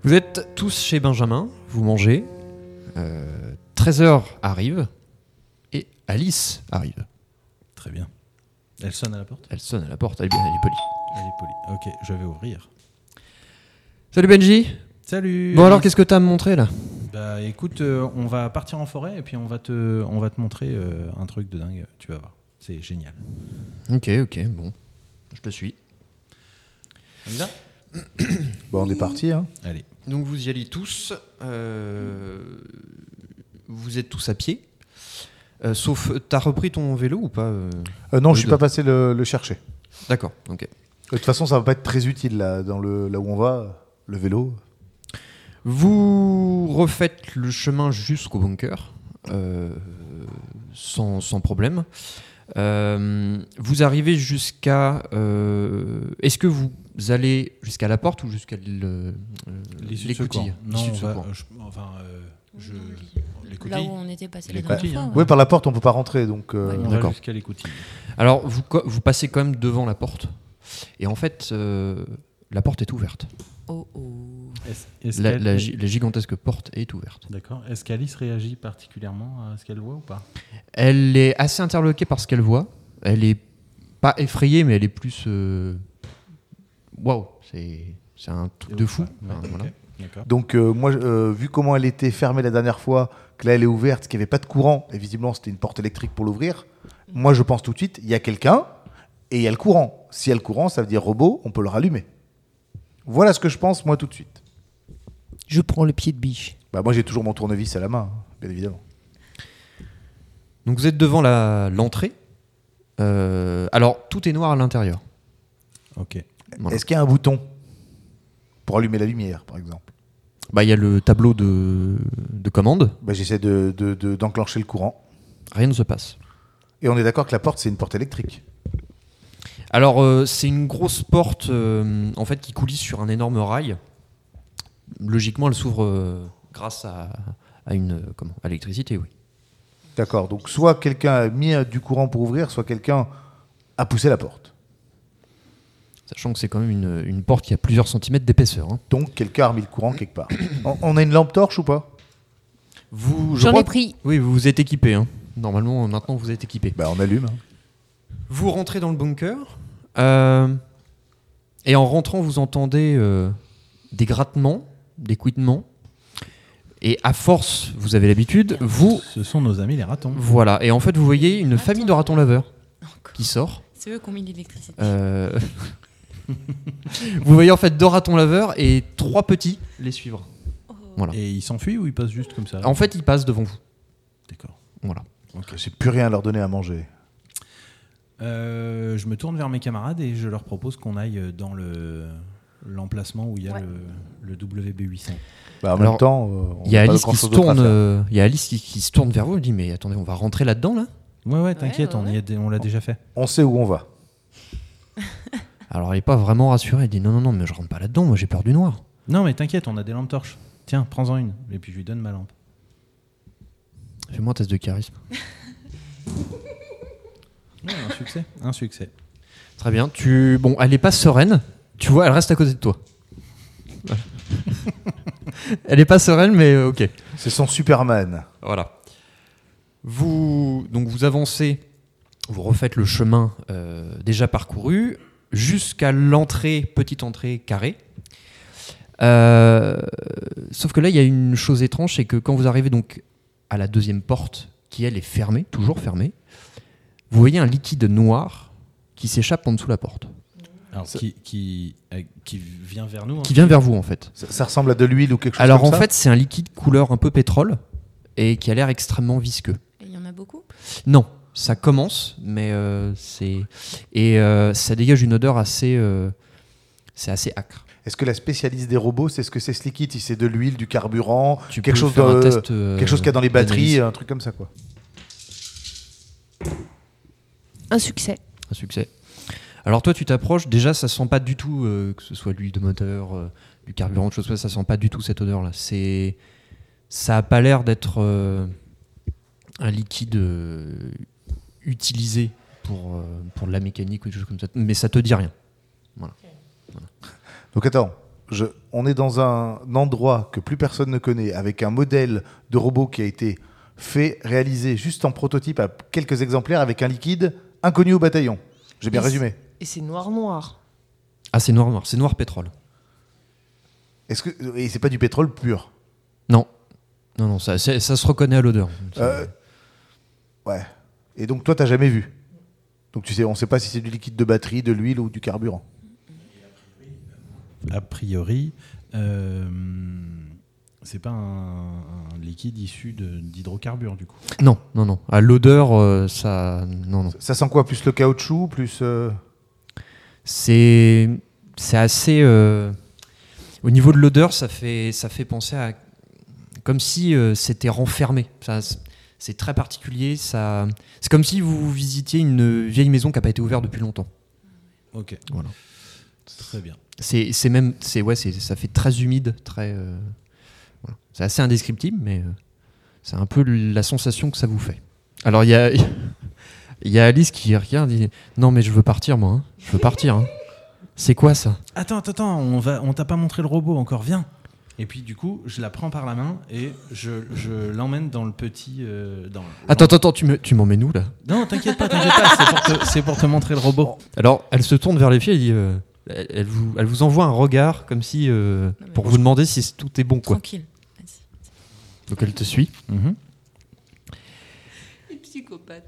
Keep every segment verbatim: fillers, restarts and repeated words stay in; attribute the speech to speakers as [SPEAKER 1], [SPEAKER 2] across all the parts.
[SPEAKER 1] Vous êtes tous chez Benjamin, vous mangez. Euh, treize heures arrive et Alice arrive.
[SPEAKER 2] Très bien. Elle sonne à la porte ?
[SPEAKER 1] Elle sonne à la porte, elle est, bien, elle est polie.
[SPEAKER 2] Elle est polie. Ok, je vais ouvrir.
[SPEAKER 1] Salut Benji.
[SPEAKER 2] Salut.
[SPEAKER 1] Bon alors,
[SPEAKER 2] Alice.
[SPEAKER 1] qu'est-ce que t'as à me montrer là ?
[SPEAKER 2] Bah écoute, euh, on va partir en forêt et puis on va te, on va te montrer euh, un truc de dingue. Tu vas voir, c'est génial.
[SPEAKER 1] Ok, ok, bon, je te suis.
[SPEAKER 2] On y va ?
[SPEAKER 3] Bon, on est parti. Hein.
[SPEAKER 2] Allez.
[SPEAKER 1] Donc vous y allez tous. Euh, vous êtes tous à pied. Euh, sauf, t'as repris ton vélo ou pas euh,
[SPEAKER 3] Euh, non,
[SPEAKER 1] les
[SPEAKER 3] je suis
[SPEAKER 1] deux.
[SPEAKER 3] pas passé le, le chercher.
[SPEAKER 1] D'accord, ok.
[SPEAKER 3] De toute façon, ça va pas être très utile là, dans le, là où on va, le vélo.
[SPEAKER 1] Vous refaites le chemin jusqu'au bunker, euh, sans, sans problème. Euh, vous arrivez jusqu'à... euh, est-ce que vous allez jusqu'à la porte ou jusqu'à le, euh, l'écoutille ?
[SPEAKER 2] Non,
[SPEAKER 1] L'issue
[SPEAKER 2] on
[SPEAKER 1] de
[SPEAKER 2] va,
[SPEAKER 1] secours.
[SPEAKER 2] euh, je, enfin, euh, je,
[SPEAKER 4] Là
[SPEAKER 2] l'écoutille.
[SPEAKER 4] où on était passé
[SPEAKER 2] Les
[SPEAKER 4] la dernière
[SPEAKER 2] coquilles,
[SPEAKER 4] fois.
[SPEAKER 2] hein.
[SPEAKER 4] ouais.
[SPEAKER 3] Oui, par la porte, on peut pas rentrer, donc. euh,
[SPEAKER 4] Ouais.
[SPEAKER 2] On va
[SPEAKER 1] D'accord.
[SPEAKER 2] jusqu'à l'écoutille.
[SPEAKER 1] Alors, vous, co- vous passez quand même devant la porte. Et en fait, euh, la porte est ouverte.
[SPEAKER 4] Oh oh.
[SPEAKER 2] Est-ce, est-ce
[SPEAKER 1] La,
[SPEAKER 2] qu'elle-
[SPEAKER 1] la gi- la gigantesque porte est ouverte.
[SPEAKER 2] D'accord. Est-ce qu'Alice réagit particulièrement à ce qu'elle voit ou pas ?
[SPEAKER 1] Elle est assez interloquée par ce qu'elle voit. Elle est pas effrayée, mais elle est plus... euh, Waouh, c'est, c'est un truc de fou.
[SPEAKER 2] Ouais,
[SPEAKER 1] Enfin,
[SPEAKER 2] ok.
[SPEAKER 1] voilà.
[SPEAKER 2] D'accord.
[SPEAKER 3] Donc, euh, moi, euh, vu comment elle était fermée la dernière fois, que là elle est ouverte, qu'il n'y avait pas de courant, et visiblement c'était une porte électrique pour l'ouvrir, moi je pense tout de suite, il y a quelqu'un et il y a le courant. Si il y a le courant, ça veut dire robot, on peut le rallumer. Voilà ce que je pense, moi, tout de suite.
[SPEAKER 5] Je prends le pied de biche.
[SPEAKER 3] Bah, moi j'ai toujours mon tournevis à la main, hein, bien évidemment.
[SPEAKER 1] Donc vous êtes devant la, l'entrée. Euh, alors, tout est noir à l'intérieur.
[SPEAKER 2] Ok.
[SPEAKER 1] Voilà.
[SPEAKER 3] Est-ce qu'il y a un bouton pour allumer la lumière, par exemple ?
[SPEAKER 1] Bah, il y a le tableau de, de commande.
[SPEAKER 3] Bah, j'essaie de, de- de- d'enclencher le courant.
[SPEAKER 1] Rien ne se passe.
[SPEAKER 3] Et on est d'accord que la porte, c'est une porte électrique.
[SPEAKER 1] Alors, euh, c'est une grosse porte euh, en fait, qui coulisse sur un énorme rail. Logiquement, elle s'ouvre euh, grâce à, à, une, euh, comment, à l'électricité, oui.
[SPEAKER 3] D'accord, donc soit quelqu'un a mis euh, du courant pour ouvrir, soit quelqu'un a poussé la porte.
[SPEAKER 1] Sachant que c'est quand même une, une porte qui a plusieurs centimètres d'épaisseur. Hein.
[SPEAKER 3] Donc quelqu'un a remis le courant quelque part. On, on a une lampe torche ou pas ?
[SPEAKER 1] Vous, je
[SPEAKER 4] J'en
[SPEAKER 1] crois
[SPEAKER 4] ai
[SPEAKER 1] que-
[SPEAKER 4] pris.
[SPEAKER 1] Oui, vous vous êtes équipé. Hein. Normalement, maintenant, vous êtes équipé.
[SPEAKER 3] Bah on allume. hein.
[SPEAKER 1] Vous rentrez dans le bunker. euh, et en rentrant, vous entendez euh, des grattements, des couinements. Et à force, vous avez l'habitude, vous...
[SPEAKER 2] Ce sont nos amis les ratons.
[SPEAKER 1] Voilà. Et en fait, vous voyez une
[SPEAKER 4] Attends.
[SPEAKER 1] famille de ratons laveurs
[SPEAKER 4] Encore.
[SPEAKER 1] qui sort.
[SPEAKER 4] C'est eux qui ont mis l'électricité.
[SPEAKER 1] Euh, vous voyez en fait deux ratons laveurs et trois petits les suivre.
[SPEAKER 4] Oh.
[SPEAKER 1] Voilà.
[SPEAKER 2] Et ils s'enfuient ou ils passent juste comme ça ?
[SPEAKER 1] En fait, ils passent devant vous.
[SPEAKER 2] D'accord.
[SPEAKER 1] Voilà.
[SPEAKER 3] J'ai plus rien à leur donner à manger.
[SPEAKER 2] Euh, je me tourne vers mes camarades et je leur propose qu'on aille dans le, l'emplacement où il y a
[SPEAKER 4] Ouais.
[SPEAKER 2] le, le W B huit cents.
[SPEAKER 3] Bah, en
[SPEAKER 1] Alors,
[SPEAKER 3] même temps, euh, on
[SPEAKER 1] Il y a
[SPEAKER 3] n'a pas
[SPEAKER 1] Alice qui
[SPEAKER 3] grand-chose
[SPEAKER 1] se
[SPEAKER 3] d'autre à
[SPEAKER 1] tourne.
[SPEAKER 3] faire.
[SPEAKER 1] euh, Il y a Alice qui, qui se tourne vers vous et dit mais attendez, on va rentrer là-dedans là.
[SPEAKER 2] Ouais, ouais, t'inquiète,
[SPEAKER 4] ouais,
[SPEAKER 2] on, y a dé- on l'a déjà fait.
[SPEAKER 3] On sait où on va.
[SPEAKER 1] Alors elle est pas vraiment rassurée. Elle dit non non non mais je rentre pas là-dedans. Moi j'ai peur du noir.
[SPEAKER 2] Non, mais t'inquiète, on a des lampes torches. Tiens, prends-en une. Et puis je lui donne ma lampe.
[SPEAKER 1] Fais-moi un test de charisme.
[SPEAKER 2] Ouais, un succès. Un succès.
[SPEAKER 1] Très bien. Tu bon, elle est pas sereine. Tu vois, elle reste à côté de toi. Voilà. Elle est pas sereine mais euh, ok.
[SPEAKER 3] C'est son Superman.
[SPEAKER 1] Voilà. Vous, donc vous avancez, vous refaites le chemin euh, déjà parcouru jusqu'à l'entrée, petite entrée carrée. Euh, sauf que là, il y a une chose étrange, c'est que quand vous arrivez donc à la deuxième porte, qui elle est fermée, toujours fermée, vous voyez un liquide noir qui s'échappe en dessous de la porte,
[SPEAKER 2] Alors,
[SPEAKER 3] Ça-
[SPEAKER 2] qui, qui, euh, qui vient vers nous. hein.
[SPEAKER 1] qui vient vers vous en fait.
[SPEAKER 3] Ça, ça ressemble à de l'huile ou quelque chose
[SPEAKER 1] Alors
[SPEAKER 3] comme
[SPEAKER 1] en
[SPEAKER 3] ça
[SPEAKER 1] fait, c'est un liquide couleur un peu pétrole et qui a l'air extrêmement visqueux.
[SPEAKER 4] Et il y en a beaucoup.
[SPEAKER 1] Non, ça commence, mais euh, c'est et euh, ça dégage une odeur assez, euh, c'est assez acre.
[SPEAKER 3] Est-ce que la spécialiste des robots, c'est ce que c'est ce liquide ? Si c'est de l'huile, du carburant,
[SPEAKER 1] Tu
[SPEAKER 3] quelque
[SPEAKER 1] peux
[SPEAKER 3] chose,
[SPEAKER 1] faire un
[SPEAKER 3] de-
[SPEAKER 1] test, euh,
[SPEAKER 3] quelque chose qu'il y a dans les batteries,
[SPEAKER 1] d'analyse.
[SPEAKER 3] un truc comme ça quoi.
[SPEAKER 5] Un succès.
[SPEAKER 1] Un succès. Alors toi, tu t'approches. Déjà, ça sent pas du tout euh, que ce soit de l'huile de moteur, euh, du carburant, autre chose. comme Ça ça sent pas du tout cette odeur-là. C'est, ça a pas l'air d'être euh, un liquide euh, utilisé pour euh, pour de la mécanique ou des choses comme ça. Mais ça te dit rien.
[SPEAKER 3] Donc attends, je, on est dans un endroit que plus personne ne connaît, avec un modèle de robot qui a été fait, réalisé juste en prototype à quelques exemplaires, avec un liquide inconnu au bataillon. J'ai bien
[SPEAKER 5] Et
[SPEAKER 3] résumé.
[SPEAKER 5] Et c'est noir noir.
[SPEAKER 1] Ah, c'est noir noir, c'est noir pétrole.
[SPEAKER 3] Est-ce que et c'est pas du pétrole pur?
[SPEAKER 1] Non, non, non, ça, c'est- ça se reconnaît à l'odeur.
[SPEAKER 3] Euh, ouais. Et donc toi, t'as jamais vu. Donc tu sais, on sait pas si c'est du liquide de batterie, de l'huile ou du carburant.
[SPEAKER 2] A priori, euh, c'est pas un, un liquide issu de- d'hydrocarbures du coup.
[SPEAKER 1] Non, non, non. À l'odeur, euh, ça, non, non.
[SPEAKER 3] Ça sent quoi? Plus le caoutchouc, plus. euh,
[SPEAKER 1] C'est, c'est assez. euh, Au niveau de l'odeur, ça fait, ça fait penser à comme si euh, c'était renfermé. Ça, c'est- c'est très particulier. Ça, c'est comme si vous visitiez une vieille maison qui n'a pas été ouverte depuis longtemps.
[SPEAKER 2] Ok,
[SPEAKER 1] Voilà.
[SPEAKER 2] très bien.
[SPEAKER 1] C'est, c'est même, c'est ouais, c'est, ça fait très humide, très. euh, voilà. C'est assez indescriptible, mais euh, c'est un peu la sensation que ça vous fait. Alors il y a, il y a Alice qui regarde, et dit non mais je veux partir moi, hein. Je veux partir. Hein. C'est quoi ça?
[SPEAKER 2] Attends, attends, attends, on, va, on t'a pas montré le robot encore, viens. Et puis du coup, je la prends par la main et je, je l'emmène dans le petit... euh, dans,
[SPEAKER 1] Attends, attends, attends, tu, me, tu m'en mets nous là?
[SPEAKER 2] Non, t'inquiète pas, t'inquiète pas, c'est pour, te, c'est pour te montrer le robot.
[SPEAKER 1] Alors elle se tourne vers les filles et dit, euh, elle, elle vous, elle vous envoie un regard comme si euh,
[SPEAKER 4] mais
[SPEAKER 1] pour
[SPEAKER 4] je-
[SPEAKER 1] vous demander si c'est- tout est bon quoi.
[SPEAKER 4] Tranquille. Vas-y.
[SPEAKER 1] Donc elle te suit.
[SPEAKER 2] Mhm.
[SPEAKER 4] Les psychopathes.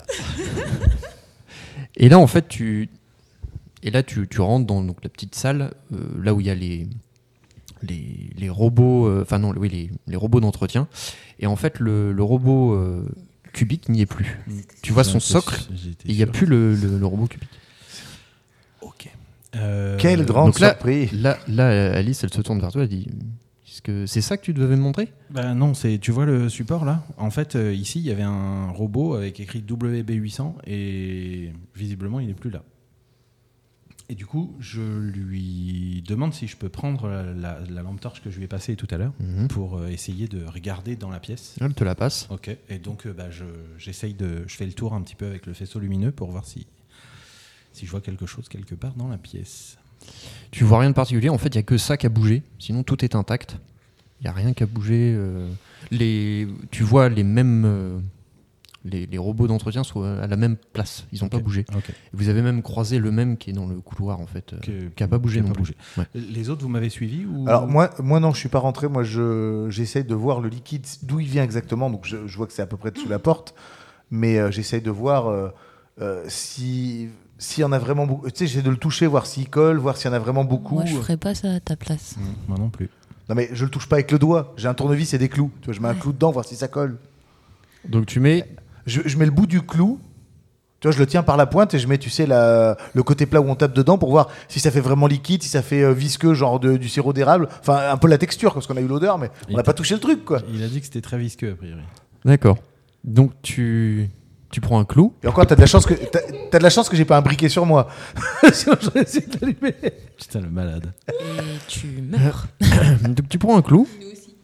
[SPEAKER 1] Et là, en fait, tu, et là, tu, tu rentres dans donc, la petite salle, euh, là où il y a les, les, les robots, euh, enfin non, oui, les, les robots d'entretien. Et en fait, le, le robot euh, cubique n'y est plus. Tu vois son
[SPEAKER 2] J'étais
[SPEAKER 1] socle,
[SPEAKER 2] sûr- j'étais
[SPEAKER 1] et il n'y a
[SPEAKER 2] sûr.
[SPEAKER 1] plus le, le, le robot cubique.
[SPEAKER 2] Ok. Euh,
[SPEAKER 3] Quelle grande
[SPEAKER 1] donc là-
[SPEAKER 3] surprise.
[SPEAKER 1] Là, là, Alice, elle se tourne vers toi, elle dit, est-ce que c'est ça que tu devais me montrer?
[SPEAKER 2] Bah non, c'est, tu vois le support là? En fait, euh, ici, il y avait un robot avec écrit W B huit cents et visiblement, il n'est plus là. Et du coup, je lui demande si je peux prendre la, la- la lampe torche que je lui ai passée tout à l'heure
[SPEAKER 1] Mhm.
[SPEAKER 2] pour euh, essayer de regarder dans la pièce.
[SPEAKER 1] Elle te la passe.
[SPEAKER 2] Ok. Et donc, euh, bah, je, j'essaye de, je fais le tour un petit peu avec le faisceau lumineux pour voir si, si je vois quelque chose quelque part dans la pièce.
[SPEAKER 1] Tu vois rien de particulier. En fait, il n'y a que ça qui a bougé. Sinon, tout est intact. Il n'y a rien qui a bougé. euh, les, tu vois les mêmes. euh, les, les robots d'entretien sont à la même place. Ils n'ont pas
[SPEAKER 2] Ok.
[SPEAKER 1] bougé.
[SPEAKER 2] Ok.
[SPEAKER 1] Vous avez même croisé le même qui est dans le couloir, en fait. euh,
[SPEAKER 2] Que-
[SPEAKER 1] qui n'a pas bougé
[SPEAKER 2] qui a
[SPEAKER 1] non
[SPEAKER 2] pas
[SPEAKER 1] plus.
[SPEAKER 2] bougé.
[SPEAKER 1] Ouais.
[SPEAKER 2] Les autres, vous m'avez suivi ou...
[SPEAKER 3] Alors moi, moi non, je suis pas rentré. Moi, je j'essaye de voir le liquide d'où il vient exactement. Donc je, je vois que c'est à peu près sous la porte, mais euh, j'essaye de voir euh, euh, si s'il y en a vraiment beaucoup. Tu sais, j'essaie de le toucher, voir s'il colle, voir s'il y en a vraiment beaucoup.
[SPEAKER 4] Moi, je ferais pas ça à ta place.
[SPEAKER 2] Mmh, moi non plus.
[SPEAKER 3] Non mais je le touche pas avec le doigt. J'ai un tournevis et des clous. Tu vois, je mets un clou dedans, voir si ça colle.
[SPEAKER 1] Donc, tu mets.
[SPEAKER 3] Je, je mets le bout du clou. Tu vois, je le tiens par la pointe et je mets, tu sais, la, le côté plat où on tape dedans pour voir si ça fait vraiment liquide, si ça fait euh, visqueux, genre de- du sirop d'érable. Enfin, un peu la texture, parce qu'on a eu l'odeur, mais on
[SPEAKER 2] Il
[SPEAKER 3] n'a
[SPEAKER 2] t'a-
[SPEAKER 3] pas touché le truc, quoi.
[SPEAKER 2] Il a dit que c'était très visqueux, a priori.
[SPEAKER 1] D'accord. Donc, tu, tu prends un clou.
[SPEAKER 3] Et encore, t'as de la chance que t'as, t'as de la chance que j'ai pas un briquet sur moi. Sinon, j'aurais essayé de l'allumer.
[SPEAKER 2] Putain, le malade.
[SPEAKER 4] Et tu meurs.
[SPEAKER 1] Donc, tu prends un clou.
[SPEAKER 4] Nous aussi.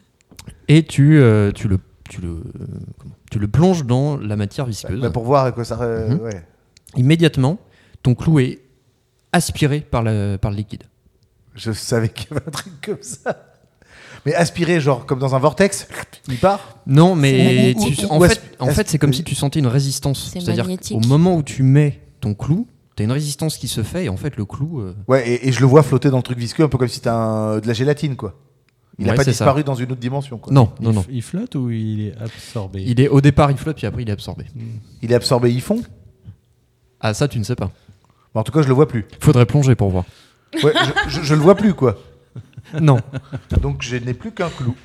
[SPEAKER 1] Et tu, euh, tu, le, tu, le, euh, comment tu le plonges dans la matière visqueuse.
[SPEAKER 3] Bah, pour voir à quoi ça. euh,
[SPEAKER 1] Mhm.
[SPEAKER 3] ouais.
[SPEAKER 1] Immédiatement, ton clou est aspiré par le, par le liquide.
[SPEAKER 3] Je savais qu'il y avait un truc comme ça. Mais aspirer, genre comme dans un vortex, il part.
[SPEAKER 1] Non, mais
[SPEAKER 3] Ou- ou-
[SPEAKER 1] tu-
[SPEAKER 3] ou-
[SPEAKER 1] en,
[SPEAKER 3] ou
[SPEAKER 1] fait,
[SPEAKER 3] asp-
[SPEAKER 1] en fait, c'est comme
[SPEAKER 3] asp-
[SPEAKER 1] si tu sentais une résistance.
[SPEAKER 4] C'est
[SPEAKER 1] C'est-à-dire
[SPEAKER 4] magnétique.
[SPEAKER 1] qu'au moment où tu mets ton clou, tu as une résistance qui se fait et en fait, le clou. euh,
[SPEAKER 3] Ouais, et, et je le vois flotter dans le truc visqueux, un peu comme si t'as un- de la gélatine, quoi. Il n'a
[SPEAKER 1] Ouais,
[SPEAKER 3] pas
[SPEAKER 1] c'est
[SPEAKER 3] disparu dans une autre dimension, quoi.
[SPEAKER 1] Non, non,
[SPEAKER 2] il,
[SPEAKER 1] non.
[SPEAKER 2] f- il flotte ou il est absorbé?
[SPEAKER 1] Il est, au départ, il flotte, puis après, il est absorbé.
[SPEAKER 3] Il est absorbé, ils fond.
[SPEAKER 1] Ah, ça, tu ne sais pas.
[SPEAKER 3] Mais en tout cas, je le vois plus.
[SPEAKER 1] Faudrait plonger pour voir.
[SPEAKER 3] Ouais, je, je- je le vois plus, quoi.
[SPEAKER 1] Non.
[SPEAKER 3] Donc je n'ai plus qu'un clou.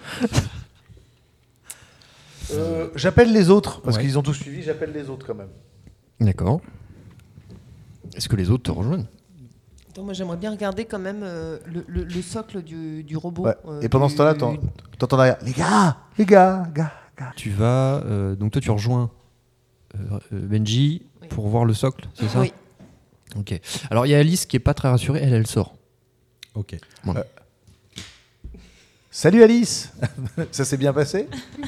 [SPEAKER 3] Euh, j'appelle les autres, parce
[SPEAKER 2] Ouais.
[SPEAKER 3] qu'ils ont tous suivi, j'appelle les autres quand même.
[SPEAKER 1] D'accord. Est-ce que les autres te rejoignent?
[SPEAKER 5] Attends, moi j'aimerais bien regarder quand même euh, le, le- le socle du, du robot.
[SPEAKER 3] Ouais.
[SPEAKER 5] euh,
[SPEAKER 3] Et pendant
[SPEAKER 5] du-
[SPEAKER 3] ce temps-là, t'en- t'entends derrière, les gars, les gars, gars, gars.
[SPEAKER 1] Tu vas. euh, donc, toi, tu rejoins euh, euh, Benji
[SPEAKER 5] Oui.
[SPEAKER 1] pour voir le socle, c'est ça?
[SPEAKER 5] Oui.
[SPEAKER 1] Ok. Alors, il y a Alice qui est pas très rassurée, elle, elle sort.
[SPEAKER 2] Ok.
[SPEAKER 3] Salut Alice. Ça s'est bien passé?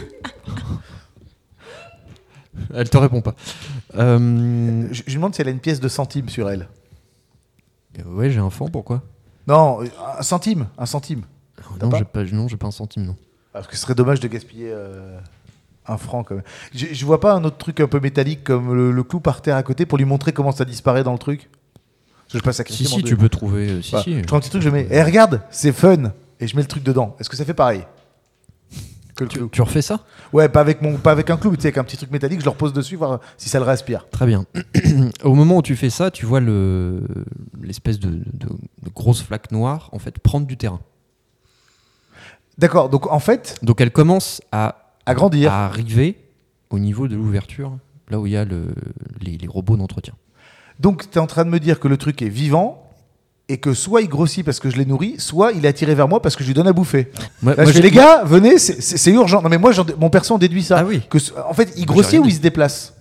[SPEAKER 1] Elle te répond pas. Euh,
[SPEAKER 3] Je, je lui demande si elle a une pièce de centime sur elle.
[SPEAKER 1] ouais, j'ai un fond, pourquoi?
[SPEAKER 3] Non, un centime, un centime. T'as
[SPEAKER 1] Non,
[SPEAKER 3] pas
[SPEAKER 1] j'ai pas, non, j'ai pas un centime, non.
[SPEAKER 3] Parce que ce serait dommage de gaspiller euh, un franc quand même. Je, je vois pas un autre truc un peu métallique comme le, le clou par terre à côté pour lui montrer comment ça disparaît dans le truc. Parce que je passe à
[SPEAKER 1] Si, si, tu peux trouver. euh, si,
[SPEAKER 3] Bah,
[SPEAKER 1] si.
[SPEAKER 3] je prends un petit truc, je mets. Eh, regarde, c'est fun. Et je mets le truc dedans. Est-ce que ça fait pareil que le
[SPEAKER 1] Tu,
[SPEAKER 3] clou
[SPEAKER 1] tu refais ça?
[SPEAKER 3] Ouais, pas avec, mon, pas avec un clou, mais tu sais, avec un petit truc métallique, je le repose dessus, voir si ça le respire.
[SPEAKER 1] Très bien. Au moment où tu fais ça, tu vois le, l'espèce de, de, de grosse flaque noire en fait prendre du terrain.
[SPEAKER 3] D'accord, donc en fait,
[SPEAKER 1] Donc elle commence à,
[SPEAKER 3] agrandir.
[SPEAKER 1] à arriver au niveau de l'ouverture, là où il y a le, les, les robots d'entretien.
[SPEAKER 3] Donc tu es en train de me dire que le truc est vivant et que soit il grossit parce que je l'ai nourri, soit il est attiré vers moi parce que je lui donne à bouffer.
[SPEAKER 1] Moi,
[SPEAKER 3] Là,
[SPEAKER 1] moi,
[SPEAKER 3] je fais,
[SPEAKER 1] j'ai-
[SPEAKER 3] les gars, venez, c'est- c'est c'est urgent. Non mais moi, j'en- mon perso en déduit ça.
[SPEAKER 1] Ah oui.
[SPEAKER 3] Que, ce- en fait, il
[SPEAKER 1] Moi,
[SPEAKER 3] grossit
[SPEAKER 1] j'ai rien
[SPEAKER 3] ou il
[SPEAKER 1] dit.
[SPEAKER 3] se déplace?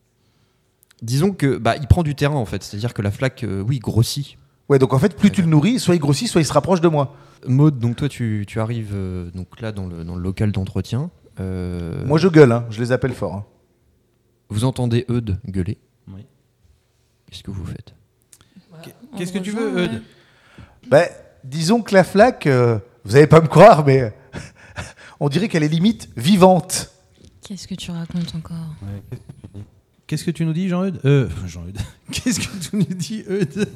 [SPEAKER 1] Disons que bah, il prend du terrain en fait, c'est-à-dire que la flaque, euh, oui, grossit.
[SPEAKER 3] Ouais, donc en fait, plus tu le nourris, soit il grossit, soit il se rapproche de moi.
[SPEAKER 1] Maud, donc toi tu, tu arrives euh, donc là dans le, dans le local d'entretien. Euh,
[SPEAKER 3] Moi, je gueule, hein, je les appelle fort. hein.
[SPEAKER 1] Vous entendez Eudes gueuler.
[SPEAKER 2] Oui.
[SPEAKER 1] Qu'est-ce que vous faites?
[SPEAKER 2] Qu'est-ce
[SPEAKER 4] On
[SPEAKER 2] que tu
[SPEAKER 4] rejoint,
[SPEAKER 2] veux,
[SPEAKER 4] ouais.
[SPEAKER 2] Eudes?
[SPEAKER 3] Ben, disons que la flaque, euh, vous allez pas me croire, mais on dirait qu'elle est limite vivante.
[SPEAKER 4] Qu'est-ce que tu racontes encore?
[SPEAKER 2] Qu'est-ce que tu nous dis, Jean-Eudes euh, Jean-Eudes. Qu'est-ce que tu nous dis, Eudes?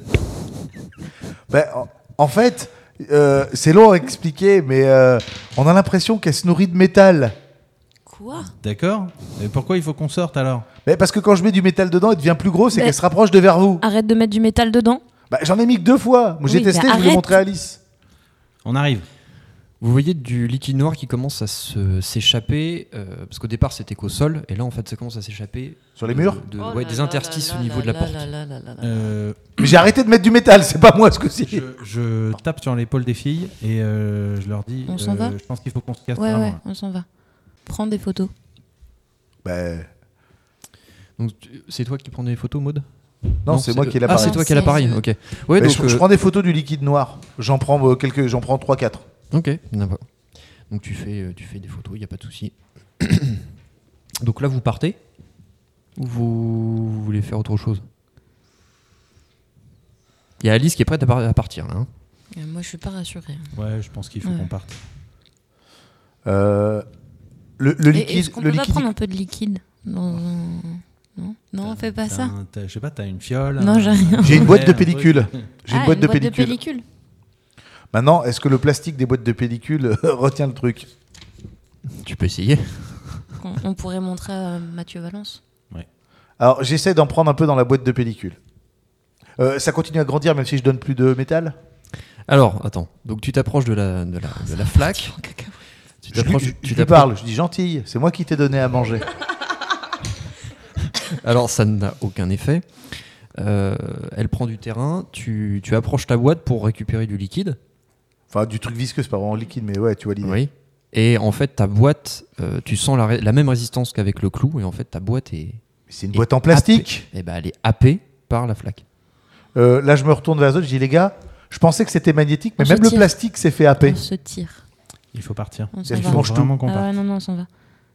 [SPEAKER 3] Ben, en, en fait, euh, c'est long à expliquer, mais euh, on a l'impression qu'elle se nourrit de métal.
[SPEAKER 4] Quoi?
[SPEAKER 2] D'accord. Et pourquoi il faut qu'on sorte alors?
[SPEAKER 3] Mais parce que quand je mets du métal dedans, elle devient plus grosse et
[SPEAKER 4] Mais-
[SPEAKER 3] qu'elle se rapproche de vers vous.
[SPEAKER 4] Arrête de mettre du métal dedans.
[SPEAKER 3] Bah, j'en ai mis que deux fois. Moi, j'ai
[SPEAKER 4] Oui,
[SPEAKER 3] testé,
[SPEAKER 4] mais
[SPEAKER 3] je voulais
[SPEAKER 4] arrête.
[SPEAKER 3] montrer à Alice.
[SPEAKER 2] On arrive.
[SPEAKER 1] Vous voyez du liquide noir qui commence à se, s'échapper, euh, parce qu'au départ c'était qu'au sol, et là en fait ça commence à s'échapper.
[SPEAKER 3] Sur les murs
[SPEAKER 1] de-
[SPEAKER 4] Oh
[SPEAKER 1] ouais,
[SPEAKER 4] là
[SPEAKER 1] des
[SPEAKER 4] là
[SPEAKER 1] interstices
[SPEAKER 4] là
[SPEAKER 1] au niveau
[SPEAKER 4] là
[SPEAKER 1] de la
[SPEAKER 4] là
[SPEAKER 1] porte.
[SPEAKER 4] là là là là là.
[SPEAKER 2] Euh,
[SPEAKER 3] Mais j'ai arrêté de mettre du métal, c'est pas moi ce coup-ci.
[SPEAKER 2] je, je tape sur l'épaule des filles et euh, je leur dis
[SPEAKER 4] On s'en
[SPEAKER 2] euh,
[SPEAKER 4] va
[SPEAKER 2] je pense qu'il faut qu'on se casse
[SPEAKER 4] Ouais,
[SPEAKER 2] vraiment,
[SPEAKER 4] ouais,
[SPEAKER 2] là.
[SPEAKER 4] on s'en va. Prends des photos.
[SPEAKER 3] Ben,
[SPEAKER 1] Donc tu- c'est toi qui prends des photos, Maud?
[SPEAKER 3] non, c'est moi qui ai
[SPEAKER 1] Ah,
[SPEAKER 3] l'appareil.
[SPEAKER 1] c'est toi qui as
[SPEAKER 4] C'est-
[SPEAKER 1] l'appareil, ok. Ouais,
[SPEAKER 3] Mais
[SPEAKER 1] donc,
[SPEAKER 3] je, je
[SPEAKER 1] euh,
[SPEAKER 3] prends des photos du liquide noir. J'en prends euh, quelques, j'en prends trois quatre.
[SPEAKER 1] Ok, d'accord. Donc tu fais, euh, tu fais des photos, il n'y a pas de souci. Donc là, vous partez ou vous, vous voulez faire autre chose? Il y a Alice qui est prête à, par- à partir là. hein.
[SPEAKER 4] Euh, Moi, je suis pas rassurée.
[SPEAKER 2] Ouais, je pense qu'il faut
[SPEAKER 4] Ouais.
[SPEAKER 2] qu'on parte.
[SPEAKER 3] Euh, le, le
[SPEAKER 4] Et-
[SPEAKER 3] liquide,
[SPEAKER 4] Est-ce qu'on
[SPEAKER 3] le
[SPEAKER 4] peut pas
[SPEAKER 3] liquide.
[SPEAKER 4] prendre un peu de liquide dans un- Non, non, on fait pas
[SPEAKER 2] T'as
[SPEAKER 4] ça.
[SPEAKER 2] un- t'as- je sais pas, t'as une fiole.
[SPEAKER 4] Non,
[SPEAKER 2] un-
[SPEAKER 4] j'ai rien.
[SPEAKER 3] J'ai une boîte de
[SPEAKER 2] un truc.
[SPEAKER 3] pellicule. J'ai une
[SPEAKER 4] Ah,
[SPEAKER 3] boîte de pellicule. Maintenant, est-ce que le plastique des boîtes de pellicule retient le truc?
[SPEAKER 1] Tu peux essayer.
[SPEAKER 4] On, on pourrait montrer à Mathieu Valence.
[SPEAKER 3] Alors, j'essaie d'en prendre un peu dans la boîte de pellicule. Euh, ça continue à grandir même si je donne plus de métal.
[SPEAKER 1] Alors, attends. Donc tu t'approches de la, de la, de la flaque. Tu
[SPEAKER 3] Je lui,
[SPEAKER 1] t'approches.
[SPEAKER 3] je-
[SPEAKER 1] tu
[SPEAKER 3] je lui
[SPEAKER 1] t'approches-
[SPEAKER 3] parle, je dis gentille, c'est moi qui t'ai donné à manger.
[SPEAKER 1] Alors ça n'a aucun effet. Euh, elle prend du terrain. Tu, tu approches ta boîte pour récupérer du liquide.
[SPEAKER 3] Enfin, du truc visqueux, c'est pas vraiment liquide, mais ouais, tu vois l'idée.
[SPEAKER 1] Oui. Et en fait, ta boîte, euh, tu sens la, ré- la même résistance qu'avec le clou. Et en fait, ta boîte est,
[SPEAKER 3] C'est une
[SPEAKER 1] Et
[SPEAKER 3] boîte en plastique.
[SPEAKER 1] eh ben, elle est happée par la flaque.
[SPEAKER 3] Euh, là, je me retourne vers les autres, je dis les gars, je pensais que c'était magnétique, mais
[SPEAKER 4] On
[SPEAKER 3] même
[SPEAKER 4] se
[SPEAKER 3] le
[SPEAKER 4] tire.
[SPEAKER 3] plastique s'est fait happer.
[SPEAKER 4] On se tire.
[SPEAKER 2] Il faut partir.
[SPEAKER 4] On s'en
[SPEAKER 3] Il
[SPEAKER 2] Il
[SPEAKER 3] faut
[SPEAKER 4] va.
[SPEAKER 3] mange
[SPEAKER 2] faut
[SPEAKER 3] tout.
[SPEAKER 2] vraiment qu'on
[SPEAKER 4] Ah
[SPEAKER 2] parte.
[SPEAKER 4] ouais, non, non, on s'en va.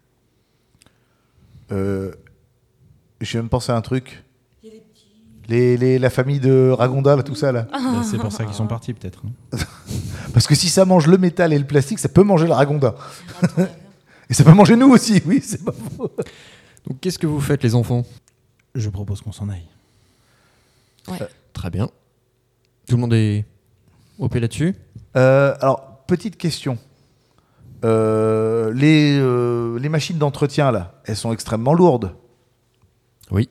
[SPEAKER 3] Euh, J'ai même pensé à un truc. Les, les- la famille de Ragonda, là, tout ça, là.
[SPEAKER 2] Bah, c'est pour ça qu'ils sont partis, peut-être. hein.
[SPEAKER 3] Parce que si ça mange le métal et le plastique, ça peut manger le Ragonda. Et ça peut manger nous aussi, oui, c'est pas faux.
[SPEAKER 1] Donc, qu'est-ce que vous faites, les enfants?
[SPEAKER 2] Je propose qu'on s'en aille.
[SPEAKER 1] Très bien. Tout le monde est O P là-dessus?
[SPEAKER 3] Euh, alors, petite question. Euh, les, euh, les machines d'entretien, là, elles sont extrêmement lourdes.
[SPEAKER 1] Oui.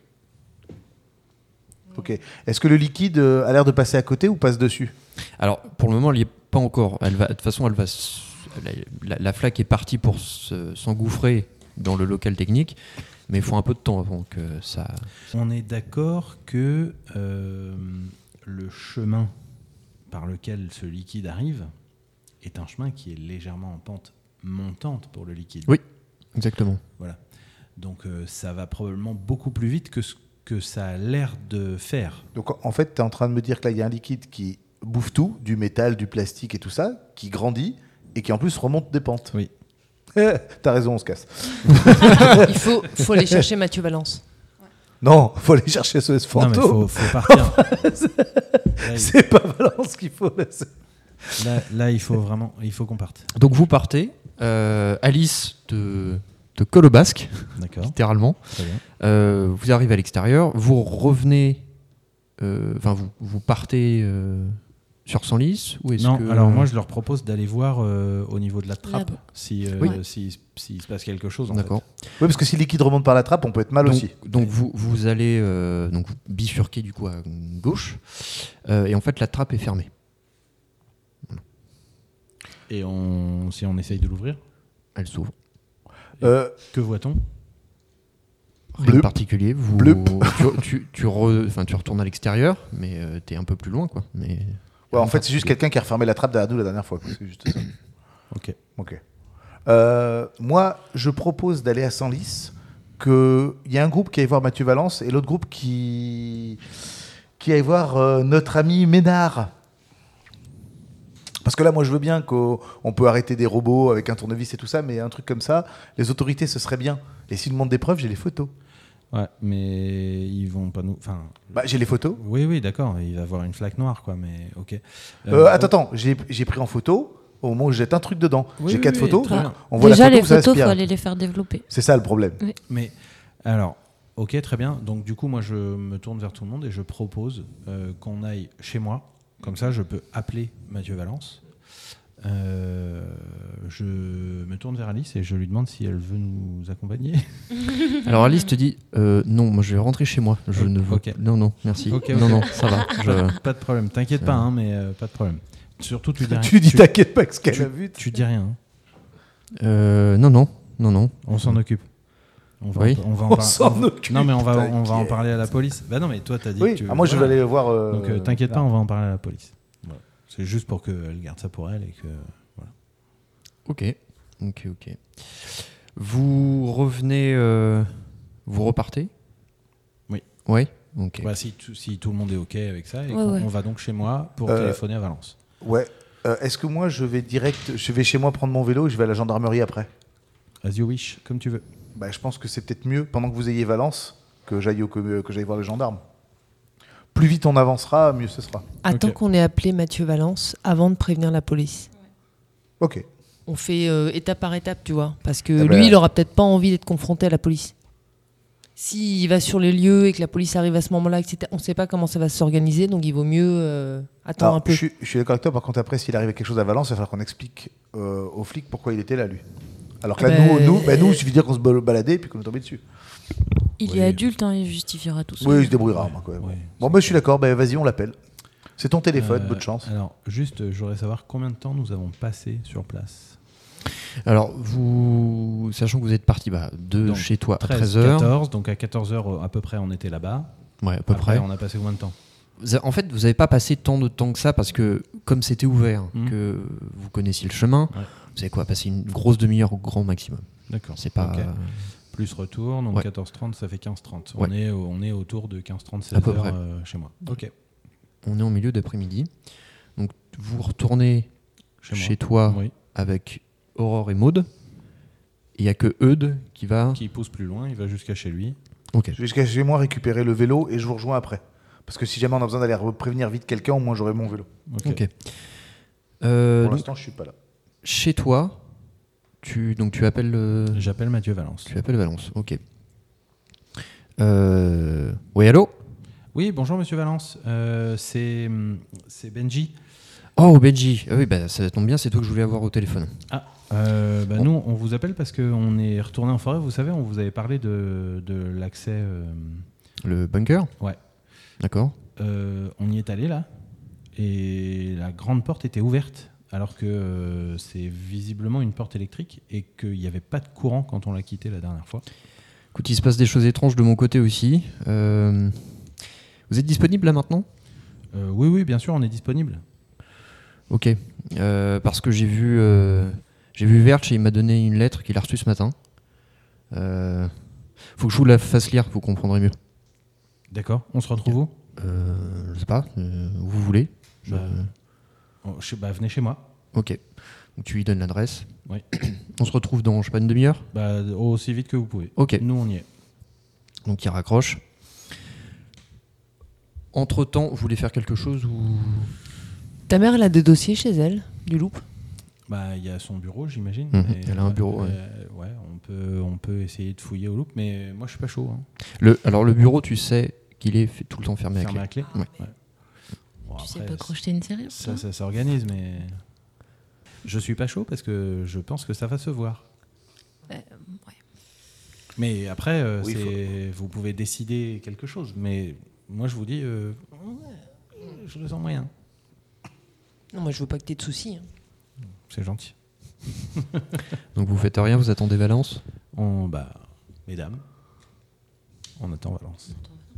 [SPEAKER 3] Ok. Est-ce que le liquide euh, a l'air de passer à côté ou passe dessus?
[SPEAKER 1] Alors, pour le moment, elle n'y est pas encore. Elle va, de toute façon, elle va, s- la, la- la flaque est partie pour se- s'engouffrer dans le local technique, mais il faut un peu de temps avant que ça...
[SPEAKER 2] On est d'accord que euh, le chemin par lequel ce liquide arrive est un chemin qui est légèrement en pente montante pour le liquide.
[SPEAKER 1] Oui. Exactement.
[SPEAKER 2] Voilà. Donc euh, ça va probablement beaucoup plus vite que ce que ça a l'air de faire.
[SPEAKER 3] Donc, en- en fait, tu es en train de me dire que là, il y a un liquide qui bouffe tout, du métal, du plastique et tout ça, qui grandit et qui en plus remonte des pentes.
[SPEAKER 2] Oui.
[SPEAKER 3] Eh, T'as raison, on se casse.
[SPEAKER 5] Il faut, faut aller chercher Mathieu Valence.
[SPEAKER 3] Non, faut aller chercher ce
[SPEAKER 2] Non, mais
[SPEAKER 3] fantôme.
[SPEAKER 2] faut, faut partir. là, il,
[SPEAKER 3] C'est pas Valence qu'il faut. Là, c'est-
[SPEAKER 2] là, là, il faut vraiment, il faut qu'on parte.
[SPEAKER 1] Donc vous partez. euh, Alice te, te colle au basque,
[SPEAKER 2] D'accord.
[SPEAKER 1] littéralement.
[SPEAKER 2] Très bien.
[SPEAKER 1] Euh, vous arrivez à l'extérieur. Vous revenez. euh, Enfin, vous, vous partez euh, sur Senlis ou est-ce
[SPEAKER 2] Non,
[SPEAKER 1] que...
[SPEAKER 2] alors moi je leur propose d'aller voir euh, au niveau de la trappe
[SPEAKER 4] Là-bas.
[SPEAKER 2] si, euh,
[SPEAKER 1] Oui.
[SPEAKER 2] si, s'il se passe quelque chose. En
[SPEAKER 1] D'accord.
[SPEAKER 3] Oui, parce que si le liquide remonte par la trappe, on peut être mal
[SPEAKER 1] donc,
[SPEAKER 3] aussi.
[SPEAKER 1] donc vous, vous allez euh, donc vous bifurquer du coup à gauche euh, et en fait la trappe est fermée.
[SPEAKER 2] fait. Et on, si on essaye de l'ouvrir,
[SPEAKER 1] Elle s'ouvre.
[SPEAKER 3] Euh,
[SPEAKER 2] que voit-on?
[SPEAKER 1] Rien de
[SPEAKER 3] Bleup.
[SPEAKER 1] particulier. Vous,
[SPEAKER 3] Bleup.
[SPEAKER 1] tu, tu, tu, re- enfin, tu retournes à l'extérieur, mais euh, t'es un peu plus loin, quoi. Mais
[SPEAKER 3] ouais, en fait, c'est juste quelqu'un qui a refermé la trappe derrière nous la dernière fois. quoi. C'est juste ça.
[SPEAKER 2] Ok.
[SPEAKER 3] Ok. Euh, moi, je propose d'aller à Senlis, qu'il y a un groupe qui aille voir Mathieu Valence et l'autre groupe qui, qui aille voir euh, notre ami Ménard. Parce que là, moi, je veux bien qu'on on peut arrêter des robots avec un tournevis et tout ça, mais un truc comme ça, les autorités, ce serait bien. Et s'ils demandent des preuves, j'ai les photos.
[SPEAKER 2] Ouais, mais ils vont pas nous. Enfin.
[SPEAKER 3] Bah, j'ai les photos.
[SPEAKER 2] Oui, oui, d'accord. Il va avoir une flaque noire, quoi. Mais ok.
[SPEAKER 3] Euh,
[SPEAKER 2] Euh,
[SPEAKER 3] attends, attends, j'ai j'ai pris en photo au moment où je jette un truc dedans.
[SPEAKER 2] Oui,
[SPEAKER 3] j'ai
[SPEAKER 2] oui,
[SPEAKER 3] quatre
[SPEAKER 2] oui,
[SPEAKER 3] photos,
[SPEAKER 2] très
[SPEAKER 3] donc
[SPEAKER 2] bien.
[SPEAKER 3] on voit
[SPEAKER 4] Déjà,
[SPEAKER 3] la photo,
[SPEAKER 4] les
[SPEAKER 3] ça
[SPEAKER 4] photos, il
[SPEAKER 3] aspire.
[SPEAKER 4] faut aller les faire développer.
[SPEAKER 3] C'est ça le problème.
[SPEAKER 2] Mais alors, ok, très bien. Donc du coup, moi, je me tourne vers tout le monde et je propose euh, qu'on aille chez moi. Comme ça, je peux appeler Mathieu Valence. Euh, je me tourne vers Alice et je lui demande si elle veut nous accompagner.
[SPEAKER 1] alors Alice te dit euh, non, moi je vais rentrer chez moi. Je ne veux.
[SPEAKER 2] Ok.
[SPEAKER 1] Non, non, merci.
[SPEAKER 2] Ok,
[SPEAKER 1] Non,
[SPEAKER 2] ok.
[SPEAKER 1] non, ça va. Je-
[SPEAKER 2] Pas de problème. T'inquiète
[SPEAKER 1] Ça
[SPEAKER 2] pas,
[SPEAKER 1] va.
[SPEAKER 2] hein, mais euh, pas de problème. Surtout, tu dis rien.
[SPEAKER 3] Tu lui dis
[SPEAKER 2] tu,
[SPEAKER 3] t'inquiète pas que ce qu'elle
[SPEAKER 2] tu-
[SPEAKER 3] a vu.
[SPEAKER 2] tu dis rien. hein.
[SPEAKER 1] Euh, non, non, non, non.
[SPEAKER 2] On s'en occupe. On va,
[SPEAKER 1] Oui.
[SPEAKER 2] en, on va en
[SPEAKER 3] On
[SPEAKER 2] par-
[SPEAKER 3] s'en
[SPEAKER 2] on va-
[SPEAKER 3] occupe,
[SPEAKER 2] Non, mais on va, on va en
[SPEAKER 3] t'inquiète.
[SPEAKER 2] parler à la police. Bah non, mais toi, t'as dit
[SPEAKER 3] Oui,
[SPEAKER 2] que tu veux.
[SPEAKER 3] ah, moi je vais
[SPEAKER 2] voilà.
[SPEAKER 3] aller voir. euh,
[SPEAKER 2] Donc euh, t'inquiète
[SPEAKER 3] là.
[SPEAKER 2] pas, on va en parler à la police. Voilà. C'est juste pour qu'elle garde ça pour elle et que. Voilà.
[SPEAKER 1] Ok, ok, ok. Vous revenez, euh, vous repartez.
[SPEAKER 2] Oui.
[SPEAKER 1] Oui. Ok.
[SPEAKER 2] Bah, si, tout, si tout le monde est ok avec ça, et
[SPEAKER 4] Ouais,
[SPEAKER 2] qu'on-
[SPEAKER 4] ouais.
[SPEAKER 2] on va donc chez moi pour
[SPEAKER 3] Euh,
[SPEAKER 2] téléphoner à Valence.
[SPEAKER 3] Ouais. Euh, Est-ce que moi je vais direct, je vais chez moi prendre mon vélo et je vais à la gendarmerie après?
[SPEAKER 2] As you wish, comme tu veux.
[SPEAKER 3] Bah, je pense que c'est peut-être mieux pendant que vous ayez Valence que j'aille au que j'aille voir les gendarmes. Plus vite on avancera, mieux ce sera.
[SPEAKER 5] Attends
[SPEAKER 2] Ok.
[SPEAKER 5] qu'on ait appelé Mathieu Valence avant de prévenir la police.
[SPEAKER 3] Ok.
[SPEAKER 5] On fait euh, étape par étape, tu vois. Parce que
[SPEAKER 3] Eh
[SPEAKER 5] lui,
[SPEAKER 3] ben-
[SPEAKER 5] il aura peut-être pas envie d'être confronté à la police. S'il va sur les lieux et que la police arrive à ce moment-là, et cetera, on ne sait pas comment ça va s'organiser, donc il vaut mieux euh, attendre
[SPEAKER 3] Alors,
[SPEAKER 5] un peu.
[SPEAKER 3] je suis, je suis d'accord avec toi. Par contre, après, s'il arrive quelque chose à Valence, il va falloir qu'on explique euh, aux flics pourquoi il était là, lui. Alors que là,
[SPEAKER 5] Ben-
[SPEAKER 3] nous, nous, ben, nous, il suffit de dire qu'on se bal- baladait et puis qu'on est tombé dessus.
[SPEAKER 4] Il
[SPEAKER 2] Oui.
[SPEAKER 4] est adulte, hein, il justifiera tout ça.
[SPEAKER 3] Oui, il se débrouillera. moi, quoi.
[SPEAKER 2] Oui.
[SPEAKER 3] Bon, ben, je suis d'accord. Ben, vas-y, on l'appelle. C'est ton téléphone,
[SPEAKER 2] Euh,
[SPEAKER 3] bonne chance.
[SPEAKER 2] Alors, juste, euh, je voudrais savoir combien de temps nous avons passé sur place.
[SPEAKER 1] Alors vous, sachant que vous êtes parti bah, de
[SPEAKER 2] Donc,
[SPEAKER 1] chez toi à
[SPEAKER 2] treize,
[SPEAKER 1] treize heures.
[SPEAKER 2] quatorze, donc à quatorze heures à peu près, on était là-bas.
[SPEAKER 1] Ouais, à peu
[SPEAKER 2] Après,
[SPEAKER 1] près.
[SPEAKER 2] on a passé combien de temps?
[SPEAKER 1] Vous a- En fait, vous n'avez pas passé tant de temps que ça parce que, comme c'était ouvert,
[SPEAKER 2] Mhm.
[SPEAKER 1] que vous connaissiez le chemin,
[SPEAKER 2] Ouais.
[SPEAKER 1] vous savez quoi, passer une grosse demi-heure au grand maximum.
[SPEAKER 2] D'accord.
[SPEAKER 1] C'est pas.
[SPEAKER 2] Ok. Plus retour, donc
[SPEAKER 1] Ouais.
[SPEAKER 2] quatorze trente, ça fait quinze trente.
[SPEAKER 1] Ouais.
[SPEAKER 2] On, est, au- on est autour de quinze trente, seize
[SPEAKER 1] À peu
[SPEAKER 2] heures
[SPEAKER 1] près.
[SPEAKER 2] euh, chez moi. Ok.
[SPEAKER 1] On est en milieu d'après-midi. Donc vous retournez
[SPEAKER 2] Chez,
[SPEAKER 1] chez,
[SPEAKER 2] moi.
[SPEAKER 1] toi
[SPEAKER 2] Oui.
[SPEAKER 1] avec Aurore et Maude. Il n'y a que Eudes qui va.
[SPEAKER 2] Qui pousse plus loin, il va jusqu'à chez lui.
[SPEAKER 1] Ok.
[SPEAKER 3] Je vais jusqu'à chez moi récupérer le vélo et je vous rejoins après. Parce que si jamais on a besoin d'aller re- prévenir vite quelqu'un, au moins j'aurai mon vélo.
[SPEAKER 2] Ok.
[SPEAKER 1] Ok. Euh,
[SPEAKER 3] Pour
[SPEAKER 1] donc,
[SPEAKER 3] l'instant, je suis pas là.
[SPEAKER 1] chez toi, tu donc tu appelles euh,
[SPEAKER 2] J'appelle Mathieu Valence.
[SPEAKER 1] tu appelles Valence. Ok. Euh, oui, allô.
[SPEAKER 2] Oui, bonjour Monsieur Valence. Euh, c'est hum, c'est Benji.
[SPEAKER 1] Oh, Benji. Ah oui, bah, ça tombe bien, c'est toi que je voulais avoir au téléphone.
[SPEAKER 2] Euh, bah,
[SPEAKER 1] Bon.
[SPEAKER 2] Nous, on vous appelle parce qu'on est retourné en forêt. Vous savez, on vous avait parlé de, de l'accès. euh,
[SPEAKER 1] Le bunker.
[SPEAKER 2] Ouais.
[SPEAKER 1] D'accord.
[SPEAKER 2] euh, on y est allé là, et la grande porte était ouverte, alors que euh, c'est visiblement une porte électrique et qu'il n'y avait pas de courant quand on l'a quitté la dernière fois.
[SPEAKER 1] Écoute, il se passe des choses étranges de mon côté aussi. Euh, Vous êtes disponible là maintenant?
[SPEAKER 2] Euh, oui, oui, bien sûr, on est disponible.
[SPEAKER 1] Ok. Euh, parce que j'ai vu, euh, j'ai vu Verge et il m'a donné une lettre qu'il a reçue ce matin. Euh, faut que je vous la fasse lire, vous comprendrez mieux.
[SPEAKER 2] D'accord. On se retrouve où?
[SPEAKER 1] Euh, je sais pas, euh, où vous voulez. Je-
[SPEAKER 2] Bah, oh, je sais- bah, venez chez moi.
[SPEAKER 1] Ok. Donc tu lui donnes l'adresse.
[SPEAKER 2] Oui.
[SPEAKER 1] On se retrouve dans, je sais pas, une demi-heure.
[SPEAKER 2] Bah, aussi vite que vous pouvez.
[SPEAKER 1] Ok.
[SPEAKER 2] Nous, on y est.
[SPEAKER 1] Donc il raccroche. Entre-temps, vous voulez faire quelque chose ou...
[SPEAKER 5] Ta mère, elle a des dossiers chez elle, du Loop.
[SPEAKER 2] Bah, il y a son bureau, j'imagine.
[SPEAKER 1] Mhm,
[SPEAKER 2] mais,
[SPEAKER 1] elle a un bureau, ouais.
[SPEAKER 2] euh, ouais, on peut, on peut essayer de fouiller au Loop, mais moi, je suis pas chaud. Hein.
[SPEAKER 1] Le, alors le bureau, tu sais qu'il est fait- tout le temps fermé,
[SPEAKER 2] Fermé
[SPEAKER 1] à
[SPEAKER 2] à
[SPEAKER 1] clé.
[SPEAKER 2] clé.
[SPEAKER 1] Ouais.
[SPEAKER 2] Ouais. Bon,
[SPEAKER 4] Tu sais
[SPEAKER 2] après,
[SPEAKER 4] pas crocheter une série
[SPEAKER 2] ça, ça s'organise, mais je suis pas chaud parce que je pense que ça va se voir.
[SPEAKER 4] Euh, ouais.
[SPEAKER 2] Mais après, euh,
[SPEAKER 3] Oui,
[SPEAKER 2] c'est, vous pouvez décider quelque chose. Mais moi, je vous dis, euh, je le sens moyen.
[SPEAKER 5] Non, moi, je veux pas que t'aies de soucis. hein.
[SPEAKER 2] C'est gentil.
[SPEAKER 1] Donc vous faites rien, vous attendez Valence.
[SPEAKER 2] On, bah, mesdames, on attend Valence.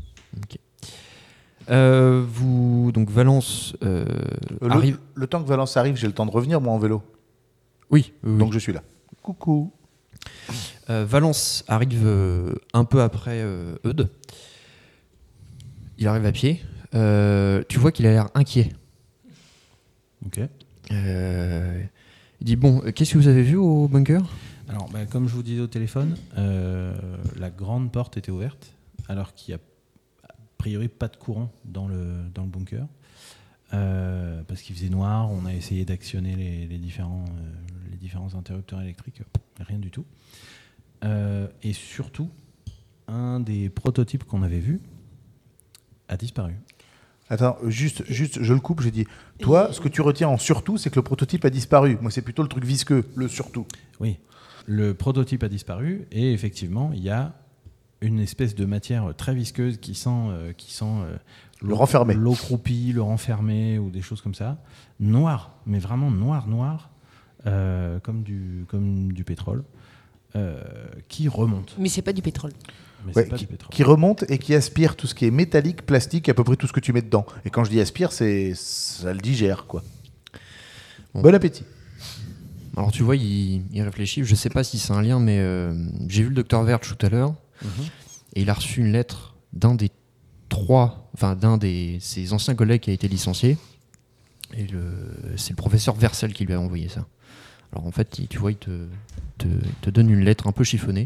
[SPEAKER 1] Euh, vous donc Valence euh,
[SPEAKER 3] Euh, le,
[SPEAKER 1] arrive.
[SPEAKER 3] le temps que Valence arrive, j'ai le temps de revenir, moi, en vélo.
[SPEAKER 1] Oui, oui, oui.
[SPEAKER 3] Donc je suis là. Coucou.
[SPEAKER 1] Euh, Valence arrive euh, un peu après euh, Eudes. Il arrive à pied. Euh, tu vois qu'il a l'air inquiet.
[SPEAKER 2] Ok.
[SPEAKER 1] Euh, il dit bon, euh, qu'est-ce que vous avez vu au bunker?
[SPEAKER 2] Alors, bah, comme je vous disais au téléphone, euh, la grande porte était ouverte, alors qu'il n'y a a priori pas de courant dans le, dans le bunker. Euh, parce qu'il faisait noir, on a essayé d'actionner les, les, différents, euh, les différents interrupteurs électriques, rien du tout. Euh, et surtout, un des prototypes qu'on avait vu a disparu.
[SPEAKER 3] Attends, juste, juste, je le coupe, j'ai dit. Toi, ce que tu retiens en surtout, c'est que le prototype a disparu. Moi, c'est plutôt le truc visqueux, le surtout.
[SPEAKER 2] Oui, le prototype a disparu et effectivement, il y a une espèce de matière très visqueuse qui sent, euh, qui sent euh,
[SPEAKER 3] Le renfermé.
[SPEAKER 2] l'eau croupie, le renfermé ou des choses comme ça. Noir, mais vraiment noir, noir, euh, comme, du, comme du pétrole, euh, qui remonte.
[SPEAKER 5] Mais c'est pas du pétrole.
[SPEAKER 2] Mais
[SPEAKER 3] Ouais,
[SPEAKER 2] c'est pas
[SPEAKER 3] qui,
[SPEAKER 2] du pétrole.
[SPEAKER 3] qui remonte et qui aspire tout ce qui est métallique, plastique, à peu près tout ce que tu mets dedans. Et quand je dis aspire, c'est ça le digère, quoi.
[SPEAKER 1] Bon.
[SPEAKER 3] Bon appétit.
[SPEAKER 1] Alors tu vois, il, il réfléchit. Je sais pas si c'est un lien, mais euh, j'ai vu le docteur Verge tout à l'heure
[SPEAKER 2] Mhm.
[SPEAKER 1] et il a reçu une lettre d'un des trois, enfin d'un des ses anciens collègues qui a été licencié. Et le, c'est le professeur Versel qui lui a envoyé ça. Alors en fait, il- tu vois, il te, te, il te donne une lettre un peu chiffonnée.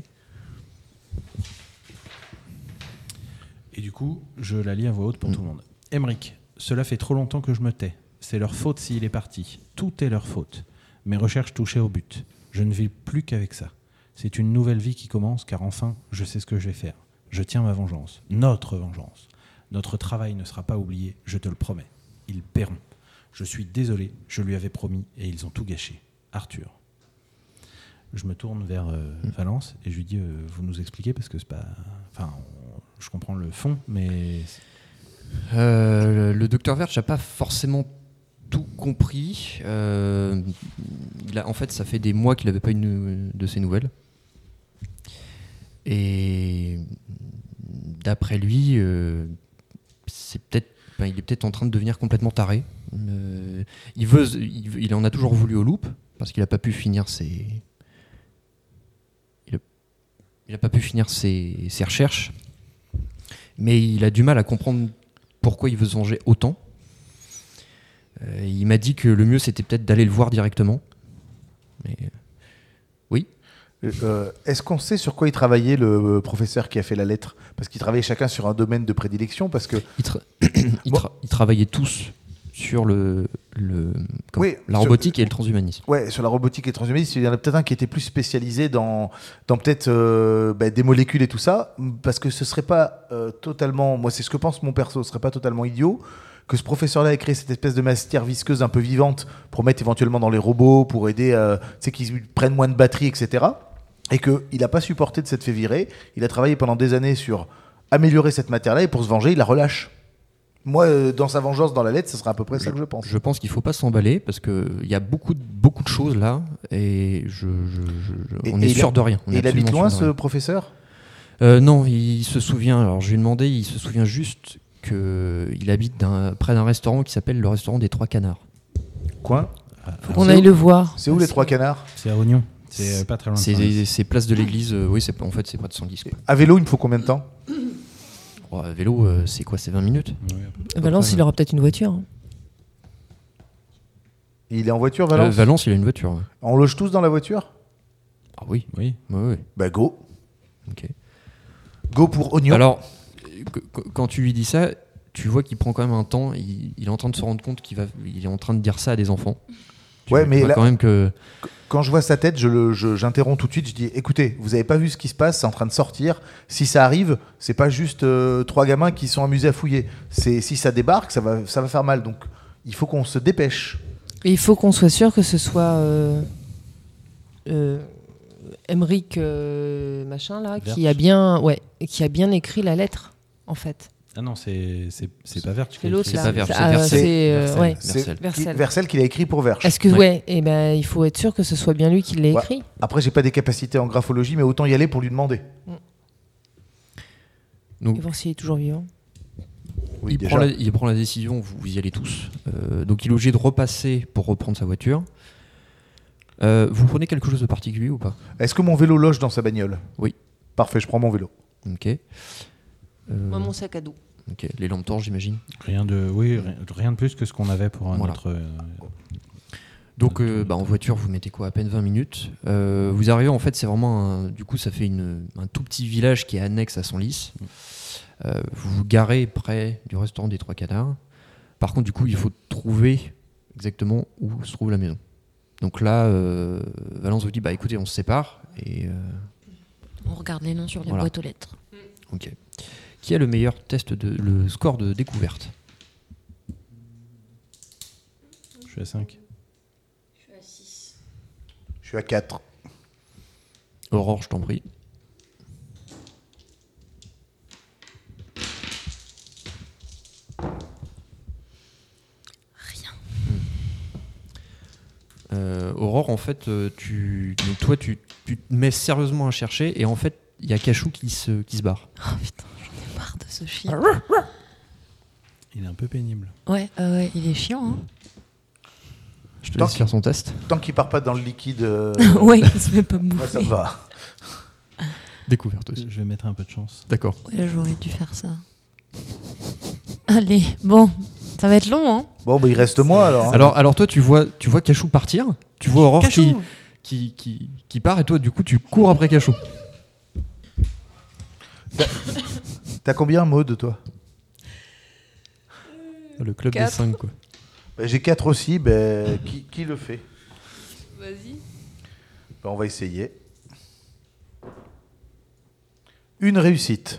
[SPEAKER 2] Et du coup, je la lis à voix haute pour
[SPEAKER 1] Mm.
[SPEAKER 2] tout le monde. Emmerich, cela fait trop longtemps que je me tais. C'est leur faute s'il est parti. Tout est leur faute. Mes recherches touchaient au but. Je ne vis plus qu'avec ça. C'est une nouvelle vie qui commence, car enfin, je sais ce que je vais faire. Je tiens ma vengeance. Notre vengeance. Notre travail ne sera pas oublié, je te le promets. Ils paieront. Je suis désolé, je lui avais promis, et ils ont tout gâché. Arthur. Je me tourne vers euh, Valence, et je lui dis, euh, vous nous expliquez, parce que c'est pas... Enfin, on- je comprends le fond, mais...
[SPEAKER 1] Euh, le, le docteur Verge n'a pas forcément tout compris. Euh, il a, en fait, ça fait des mois qu'il n'avait pas une de ses nouvelles. Et d'après lui, euh, c'est peut-être, ben, il est peut-être en train de devenir complètement taré. Euh, il, veut, il, il en a toujours voulu au Loop parce qu'il n'a pas pu finir ses, il a, il a pas pu finir ses, ses recherches. Mais il a du mal à comprendre pourquoi il veut se venger autant. Euh, il m'a dit que le mieux c'était peut-être d'aller le voir directement. Mais oui.
[SPEAKER 3] Euh, est-ce qu'on sait sur quoi il travaillait, le professeur qui a fait la lettre? Parce qu'ils travaillaient chacun sur un domaine de prédilection, parce que...
[SPEAKER 1] Ils, tra- ils, tra- ils travaillaient tous sur le, le comment,
[SPEAKER 3] Oui,
[SPEAKER 1] la
[SPEAKER 3] sur-
[SPEAKER 1] robotique et le transhumanisme.
[SPEAKER 3] Ouais, sur la robotique et le transhumanisme, il y en a peut-être un qui était plus spécialisé dans, dans peut-être euh, bah, des molécules et tout ça, parce que ce serait pas euh, totalement... Moi, c'est ce que pense mon perso, ce serait pas totalement idiot que ce professeur-là ait créé cette espèce de matière visqueuse un peu vivante pour mettre éventuellement dans les robots, pour aider, euh, tu sais, qu'ils prennent moins de batterie, et cetera. Et qu'il n'a pas supporté de s'être fait virer. Il a travaillé pendant des années sur améliorer cette matière-là, et pour se venger, il la relâche. Moi, euh, dans sa vengeance, dans la lettre, ce sera à peu près ça que je pense.
[SPEAKER 1] Je pense qu'il ne faut pas s'emballer parce qu'il y a beaucoup de, beaucoup de choses là et je, je, je- je-
[SPEAKER 3] Et-
[SPEAKER 1] on
[SPEAKER 3] et
[SPEAKER 1] est
[SPEAKER 3] il
[SPEAKER 1] sûr
[SPEAKER 3] a-
[SPEAKER 1] de rien. On
[SPEAKER 3] Et
[SPEAKER 1] est
[SPEAKER 3] il habite
[SPEAKER 1] absolument
[SPEAKER 3] loin,
[SPEAKER 1] sûr de
[SPEAKER 3] ce
[SPEAKER 1] rien.
[SPEAKER 3] professeur?
[SPEAKER 1] Euh, Non, il se souvient. Alors je lui ai demandé, il se souvient juste qu'il habite d'un- près d'un restaurant qui s'appelle le restaurant des Trois Canards.
[SPEAKER 3] Quoi?
[SPEAKER 5] Faut qu'on aille le voir.
[SPEAKER 3] C'est où les Trois Canards?
[SPEAKER 2] C'est à Oignon. C'est euh, pas très loin de
[SPEAKER 1] C'est
[SPEAKER 2] Saint-Lys.
[SPEAKER 1] c'est place de l'église. euh, oui, c'est en fait c'est près de Senlis. Quoi.
[SPEAKER 3] À vélo, il me faut combien de temps?
[SPEAKER 1] Oh, à vélo, euh, c'est quoi? C'est vingt minutes.
[SPEAKER 2] Oui, à peu
[SPEAKER 5] Valence,
[SPEAKER 2] près.
[SPEAKER 5] il aura peut-être une voiture. hein.
[SPEAKER 3] Il est en voiture,
[SPEAKER 1] Euh,
[SPEAKER 3] Valence?
[SPEAKER 1] Valence, il a une voiture. Ouais.
[SPEAKER 3] On loge tous dans la voiture?
[SPEAKER 1] Ah oui.
[SPEAKER 2] Oui.
[SPEAKER 1] Ouais, ouais.
[SPEAKER 3] Bah go.
[SPEAKER 1] Ok.
[SPEAKER 3] Go pour Oignon.
[SPEAKER 1] Alors, euh, qu- qu- quand tu lui dis ça, tu vois qu'il prend quand même un temps. Il, il est en train de se rendre compte qu'il va, il est en train de dire ça à des enfants. Tu
[SPEAKER 3] Ouais,
[SPEAKER 1] vois-
[SPEAKER 3] mais
[SPEAKER 1] tu vois
[SPEAKER 3] là-
[SPEAKER 1] quand même que.
[SPEAKER 3] Quand je vois sa tête, je le- je- j'interromps tout de suite. Je dis écoutez, vous avez pas vu ce qui se passe, c'est en train de sortir. Si ça arrive, c'est pas juste euh, trois gamins qui sont amusés à fouiller. C'est si ça débarque, ça va, ça va faire mal. Donc il faut qu'on se dépêche.
[SPEAKER 5] Et il faut qu'on soit sûr que ce soit euh, euh, Emmerich euh, machin là qui
[SPEAKER 2] Verge.
[SPEAKER 5] a bien, ouais, qui a bien écrit la lettre en fait.
[SPEAKER 2] Ah non, c'est c'est c'est pas Verge qui
[SPEAKER 5] C'est
[SPEAKER 2] a
[SPEAKER 5] l'autre
[SPEAKER 2] écrit
[SPEAKER 5] là.
[SPEAKER 1] pas
[SPEAKER 2] ça.
[SPEAKER 1] Verge,
[SPEAKER 5] C'est-
[SPEAKER 1] c'est
[SPEAKER 5] ah,
[SPEAKER 1] Vercel.
[SPEAKER 5] c'est, euh,
[SPEAKER 2] Vercel.
[SPEAKER 5] ouais.
[SPEAKER 3] C'est
[SPEAKER 5] Vercel.
[SPEAKER 3] Qui- Vercel qu'il a écrit pour Verge.
[SPEAKER 5] Est-ce que
[SPEAKER 1] Ouais.
[SPEAKER 5] ouais, et ben il faut être sûr que ce soit bien lui qui l'ait
[SPEAKER 3] Ouais.
[SPEAKER 5] écrit.
[SPEAKER 3] Après, j'ai pas des capacités en graphologie, mais autant y aller pour lui demander.
[SPEAKER 1] Donc,
[SPEAKER 5] Et voir s'il est toujours vivant.
[SPEAKER 3] Oui,
[SPEAKER 1] il,
[SPEAKER 3] déjà.
[SPEAKER 1] prend la, il prend la décision, vous, vous y allez tous. Euh, donc il est obligé de repasser pour reprendre sa voiture. Euh, vous prenez quelque chose de particulier ou pas?
[SPEAKER 3] Est-ce que mon vélo loge dans sa bagnole?
[SPEAKER 1] Oui.
[SPEAKER 3] Parfait, je prends mon vélo.
[SPEAKER 1] Ok. Euh,
[SPEAKER 5] Moi mon sac à dos.
[SPEAKER 1] ok. Les lampes torches, j'imagine.
[SPEAKER 2] Rien de, oui, rien, rien de plus que ce qu'on avait pour un
[SPEAKER 1] Voilà.
[SPEAKER 2] autre. euh,
[SPEAKER 1] Donc euh, bah, en voiture, vous mettez quoi? À peine vingt minutes. Euh, vous arrivez, en fait, c'est vraiment un, du coup, ça fait une, un tout petit village qui est annexe à Senlis. Euh, vous vous garez près du restaurant des Trois Canards. Par contre, du coup, il faut trouver exactement où se trouve la maison. Donc là, euh, Valence vous dit bah écoutez, on se sépare et euh,
[SPEAKER 4] On regarde les noms sur les
[SPEAKER 1] Voilà.
[SPEAKER 4] boîtes aux lettres.
[SPEAKER 1] ok. Qui a le meilleur test de le score de découverte?
[SPEAKER 2] Je suis à cinq.
[SPEAKER 3] Je suis à quatre.
[SPEAKER 1] Aurore, je t'en prie.
[SPEAKER 4] Rien.
[SPEAKER 1] Euh, Aurore, en fait, euh, tu, donc toi, tu, tu te mets sérieusement à chercher et en fait, il y a Cachou qui se, qui se barre.
[SPEAKER 4] Oh putain, j'en ai marre de ce chien.
[SPEAKER 2] Il est un peu pénible.
[SPEAKER 4] Ouais, euh, ouais, il est chiant. Hein.
[SPEAKER 1] Je te
[SPEAKER 3] Tant
[SPEAKER 1] laisse
[SPEAKER 3] qu'il-
[SPEAKER 1] faire son test.
[SPEAKER 3] Tant qu'il part pas dans le liquide, euh,
[SPEAKER 4] ouais, il se fait pas
[SPEAKER 3] moi,
[SPEAKER 4] bouffer.
[SPEAKER 3] ça me va.
[SPEAKER 1] Découverte aussi.
[SPEAKER 2] Je vais mettre un peu de chance.
[SPEAKER 1] D'accord.
[SPEAKER 4] Ouais, j'aurais dû faire ça. Allez, bon, ça va être long, hein.
[SPEAKER 3] Bon, bah, il reste moi alors. hein.
[SPEAKER 1] Alors, alors toi, tu vois, tu vois Cachou partir. Tu vois Aurore qui,
[SPEAKER 4] Cachou.
[SPEAKER 1] qui, qui, qui part et toi, du coup, tu cours après Cachou.
[SPEAKER 3] T'as combien, Maud, toi?
[SPEAKER 1] Le club
[SPEAKER 5] Quatre.
[SPEAKER 1] des cinq, quoi.
[SPEAKER 3] Bah, j'ai quatre aussi. Ben, qui, qui le fait?
[SPEAKER 5] Vas-y.
[SPEAKER 3] Ben, on va essayer. Une réussite.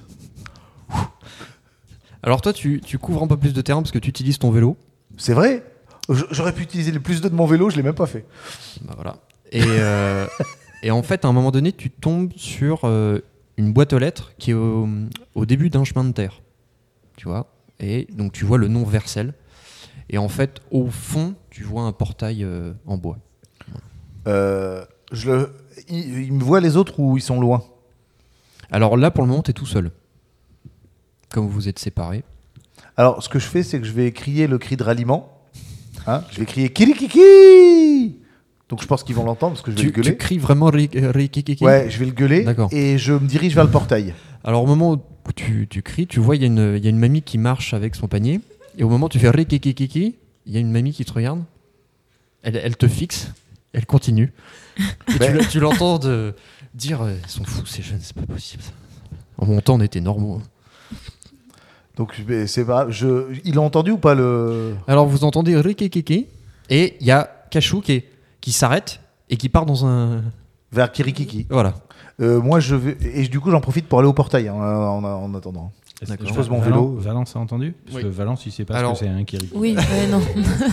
[SPEAKER 1] Alors toi, tu, tu couvres un peu plus de terrain parce que tu utilises ton vélo.
[SPEAKER 3] C'est vrai? J- J'aurais pu utiliser le plus deux de mon vélo, je l'ai même pas fait.
[SPEAKER 1] Bah voilà. Et, euh, et en fait, à un moment donné, tu tombes sur euh, une boîte aux lettres qui est au, au début d'un chemin de terre. Tu vois? Et donc tu vois le nom Vercel. Et en fait, au fond, tu vois un portail euh, en bois.
[SPEAKER 3] Euh, je le... Ils, ils me voient les autres ou ils sont loin?
[SPEAKER 1] Alors là, pour le moment, tu es tout seul. Comme vous êtes séparés.
[SPEAKER 3] Alors, ce que je fais, c'est que je vais crier le cri de ralliement. Hein, je vais crier Kirikiki. Donc je pense qu'ils vont l'entendre parce que je vais
[SPEAKER 1] Tu,
[SPEAKER 3] le gueuler.
[SPEAKER 1] tu cries vraiment ri- Rikikiki.
[SPEAKER 3] Ouais, je vais le gueuler.
[SPEAKER 1] D'accord.
[SPEAKER 3] Et je me dirige vers le portail.
[SPEAKER 1] Alors au moment où tu, tu cries, tu vois, il y, a une- il y a une mamie qui marche avec son panier. Et au moment où tu fais Rikikiki, il y a une mamie qui te regarde. Elle, elle te fixe. Elle continue. Et
[SPEAKER 3] Ben-
[SPEAKER 1] tu, l'as- tu l'entends de dire euh, ils sont fous ces jeunes, c'est pas possible. ça. En mon temps, on était normaux.
[SPEAKER 3] Donc je vais- c'est pas. Je... Ils l'ont entendu ou pas le.
[SPEAKER 1] Alors vous entendez Rikikiki. Et il y a Cachou qui, est- qui s'arrête et qui part dans un.
[SPEAKER 3] Vers Kirikiki.
[SPEAKER 1] Voilà.
[SPEAKER 3] Euh, moi, je vais. Et du coup, j'en profite pour aller au portail hein, en, en attendant.
[SPEAKER 2] Est-ce
[SPEAKER 1] D'accord.
[SPEAKER 2] que
[SPEAKER 3] Je pose mon
[SPEAKER 2] Valence-
[SPEAKER 3] vélo.
[SPEAKER 2] Valence a entendu? Parce
[SPEAKER 1] Oui.
[SPEAKER 2] que Valence, il sait pas
[SPEAKER 1] Alors-
[SPEAKER 2] ce que c'est un Kiri.
[SPEAKER 4] Oui, ouais, non.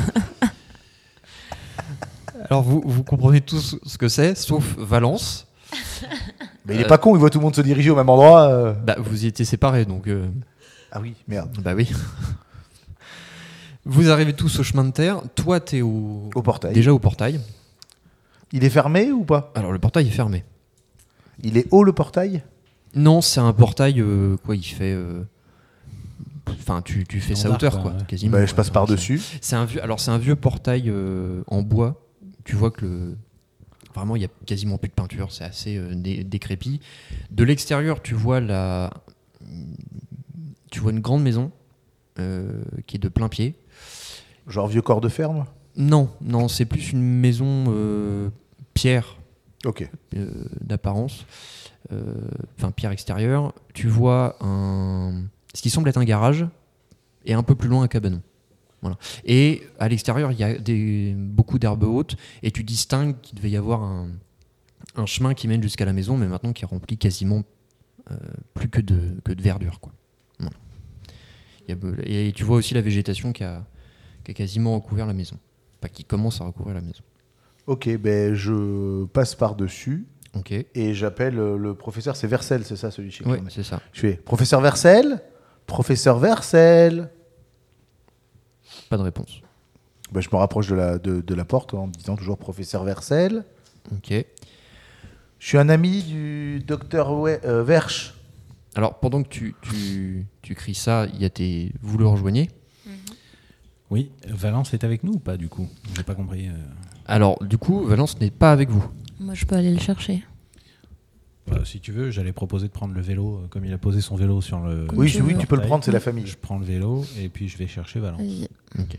[SPEAKER 1] Alors vous, vous comprenez tous ce que c'est, sauf Valence.
[SPEAKER 3] Mais il est
[SPEAKER 1] Euh.
[SPEAKER 3] pas con, il voit tout le monde se diriger au même endroit. euh.
[SPEAKER 1] Bah, vous y étiez séparés, donc. euh,
[SPEAKER 3] Ah oui, merde.
[SPEAKER 1] Bah oui. Vous arrivez tous au chemin de terre. Toi, t'es au...
[SPEAKER 3] Au portail.
[SPEAKER 1] déjà au portail.
[SPEAKER 3] Il est fermé ou pas?
[SPEAKER 1] Alors, le portail est fermé.
[SPEAKER 3] Il est haut le portail?
[SPEAKER 1] Non, c'est un portail, euh, quoi, il fait... euh, Enfin, tu, tu fais sa
[SPEAKER 2] Standard,
[SPEAKER 1] hauteur,
[SPEAKER 2] quoi,
[SPEAKER 1] quoi,
[SPEAKER 2] ouais.
[SPEAKER 1] quasiment.
[SPEAKER 3] Bah, je passe par-dessus.
[SPEAKER 1] C'est un vieux... Alors, c'est un vieux portail euh, en bois. Tu vois que le... Vraiment, il n'y a quasiment plus de peinture. C'est assez euh, dé- décrépit. De l'extérieur, tu vois la... Tu vois une grande maison euh, qui est de plein pied.
[SPEAKER 3] Genre vieux corps de ferme?
[SPEAKER 1] Non, non, c'est plus une maison euh, pierre
[SPEAKER 3] Ok.
[SPEAKER 1] euh, d'apparence, euh, enfin pierre extérieure. Tu vois un, ce qui semble être un garage et un peu plus loin un cabanon. Voilà. Et à l'extérieur, il y a des, beaucoup d'herbes hautes et tu distingues qu'il devait y avoir un, un chemin qui mène jusqu'à la maison, mais maintenant qui est rempli quasiment euh, plus que de, que de verdure, quoi. Voilà. Il y a, et tu vois aussi la végétation qui a, qui a quasiment recouvert la maison. Pas qui commence à recouvrir la maison.
[SPEAKER 3] Ok, ben je passe par-dessus
[SPEAKER 1] Ok.
[SPEAKER 3] et j'appelle euh, le professeur. C'est Vercel, c'est ça, celui chez qui
[SPEAKER 1] Ouais,
[SPEAKER 3] on est.
[SPEAKER 1] c'est ça.
[SPEAKER 3] Je fais professeur Vercel, professeur Vercel.
[SPEAKER 1] Pas de réponse.
[SPEAKER 3] Ben, je me rapproche de la, de, de la porte en me disant toujours professeur Vercel.
[SPEAKER 1] Ok.
[SPEAKER 3] Je suis un ami du docteur We- euh, Verche.
[SPEAKER 1] Alors, pendant que tu, tu, tu cries ça, il y a tes... vous le rejoignez.
[SPEAKER 2] Oui, Valence est avec nous ou pas du coup? J'ai pas compris. euh.
[SPEAKER 1] Alors, du coup, Valence n'est pas avec vous.
[SPEAKER 4] Moi, je peux aller le chercher.
[SPEAKER 2] Bah, si tu veux, j'allais proposer de prendre le vélo, euh, comme il a posé son vélo sur le.
[SPEAKER 4] Comme
[SPEAKER 3] Oui,
[SPEAKER 4] tu
[SPEAKER 3] je- oui,
[SPEAKER 4] veux.
[SPEAKER 3] tu peux le prendre, c'est la famille.
[SPEAKER 2] Je prends le vélo et puis je vais chercher Valence.
[SPEAKER 4] Vas-y.
[SPEAKER 1] Ok.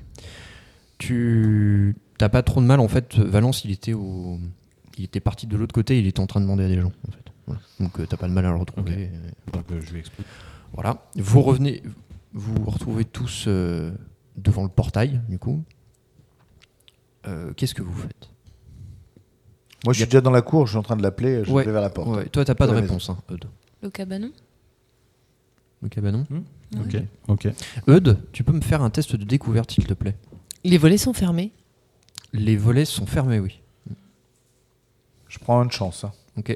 [SPEAKER 1] Tu t'as pas trop de mal en fait. Valence, il était au, il était parti de l'autre côté. Il était en train de demander à des gens. En fait. Voilà. Donc euh, t'as pas de mal à le retrouver.
[SPEAKER 2] Ok.
[SPEAKER 1] Euh,
[SPEAKER 2] Donc euh, je lui explique.
[SPEAKER 1] Voilà. Vous revenez, vous vous retrouvez tous euh, devant le portail. Du coup, Euh, qu'est-ce que vous faites?
[SPEAKER 3] Moi, je suis
[SPEAKER 1] Y a-
[SPEAKER 3] déjà dans la cour, je suis en train de l'appeler, je
[SPEAKER 1] Ouais.
[SPEAKER 3] vais vers la porte.
[SPEAKER 1] Ouais. Toi, t'as pas de
[SPEAKER 3] De la
[SPEAKER 1] réponse, hein, Eudes.
[SPEAKER 4] Le cabanon.
[SPEAKER 1] Le cabanon.
[SPEAKER 2] Ok. Ok.
[SPEAKER 1] Eudes, tu peux me faire un test de découverte, s'il te plaît.
[SPEAKER 5] Les volets sont fermés.
[SPEAKER 1] Les volets sont fermés, oui.
[SPEAKER 3] Je prends une chance. hein.
[SPEAKER 1] Ok.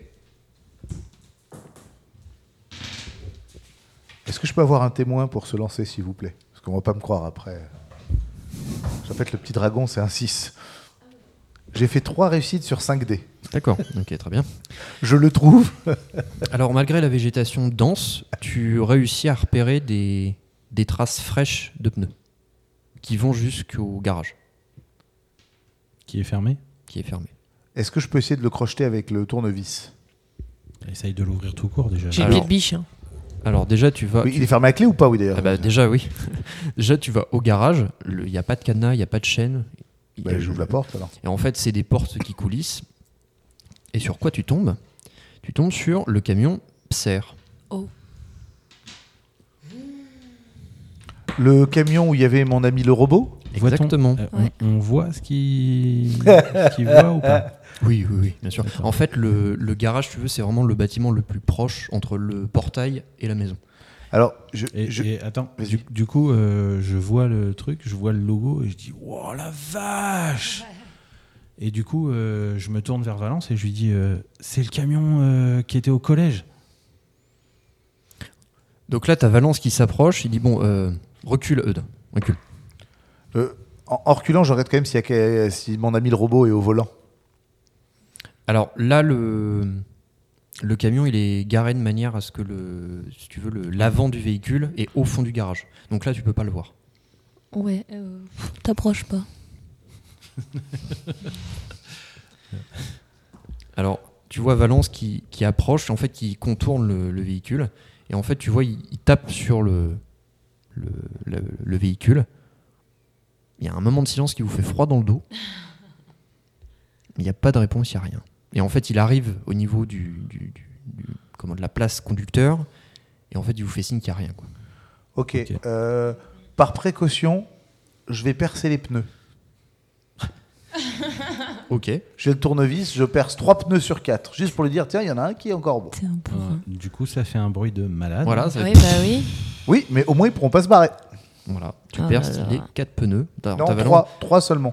[SPEAKER 3] Est-ce que je peux avoir un témoin pour se lancer, s'il vous plaît? Parce qu'on va pas me croire après. En fait, le petit dragon, c'est un six. J'ai fait trois réussites sur cinq dés.
[SPEAKER 1] D'accord. Ok, très bien.
[SPEAKER 3] Je le trouve.
[SPEAKER 1] Alors, malgré la végétation dense, tu réussis à repérer des, des traces fraîches de pneus qui vont jusqu'au garage,
[SPEAKER 2] Qui est fermé?
[SPEAKER 1] qui est fermé.
[SPEAKER 3] Est-ce que je peux essayer de le crocheter avec le tournevis?
[SPEAKER 2] Essaye de l'ouvrir tout court déjà.
[SPEAKER 5] J'ai le
[SPEAKER 1] Alors-
[SPEAKER 5] pied de biche. hein.
[SPEAKER 1] Alors, déjà, tu vas...
[SPEAKER 3] Oui,
[SPEAKER 1] tu-
[SPEAKER 3] il est fermé à clé ou pas, oui, d'ailleurs?
[SPEAKER 1] Ah bah, déjà, oui. Déjà, tu vas au garage. Il n'y a pas de cadenas, il n'y a pas de chaîne. Il y a-
[SPEAKER 3] Bah, j'ouvre la porte, alors.
[SPEAKER 1] Et en fait, c'est des portes qui coulissent. Et sur quoi tu tombes? Tu tombes sur le camion Pser.
[SPEAKER 3] Le camion où il y avait mon ami le robot?
[SPEAKER 2] Voit-on-
[SPEAKER 1] Exactement.
[SPEAKER 2] euh,
[SPEAKER 4] Ouais.
[SPEAKER 2] on, on voit ce qu'il ce qu'il voit ou pas?
[SPEAKER 1] Oui, oui, oui, bien sûr.
[SPEAKER 2] D'accord.
[SPEAKER 1] En fait, le, le garage, tu veux, c'est vraiment le bâtiment le plus proche entre le portail et la maison.
[SPEAKER 3] Alors, je,
[SPEAKER 2] Et,
[SPEAKER 3] je-
[SPEAKER 2] et attends,
[SPEAKER 3] Vas-y.
[SPEAKER 2] du, du coup, euh, je vois le truc, je vois le logo et je dis wow, la vache! Et du coup, euh, je me tourne vers Valence et je lui dis euh, c'est le camion euh, qui était au collège.
[SPEAKER 1] Donc là, tu as Valence qui s'approche. Il dit bon, euh, recule, Eudes. Recule.
[SPEAKER 3] euh, en, en reculant, je regarde quand même s'il y a que- si mon ami le robot est au volant.
[SPEAKER 1] Alors là, le, le camion, il est garé de manière à ce que le, si tu veux, le, l'avant du véhicule est au fond du garage. Donc là, tu peux pas le voir.
[SPEAKER 4] Ouais, euh, t'approches pas.
[SPEAKER 1] Alors, tu vois Valence qui, qui approche, en fait, qui contourne le, le véhicule. Et en fait, tu vois, il, il tape sur le, le, le, le véhicule. Il y a un moment de silence qui vous fait froid dans le dos. Il n'y a pas de réponse, il n'y a rien. Et en fait, il arrive au niveau du, du, du- du- comment, de la place conducteur. Et en fait, il vous fait signe qu'il n'y a rien, quoi.
[SPEAKER 3] Ok.
[SPEAKER 2] Ok.
[SPEAKER 3] euh, par précaution, je vais percer les pneus.
[SPEAKER 1] Ok.
[SPEAKER 3] J'ai le tournevis, je perce trois pneus sur quatre. Juste pour lui dire, tiens, il y en a un qui est encore bon.
[SPEAKER 4] C'est un peu.
[SPEAKER 2] Euh, du coup, ça fait un bruit de malade.
[SPEAKER 1] Voilà, ça-
[SPEAKER 5] Oui, bah oui.
[SPEAKER 3] Oui, mais au moins, ils pourront pas se barrer.
[SPEAKER 1] voilà. Tu
[SPEAKER 5] Ah
[SPEAKER 1] perces
[SPEAKER 5] là là.
[SPEAKER 1] les quatre pneus. T'as-
[SPEAKER 3] Non,
[SPEAKER 1] t'as Valence-
[SPEAKER 3] trois, trois seulement.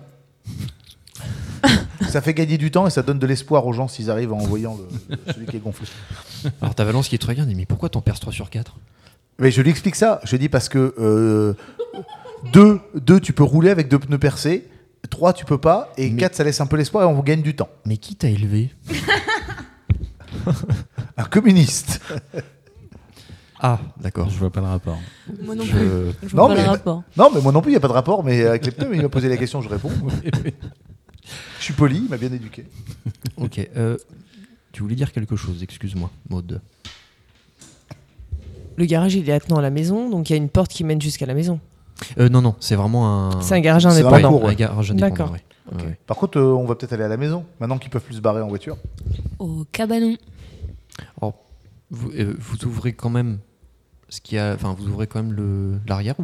[SPEAKER 3] Ça fait gagner du temps et ça donne de l'espoir aux gens s'ils arrivent en voyant le, celui qui est gonflé.
[SPEAKER 1] Alors, t'as Valence qui te regarde et dit, mais pourquoi t'en perces trois sur quatre?
[SPEAKER 3] Mais je lui explique ça. Je lui dis parce que euh, deux, deux, tu peux rouler avec deux pneus percés. Trois, tu peux pas. Et
[SPEAKER 1] Mais-
[SPEAKER 3] quatre, ça laisse un peu l'espoir et on gagne du temps.
[SPEAKER 1] Mais qui t'a élevé?
[SPEAKER 3] Un communiste.
[SPEAKER 1] Ah, d'accord.
[SPEAKER 2] Je vois pas le rapport.
[SPEAKER 4] Moi non
[SPEAKER 1] Je-
[SPEAKER 4] plus. Je
[SPEAKER 3] Non,
[SPEAKER 4] vois pas
[SPEAKER 3] mais-
[SPEAKER 4] le rapport.
[SPEAKER 3] Non, mais moi non plus, il n'y a pas de rapport. Mais avec les pneus, il m'a posé la question, je réponds. Je suis poli, il m'a bien éduqué.
[SPEAKER 1] Ok. euh, tu voulais dire quelque chose, excuse-moi, Maud.
[SPEAKER 5] Le garage, il est attenant à la maison, donc il y a une porte qui mène jusqu'à la maison.
[SPEAKER 1] Euh, non, non, c'est vraiment un.
[SPEAKER 5] C'est un garage
[SPEAKER 3] C'est dans la
[SPEAKER 5] indépendant.
[SPEAKER 3] cour, ouais.
[SPEAKER 1] Un garage indépendant,
[SPEAKER 5] D'accord.
[SPEAKER 1] ouais.
[SPEAKER 5] Ok.
[SPEAKER 1] Ouais, ouais.
[SPEAKER 3] Par contre, euh, on va peut-être aller à la maison. Maintenant qu'ils peuvent plus se barrer en voiture.
[SPEAKER 4] Au cabanon.
[SPEAKER 1] Alors, vous, euh, vous ouvrez quand même ce qui a, enfin, vous ouvrez quand même le l'arrière ou pas? Parce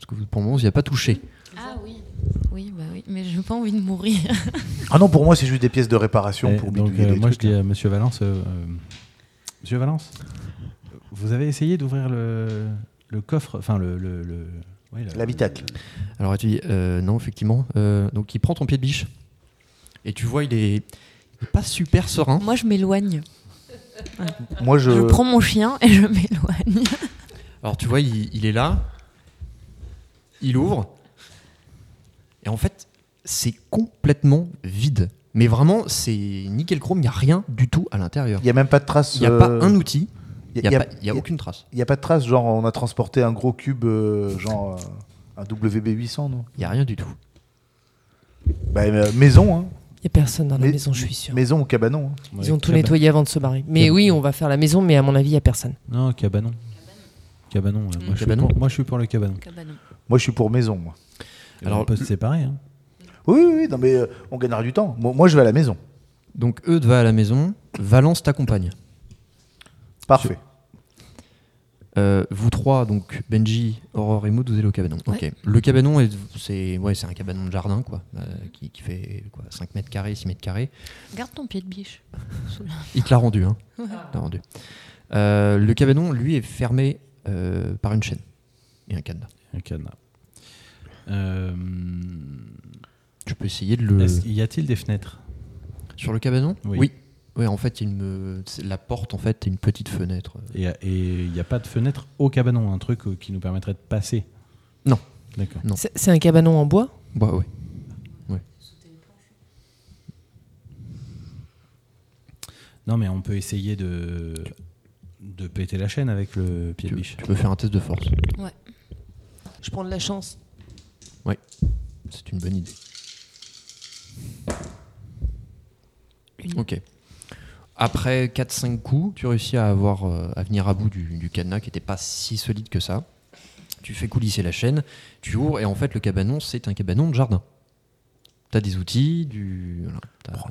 [SPEAKER 1] Parce que vous, pour le moment, vous n'y a pas touché.
[SPEAKER 4] Ah oui. Oui, bah oui, mais j'ai pas envie de mourir.
[SPEAKER 3] Ah non, pour moi, c'est juste des pièces de réparation
[SPEAKER 2] Et
[SPEAKER 3] pour
[SPEAKER 2] donc,
[SPEAKER 3] bidouiller
[SPEAKER 2] euh,
[SPEAKER 3] des
[SPEAKER 2] moi,
[SPEAKER 3] trucs,
[SPEAKER 2] je dis
[SPEAKER 3] hein.
[SPEAKER 2] à Monsieur Valence, euh, euh, Monsieur Valence, vous avez essayé d'ouvrir le, le coffre, enfin le, le, le ouais, le-
[SPEAKER 3] L'habitacle.
[SPEAKER 1] Alors tu dis euh, non, effectivement. Euh, donc il prend ton pied de biche et tu vois, il est, il est pas super serein.
[SPEAKER 4] Moi, je m'éloigne.
[SPEAKER 3] Moi, je.
[SPEAKER 4] Je prends mon chien et je m'éloigne.
[SPEAKER 1] Alors tu vois, il, il est là, il ouvre, et en fait, c'est complètement vide. Mais vraiment, c'est nickel chrome, il n'y a rien du tout à l'intérieur.
[SPEAKER 3] Il n'y a même pas de trace.
[SPEAKER 1] Il n'y a
[SPEAKER 3] euh,
[SPEAKER 1] pas un outil,
[SPEAKER 3] Il
[SPEAKER 1] il n'y
[SPEAKER 3] y
[SPEAKER 1] a,
[SPEAKER 3] a,
[SPEAKER 1] pas- il y a aucune trace.
[SPEAKER 3] il y a pas de trace, genre on a transporté un gros cube, euh, genre euh, un W B huit cents, non?
[SPEAKER 1] Il n'y a rien du tout.
[SPEAKER 3] Bah, euh, maison, hein.
[SPEAKER 5] Il n'y a personne dans la
[SPEAKER 3] Mais-
[SPEAKER 5] maison, je suis sûr.
[SPEAKER 3] Maison ou cabanon. hein.
[SPEAKER 5] Ils ont tout
[SPEAKER 2] Caba-
[SPEAKER 5] nettoyé avant de se barrer. Mais
[SPEAKER 2] Cab-
[SPEAKER 5] oui, on va faire la maison, mais à mon avis, il n'y a personne.
[SPEAKER 2] Non, cabanon. Cabanon. ouais. Moi, je suis
[SPEAKER 1] Cabanon.
[SPEAKER 2] pour, moi, je suis pour le cabanon.
[SPEAKER 4] Cabanon.
[SPEAKER 3] Moi, je suis pour maison. Moi.
[SPEAKER 1] Alors,
[SPEAKER 2] on peut se séparer. Hein.
[SPEAKER 3] Oui, oui, oui, non, mais euh, on gagnera du temps. Moi, moi, je vais à la maison.
[SPEAKER 1] Donc Eudes va à la maison, Valence t'accompagne.
[SPEAKER 3] Parfait.
[SPEAKER 1] Euh, vous trois, donc Benji, Aurore et Maud, vous allez au cabanon. Ok.
[SPEAKER 4] Ouais.
[SPEAKER 1] Le cabanon, est, c'est, ouais, c'est un cabanon de jardin, quoi, euh, qui, qui fait quoi, cinq mètres carrés, six mètres carrés.
[SPEAKER 4] Garde ton pied de biche. Sous la-
[SPEAKER 1] Il te l'a rendu, hein. Il te l'a rendu. Euh, le cabanon, lui, est fermé euh, par une chaîne et un cadenas.
[SPEAKER 2] Un cadenas. Euh,
[SPEAKER 1] Tu peux essayer de le...
[SPEAKER 2] est-ce- y a-t-il des fenêtres?
[SPEAKER 1] Sur le cabanon?
[SPEAKER 2] Oui.
[SPEAKER 1] Oui. Ouais, en fait, il y a une... c'est- la porte, en fait, est une petite fenêtre.
[SPEAKER 2] Et il n'y a pas de fenêtre au cabanon, un truc euh, qui nous permettrait de passer?
[SPEAKER 1] Non.
[SPEAKER 2] D'accord.
[SPEAKER 1] Non.
[SPEAKER 5] C'est c'est un cabanon en bois.
[SPEAKER 1] Bah ouais.
[SPEAKER 2] Non, mais on peut essayer de, de péter la chaîne avec le pied de
[SPEAKER 1] Tu,
[SPEAKER 2] biche.
[SPEAKER 1] tu peux faire un test de force.
[SPEAKER 5] Je prends de la chance.
[SPEAKER 1] C'est une bonne idée.
[SPEAKER 4] Une.
[SPEAKER 1] Ok. Après quatre cinq coups, tu réussis à, avoir, euh, à venir à bout du, du cadenas qui n'était pas si solide que ça. Tu fais coulisser la chaîne, tu ouvres, et en fait, le cabanon, c'est un cabanon de jardin. Tu as des outils, du... Voilà, t'as-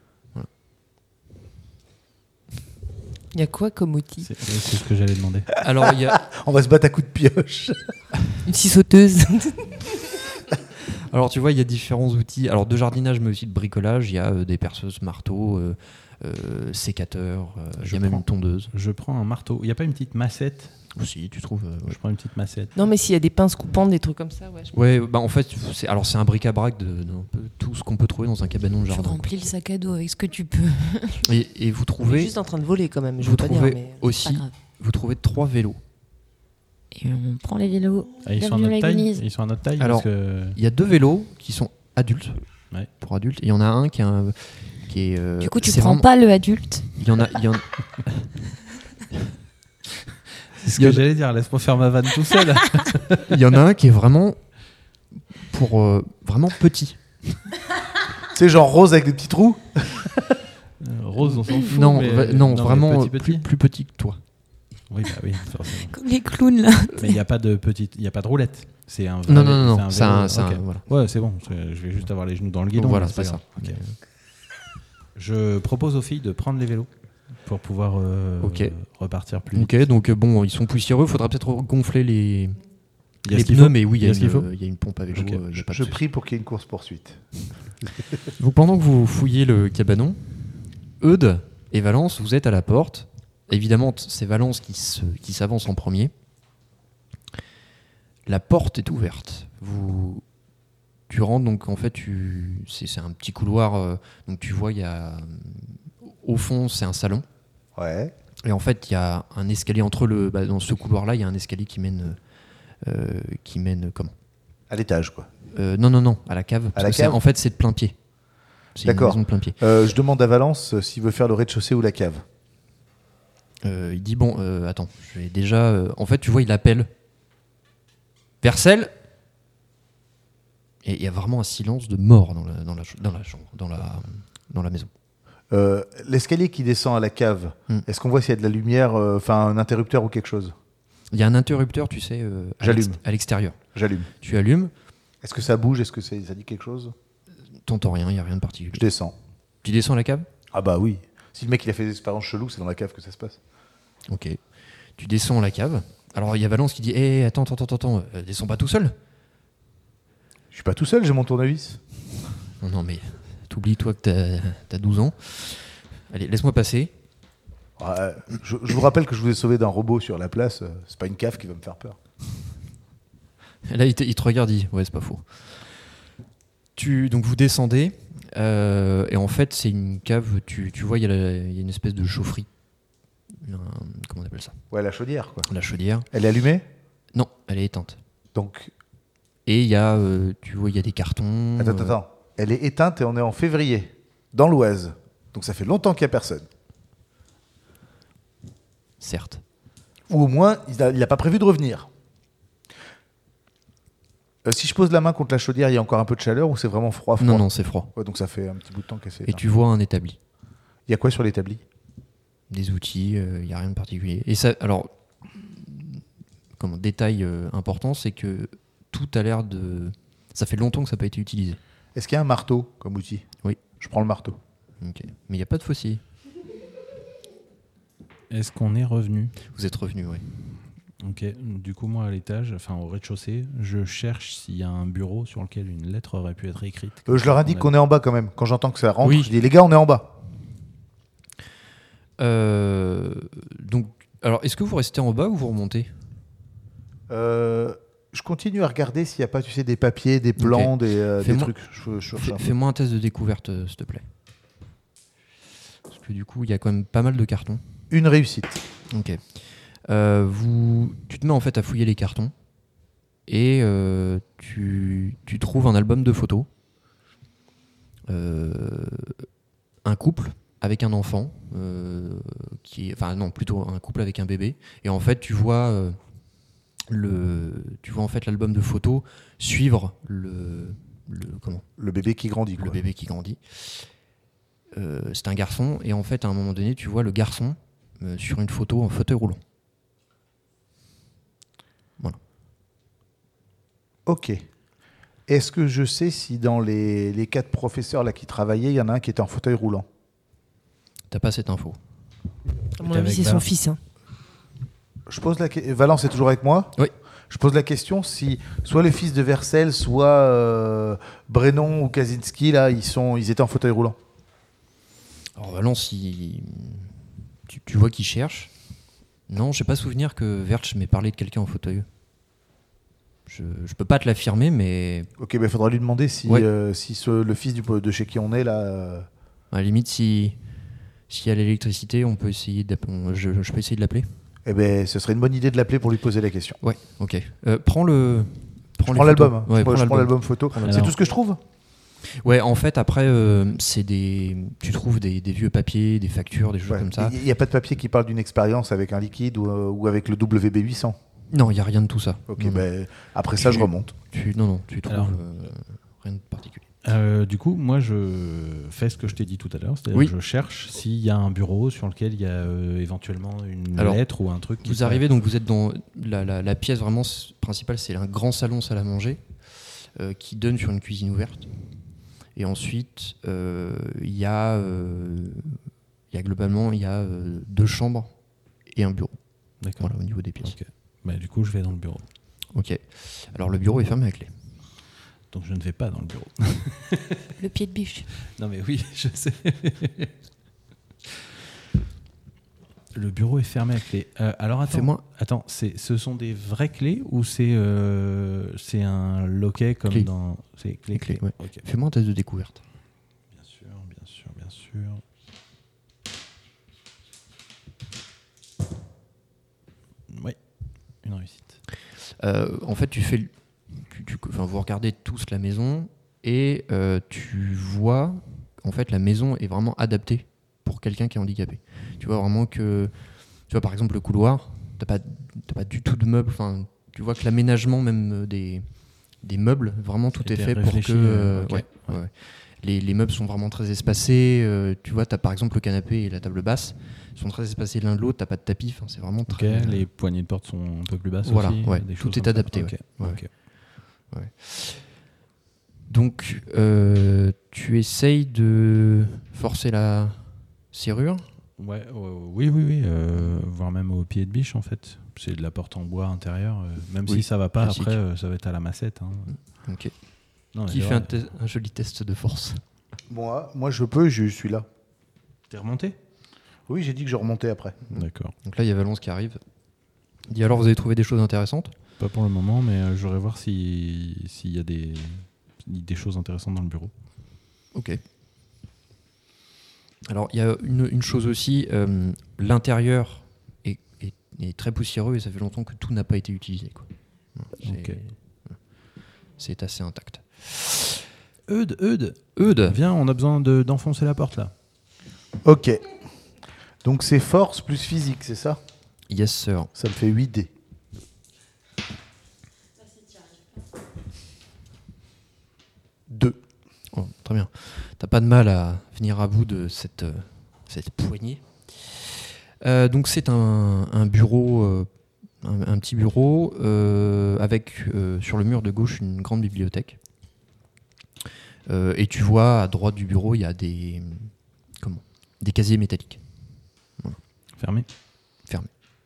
[SPEAKER 5] Il y a quoi comme outil?
[SPEAKER 2] C'est c'est ce que j'allais demander.
[SPEAKER 1] Alors, il y a...
[SPEAKER 3] On va se battre à coups de pioche.
[SPEAKER 5] Une scie sauteuse.
[SPEAKER 1] Alors, tu vois, il y a différents outils. Alors, de jardinage, mais aussi de bricolage. Il y a euh, des perceuses, marteaux, euh, euh, sécateurs. euh, il
[SPEAKER 2] Je
[SPEAKER 1] y a même
[SPEAKER 2] prends.
[SPEAKER 1] une tondeuse.
[SPEAKER 2] Je prends un marteau. Il n'y a pas une petite massette?
[SPEAKER 1] Aussi, tu trouves. euh, ouais.
[SPEAKER 2] Je prends une petite massette.
[SPEAKER 5] Non, mais s'il y a des pinces coupantes, des trucs comme ça, ouais. je-
[SPEAKER 1] Ouais, bah en fait, c'est, alors c'est un bric-à-brac de, d'un peu tout ce qu'on peut trouver dans un cabanon de
[SPEAKER 4] Tu
[SPEAKER 1] jardin.
[SPEAKER 4] remplis le sac à dos avec ce que tu peux.
[SPEAKER 1] Et, et vous
[SPEAKER 5] On est
[SPEAKER 1] trouvez,
[SPEAKER 5] juste en train de voler quand même. Je
[SPEAKER 1] vous
[SPEAKER 5] veux pas dire,
[SPEAKER 1] trouvez
[SPEAKER 5] mais...
[SPEAKER 4] Pas
[SPEAKER 1] aussi,
[SPEAKER 4] grave.
[SPEAKER 1] vous trouvez trois vélos.
[SPEAKER 4] Et on prend les vélos.
[SPEAKER 2] Ah, ils, sont à
[SPEAKER 4] Bienvenue
[SPEAKER 2] notre
[SPEAKER 4] à
[SPEAKER 2] taille
[SPEAKER 4] l'église.
[SPEAKER 2] ils sont à notre taille
[SPEAKER 1] Alors,
[SPEAKER 2] parce que...
[SPEAKER 1] Il y a deux vélos qui sont adultes,
[SPEAKER 2] Ouais.
[SPEAKER 1] pour adultes. Et il y en a un qui est, un, qui est. euh,
[SPEAKER 4] Du coup, tu
[SPEAKER 1] c'est
[SPEAKER 4] prends
[SPEAKER 1] vraiment-
[SPEAKER 4] pas le adulte.
[SPEAKER 1] Il y en a. Il y en,
[SPEAKER 2] C'est ce
[SPEAKER 1] il y
[SPEAKER 2] que
[SPEAKER 1] a-
[SPEAKER 2] j'allais dire. Laisse-moi faire ma vanne tout seul.
[SPEAKER 1] il y en a un qui est vraiment pour euh, vraiment petit.
[SPEAKER 3] C'est genre rose avec des petits trous.
[SPEAKER 2] Euh, Rose, on s'en fout.
[SPEAKER 1] non,
[SPEAKER 2] mais-
[SPEAKER 1] va- non,
[SPEAKER 2] mais
[SPEAKER 1] vraiment
[SPEAKER 2] petit, petit.
[SPEAKER 1] Plus, plus petit que toi.
[SPEAKER 2] Oui, bah oui, forcément.
[SPEAKER 4] Comme les clowns là.
[SPEAKER 2] Mais il n'y a pas de petite, il y a pas de roulette. C'est un. vrai-
[SPEAKER 1] Non, non, non, non.
[SPEAKER 2] c'est
[SPEAKER 1] C'est
[SPEAKER 2] un
[SPEAKER 1] un,
[SPEAKER 2] vélo.
[SPEAKER 1] c'est un-
[SPEAKER 2] Ok.
[SPEAKER 1] voilà.
[SPEAKER 2] Ouais, c'est bon. c'est- Je vais juste avoir les genoux dans le guidon.
[SPEAKER 1] Donc voilà,
[SPEAKER 2] mais
[SPEAKER 1] c'est
[SPEAKER 2] pas
[SPEAKER 1] ça.
[SPEAKER 2] grave. Ok. Je propose aux filles de prendre les vélos pour pouvoir euh,
[SPEAKER 1] Ok.
[SPEAKER 2] euh, repartir plus vite.
[SPEAKER 1] Ok, donc euh, bon, ils sont poussiéreux. Il faudra peut-être gonfler les,
[SPEAKER 2] Il y a
[SPEAKER 1] les
[SPEAKER 2] ce qu'il
[SPEAKER 1] pneus,
[SPEAKER 2] faut
[SPEAKER 1] mais oui, il y, a
[SPEAKER 2] ce qu'il
[SPEAKER 1] une-
[SPEAKER 2] faut
[SPEAKER 1] euh, il y a une pompe avec
[SPEAKER 2] Ok.
[SPEAKER 1] vous. euh, il y a pas de
[SPEAKER 3] Je
[SPEAKER 1] souci.
[SPEAKER 3] prie pour qu'il y ait une course poursuite.
[SPEAKER 1] Donc pendant que vous fouillez le cabanon, Eudes et Valence, vous êtes à la porte. Évidemment, t- c'est Valence qui, se, qui s'avance en premier. La porte est ouverte. Vous, tu rentres, donc en fait, tu, c'est, c'est un petit couloir. euh, donc tu vois, il y a, au fond, c'est un salon.
[SPEAKER 3] Ouais.
[SPEAKER 1] Et en fait, il y a un escalier entre le. Bah, dans ce couloir-là, il y a un escalier qui mène. euh, qui mène comment
[SPEAKER 3] À l'étage, quoi.
[SPEAKER 1] Euh, Non, non, non, à la cave. Parce
[SPEAKER 3] la
[SPEAKER 1] que c'est-
[SPEAKER 3] cave
[SPEAKER 1] En fait, c'est de plein pied. C'est une
[SPEAKER 3] D'accord.
[SPEAKER 1] maison de plein pied.
[SPEAKER 3] Euh, je demande à Valence euh, s'il veut faire le rez-de-chaussée ou la cave.
[SPEAKER 1] Euh, il dit bon, euh, attends, je vais déjà. euh, en fait, tu vois, il appelle. Vercel. Et il y a vraiment un silence de mort dans la, dans la, ch- dans la chambre, dans la, dans la maison.
[SPEAKER 3] Euh, L'escalier qui descend à la cave,
[SPEAKER 1] Hmm.
[SPEAKER 3] est-ce qu'on voit s'il y a de la lumière, euh, enfin un interrupteur ou quelque chose?
[SPEAKER 1] Il y a un interrupteur, tu sais, euh, à,
[SPEAKER 3] J'allume.
[SPEAKER 1] l'ex- à l'extérieur.
[SPEAKER 3] J'allume.
[SPEAKER 1] Tu allumes,
[SPEAKER 3] Est-ce que ça bouge? Est-ce que c'est- ça dit quelque chose?
[SPEAKER 1] t'entends rien, il n'y a rien de particulier.
[SPEAKER 3] Je descends.
[SPEAKER 1] Tu descends à la cave.
[SPEAKER 3] Ah bah oui. Si le mec il a fait des expériences cheloues, c'est dans la cave que ça se passe.
[SPEAKER 1] Ok. Tu descends à la cave. Alors il y a Valence qui dit hé, attends, attends, attends, attends, euh, descends pas tout seul.
[SPEAKER 3] Je suis pas tout seul, j'ai mon tournevis.
[SPEAKER 1] Non, non, mais t'oublies, toi, que t'as, t'as douze ans. Allez, laisse-moi passer.
[SPEAKER 3] Ouais, je, je vous rappelle que je vous ai sauvé d'un robot sur la place. euh, C'est pas une cave qui va me faire peur.
[SPEAKER 1] Et là, il te, il te regarde, il dit ouais, c'est pas faux. Tu, donc vous descendez, euh, et en fait, c'est une cave, tu, tu vois, il y, a la- il y a une espèce de chaufferie. Un- comment on appelle ça?
[SPEAKER 3] Ouais, la chaudière, quoi.
[SPEAKER 1] La chaudière.
[SPEAKER 3] Elle est allumée.
[SPEAKER 1] Non, elle est éteinte.
[SPEAKER 3] Donc,
[SPEAKER 1] Et il y a, euh, tu vois, il y a des cartons.
[SPEAKER 3] attends,
[SPEAKER 1] euh,
[SPEAKER 3] attends, attends. Elle est éteinte et on est en février, dans l'Oise. Donc ça fait longtemps qu'il n'y a personne.
[SPEAKER 1] Certes.
[SPEAKER 3] Ou au moins, il n'a pas prévu de revenir. Euh, si je pose la main contre la chaudière, il y a encore un peu de chaleur ou c'est vraiment froid, froid
[SPEAKER 1] Non, non, c'est froid.
[SPEAKER 3] Ouais, donc ça fait un petit bout de temps qu'elle s'est
[SPEAKER 1] Et
[SPEAKER 3] éteinte.
[SPEAKER 1] tu vois un établi.
[SPEAKER 3] Il y a quoi sur l'établi?
[SPEAKER 1] Des outils, il n'y a rien de particulier. Et ça, alors, comment, détail euh, important, c'est que tout a l'air de. Ça fait longtemps que ça n'a pas été utilisé.
[SPEAKER 3] Est-ce qu'il y a un marteau comme outil?
[SPEAKER 1] Oui.
[SPEAKER 3] Je prends le marteau.
[SPEAKER 1] Ok. Mais il n'y a pas de fossile.
[SPEAKER 2] Est-ce qu'on est revenu?
[SPEAKER 1] Vous êtes revenu, oui.
[SPEAKER 2] Ok. Du coup, moi, à l'étage, enfin au rez-de-chaussée, je cherche s'il y a un bureau sur lequel une lettre aurait pu être écrite.
[SPEAKER 3] Euh, je leur indique
[SPEAKER 2] On a-
[SPEAKER 3] qu'on est en bas quand même. Quand j'entends que ça rentre,
[SPEAKER 1] Oui.
[SPEAKER 3] je dis les gars, on est en bas.
[SPEAKER 1] Euh, donc, alors, est-ce que vous restez en bas ou vous remontez?
[SPEAKER 3] Euh, je continue à regarder s'il n'y a pas, tu sais, des papiers, des plans, des, euh, des
[SPEAKER 1] Fais-moi-
[SPEAKER 3] trucs. Je, je cherche
[SPEAKER 1] Fais-
[SPEAKER 3] un peu.
[SPEAKER 1] Fais-moi un test de découverte, euh, s'il te plaît. Parce que du coup, il y a quand même pas mal de cartons.
[SPEAKER 3] Une réussite.
[SPEAKER 1] Ok. Euh, vous, tu te mets en fait à fouiller les cartons et euh, tu, tu trouves un album de photos. Euh, un couple avec un enfant, euh, qui, enfin non, plutôt un couple avec un bébé. Et en fait, tu vois euh, le, tu vois en fait l'album de photos suivre le, le comment,
[SPEAKER 3] Le bébé qui grandit, quoi.
[SPEAKER 1] le bébé qui grandit. Euh, c'est un garçon et en fait, à un moment donné, tu vois le garçon euh, sur une photo en fauteuil roulant.
[SPEAKER 3] Ok. Est-ce que je sais si dans les, les quatre professeurs là qui travaillaient, il y en a un qui était en fauteuil roulant?
[SPEAKER 1] T'as pas cette info.
[SPEAKER 5] À mon
[SPEAKER 2] T'es
[SPEAKER 5] avis,
[SPEAKER 2] avec
[SPEAKER 5] c'est son
[SPEAKER 2] Val.
[SPEAKER 5] fils. Hein.
[SPEAKER 3] Je pose la que- Valence est toujours avec moi?
[SPEAKER 1] Oui.
[SPEAKER 3] Je pose la question si soit le fils de Vercel, soit euh, Brennon ou Kaczynski, là, ils, sont, ils étaient en fauteuil roulant.
[SPEAKER 1] Alors Valence, il- tu, tu vois qu'il cherche. Non, j'ai pas souvenir que Verch m'ait parlé de quelqu'un en fauteuil. Je, je peux pas te l'affirmer, mais
[SPEAKER 3] Ok, il faudra lui demander si,
[SPEAKER 1] Ouais.
[SPEAKER 3] euh, si ce- le fils du, de chez qui on est, là... euh,
[SPEAKER 1] à la limite, si s'il y a l'électricité, on peut essayer d'app- on- je, je peux essayer de l'appeler.
[SPEAKER 3] eh ben, ce serait une bonne idée de l'appeler pour lui poser la question.
[SPEAKER 1] Ouais, ok. Euh, prends le.
[SPEAKER 3] Je
[SPEAKER 1] les
[SPEAKER 3] prends l'album.
[SPEAKER 1] photos.
[SPEAKER 3] hein.
[SPEAKER 1] Ouais,
[SPEAKER 3] je prends,
[SPEAKER 1] prends
[SPEAKER 3] je prends
[SPEAKER 1] l'album.
[SPEAKER 3] l'album photo. C'est
[SPEAKER 2] l'album.
[SPEAKER 3] tout ce que je trouve?
[SPEAKER 1] Ouais, en fait, après, euh, c'est des. Tu trouves des, des vieux papiers, des factures, des choses
[SPEAKER 3] Ouais.
[SPEAKER 1] comme ça.
[SPEAKER 3] Il n'y a pas de papier qui parle d'une expérience avec un liquide ou, euh, ou avec le W B huit cents.
[SPEAKER 1] Non, il y a rien de tout ça.
[SPEAKER 3] Ok,
[SPEAKER 1] Non, non.
[SPEAKER 3] ben, après ça, je remonte.
[SPEAKER 1] Tu, non, non, tu trouves
[SPEAKER 2] Alors-
[SPEAKER 1] euh, rien de particulier.
[SPEAKER 2] Euh, du coup, moi, je fais ce que je t'ai dit tout à l'heure, c'est-à-dire
[SPEAKER 1] Oui.
[SPEAKER 2] que je cherche s'il y a un bureau sur lequel il y a euh, éventuellement une
[SPEAKER 1] Alors,
[SPEAKER 2] lettre ou un truc. qui
[SPEAKER 1] Vous
[SPEAKER 2] pourrait-
[SPEAKER 1] arrivez, donc vous êtes dans la, la- la pièce vraiment s- principale, c'est un grand salon salle à manger euh, qui donne sur une cuisine ouverte. Et ensuite, euh, il y, a, euh, il y a globalement il y a, euh, deux chambres et un bureau.
[SPEAKER 2] D'accord.
[SPEAKER 1] Voilà, au niveau des pièces.
[SPEAKER 2] Ok. Bah, du coup, je vais dans le bureau.
[SPEAKER 1] Ok. Alors le bureau est fermé à clé.
[SPEAKER 2] Donc, je ne vais pas dans le bureau.
[SPEAKER 5] Le pied de biche.
[SPEAKER 2] Non, mais oui, je sais. Le bureau est fermé à clé. Euh, alors, attends.
[SPEAKER 1] Fais-moi.
[SPEAKER 2] Attends, c'est, ce sont des vraies clés ou c'est, euh, c'est un loquet comme
[SPEAKER 1] Clé.
[SPEAKER 2] dans. C'est clé,
[SPEAKER 1] Les clés,
[SPEAKER 2] clé.
[SPEAKER 1] ouais.
[SPEAKER 2] Ok.
[SPEAKER 1] Fais-moi un test de découverte.
[SPEAKER 2] Bien sûr, bien sûr, bien sûr. Oui, une réussite.
[SPEAKER 1] Euh, en fait, tu fais, le- tu- tu- enfin, vous regardez tous la maison et euh, tu vois, en fait, la maison est vraiment adaptée pour quelqu'un qui est handicapé. Tu vois vraiment que, tu vois par exemple le couloir, t'as pas, t'as pas du tout de meubles. Enfin, tu vois que l'aménagement même des, des meubles, vraiment tout est
[SPEAKER 2] Était
[SPEAKER 1] fait pour
[SPEAKER 2] réfléchi,
[SPEAKER 1] que,
[SPEAKER 2] euh,
[SPEAKER 1] euh,
[SPEAKER 2] ok.
[SPEAKER 1] ouais, ouais, ouais. Les, les meubles sont vraiment très espacés. euh, tu vois, t'as par exemple le canapé et la table basse sont très espacés l'un de l'autre. T'as pas de tapis. Enfin, c'est vraiment
[SPEAKER 2] Ok,
[SPEAKER 1] très.
[SPEAKER 2] les poignées de porte sont un peu plus basses
[SPEAKER 1] Voilà,
[SPEAKER 2] aussi.
[SPEAKER 1] ouais,
[SPEAKER 2] des
[SPEAKER 1] tout
[SPEAKER 2] choses
[SPEAKER 1] est
[SPEAKER 2] comme ça.
[SPEAKER 1] adapté,
[SPEAKER 2] Ok,
[SPEAKER 1] ouais.
[SPEAKER 2] ok.
[SPEAKER 1] Donc, euh, tu essayes de forcer la serrure.
[SPEAKER 2] Ouais, euh, oui, oui, oui, euh, voire même au pied de biche en fait, C'est de la porte en bois intérieur. euh, même
[SPEAKER 1] Oui,
[SPEAKER 2] si ça va pas,
[SPEAKER 1] classique.
[SPEAKER 2] après, euh, ça va être à la massette. hein.
[SPEAKER 1] Ok.
[SPEAKER 2] Non, mais
[SPEAKER 1] Qui
[SPEAKER 2] c'est
[SPEAKER 1] fait un,
[SPEAKER 2] vrai.
[SPEAKER 1] te- un joli test de force.
[SPEAKER 3] Moi, moi, je peux, je suis là.
[SPEAKER 2] T'es remonté
[SPEAKER 3] Oui, j'ai dit que je remontais après.
[SPEAKER 2] D'accord.
[SPEAKER 1] Donc là, il y a Valence qui arrive. Il dit alors, vous avez trouvé des choses intéressantes?
[SPEAKER 2] Pas pour le moment, mais euh, je voudrais voir si- s'il y a des, des choses intéressantes dans le bureau.
[SPEAKER 1] Ok. Alors, il y a une, une chose aussi, euh, l'intérieur est, est- est très poussiéreux et ça fait longtemps que tout n'a pas été utilisé, quoi. C'est,
[SPEAKER 2] Ok.
[SPEAKER 1] c'est assez intact.
[SPEAKER 2] Eudes, Eudes,
[SPEAKER 1] Eudes,
[SPEAKER 2] viens, on a besoin de- d'enfoncer la porte là.
[SPEAKER 3] Ok. Donc c'est force plus physique, c'est ça?
[SPEAKER 1] yes sir.
[SPEAKER 3] Ça me fait huit dés. deux.
[SPEAKER 1] Oh, très bien. T'as pas de mal à venir à bout de cette, euh, cette poignée. Euh, donc c'est un, un bureau, euh, un, un petit bureau euh, avec euh, sur le mur de gauche une grande bibliothèque. Euh, et tu vois à droite du bureau il y a des comment des casiers métalliques.
[SPEAKER 2] Fermé.
[SPEAKER 1] Fermé.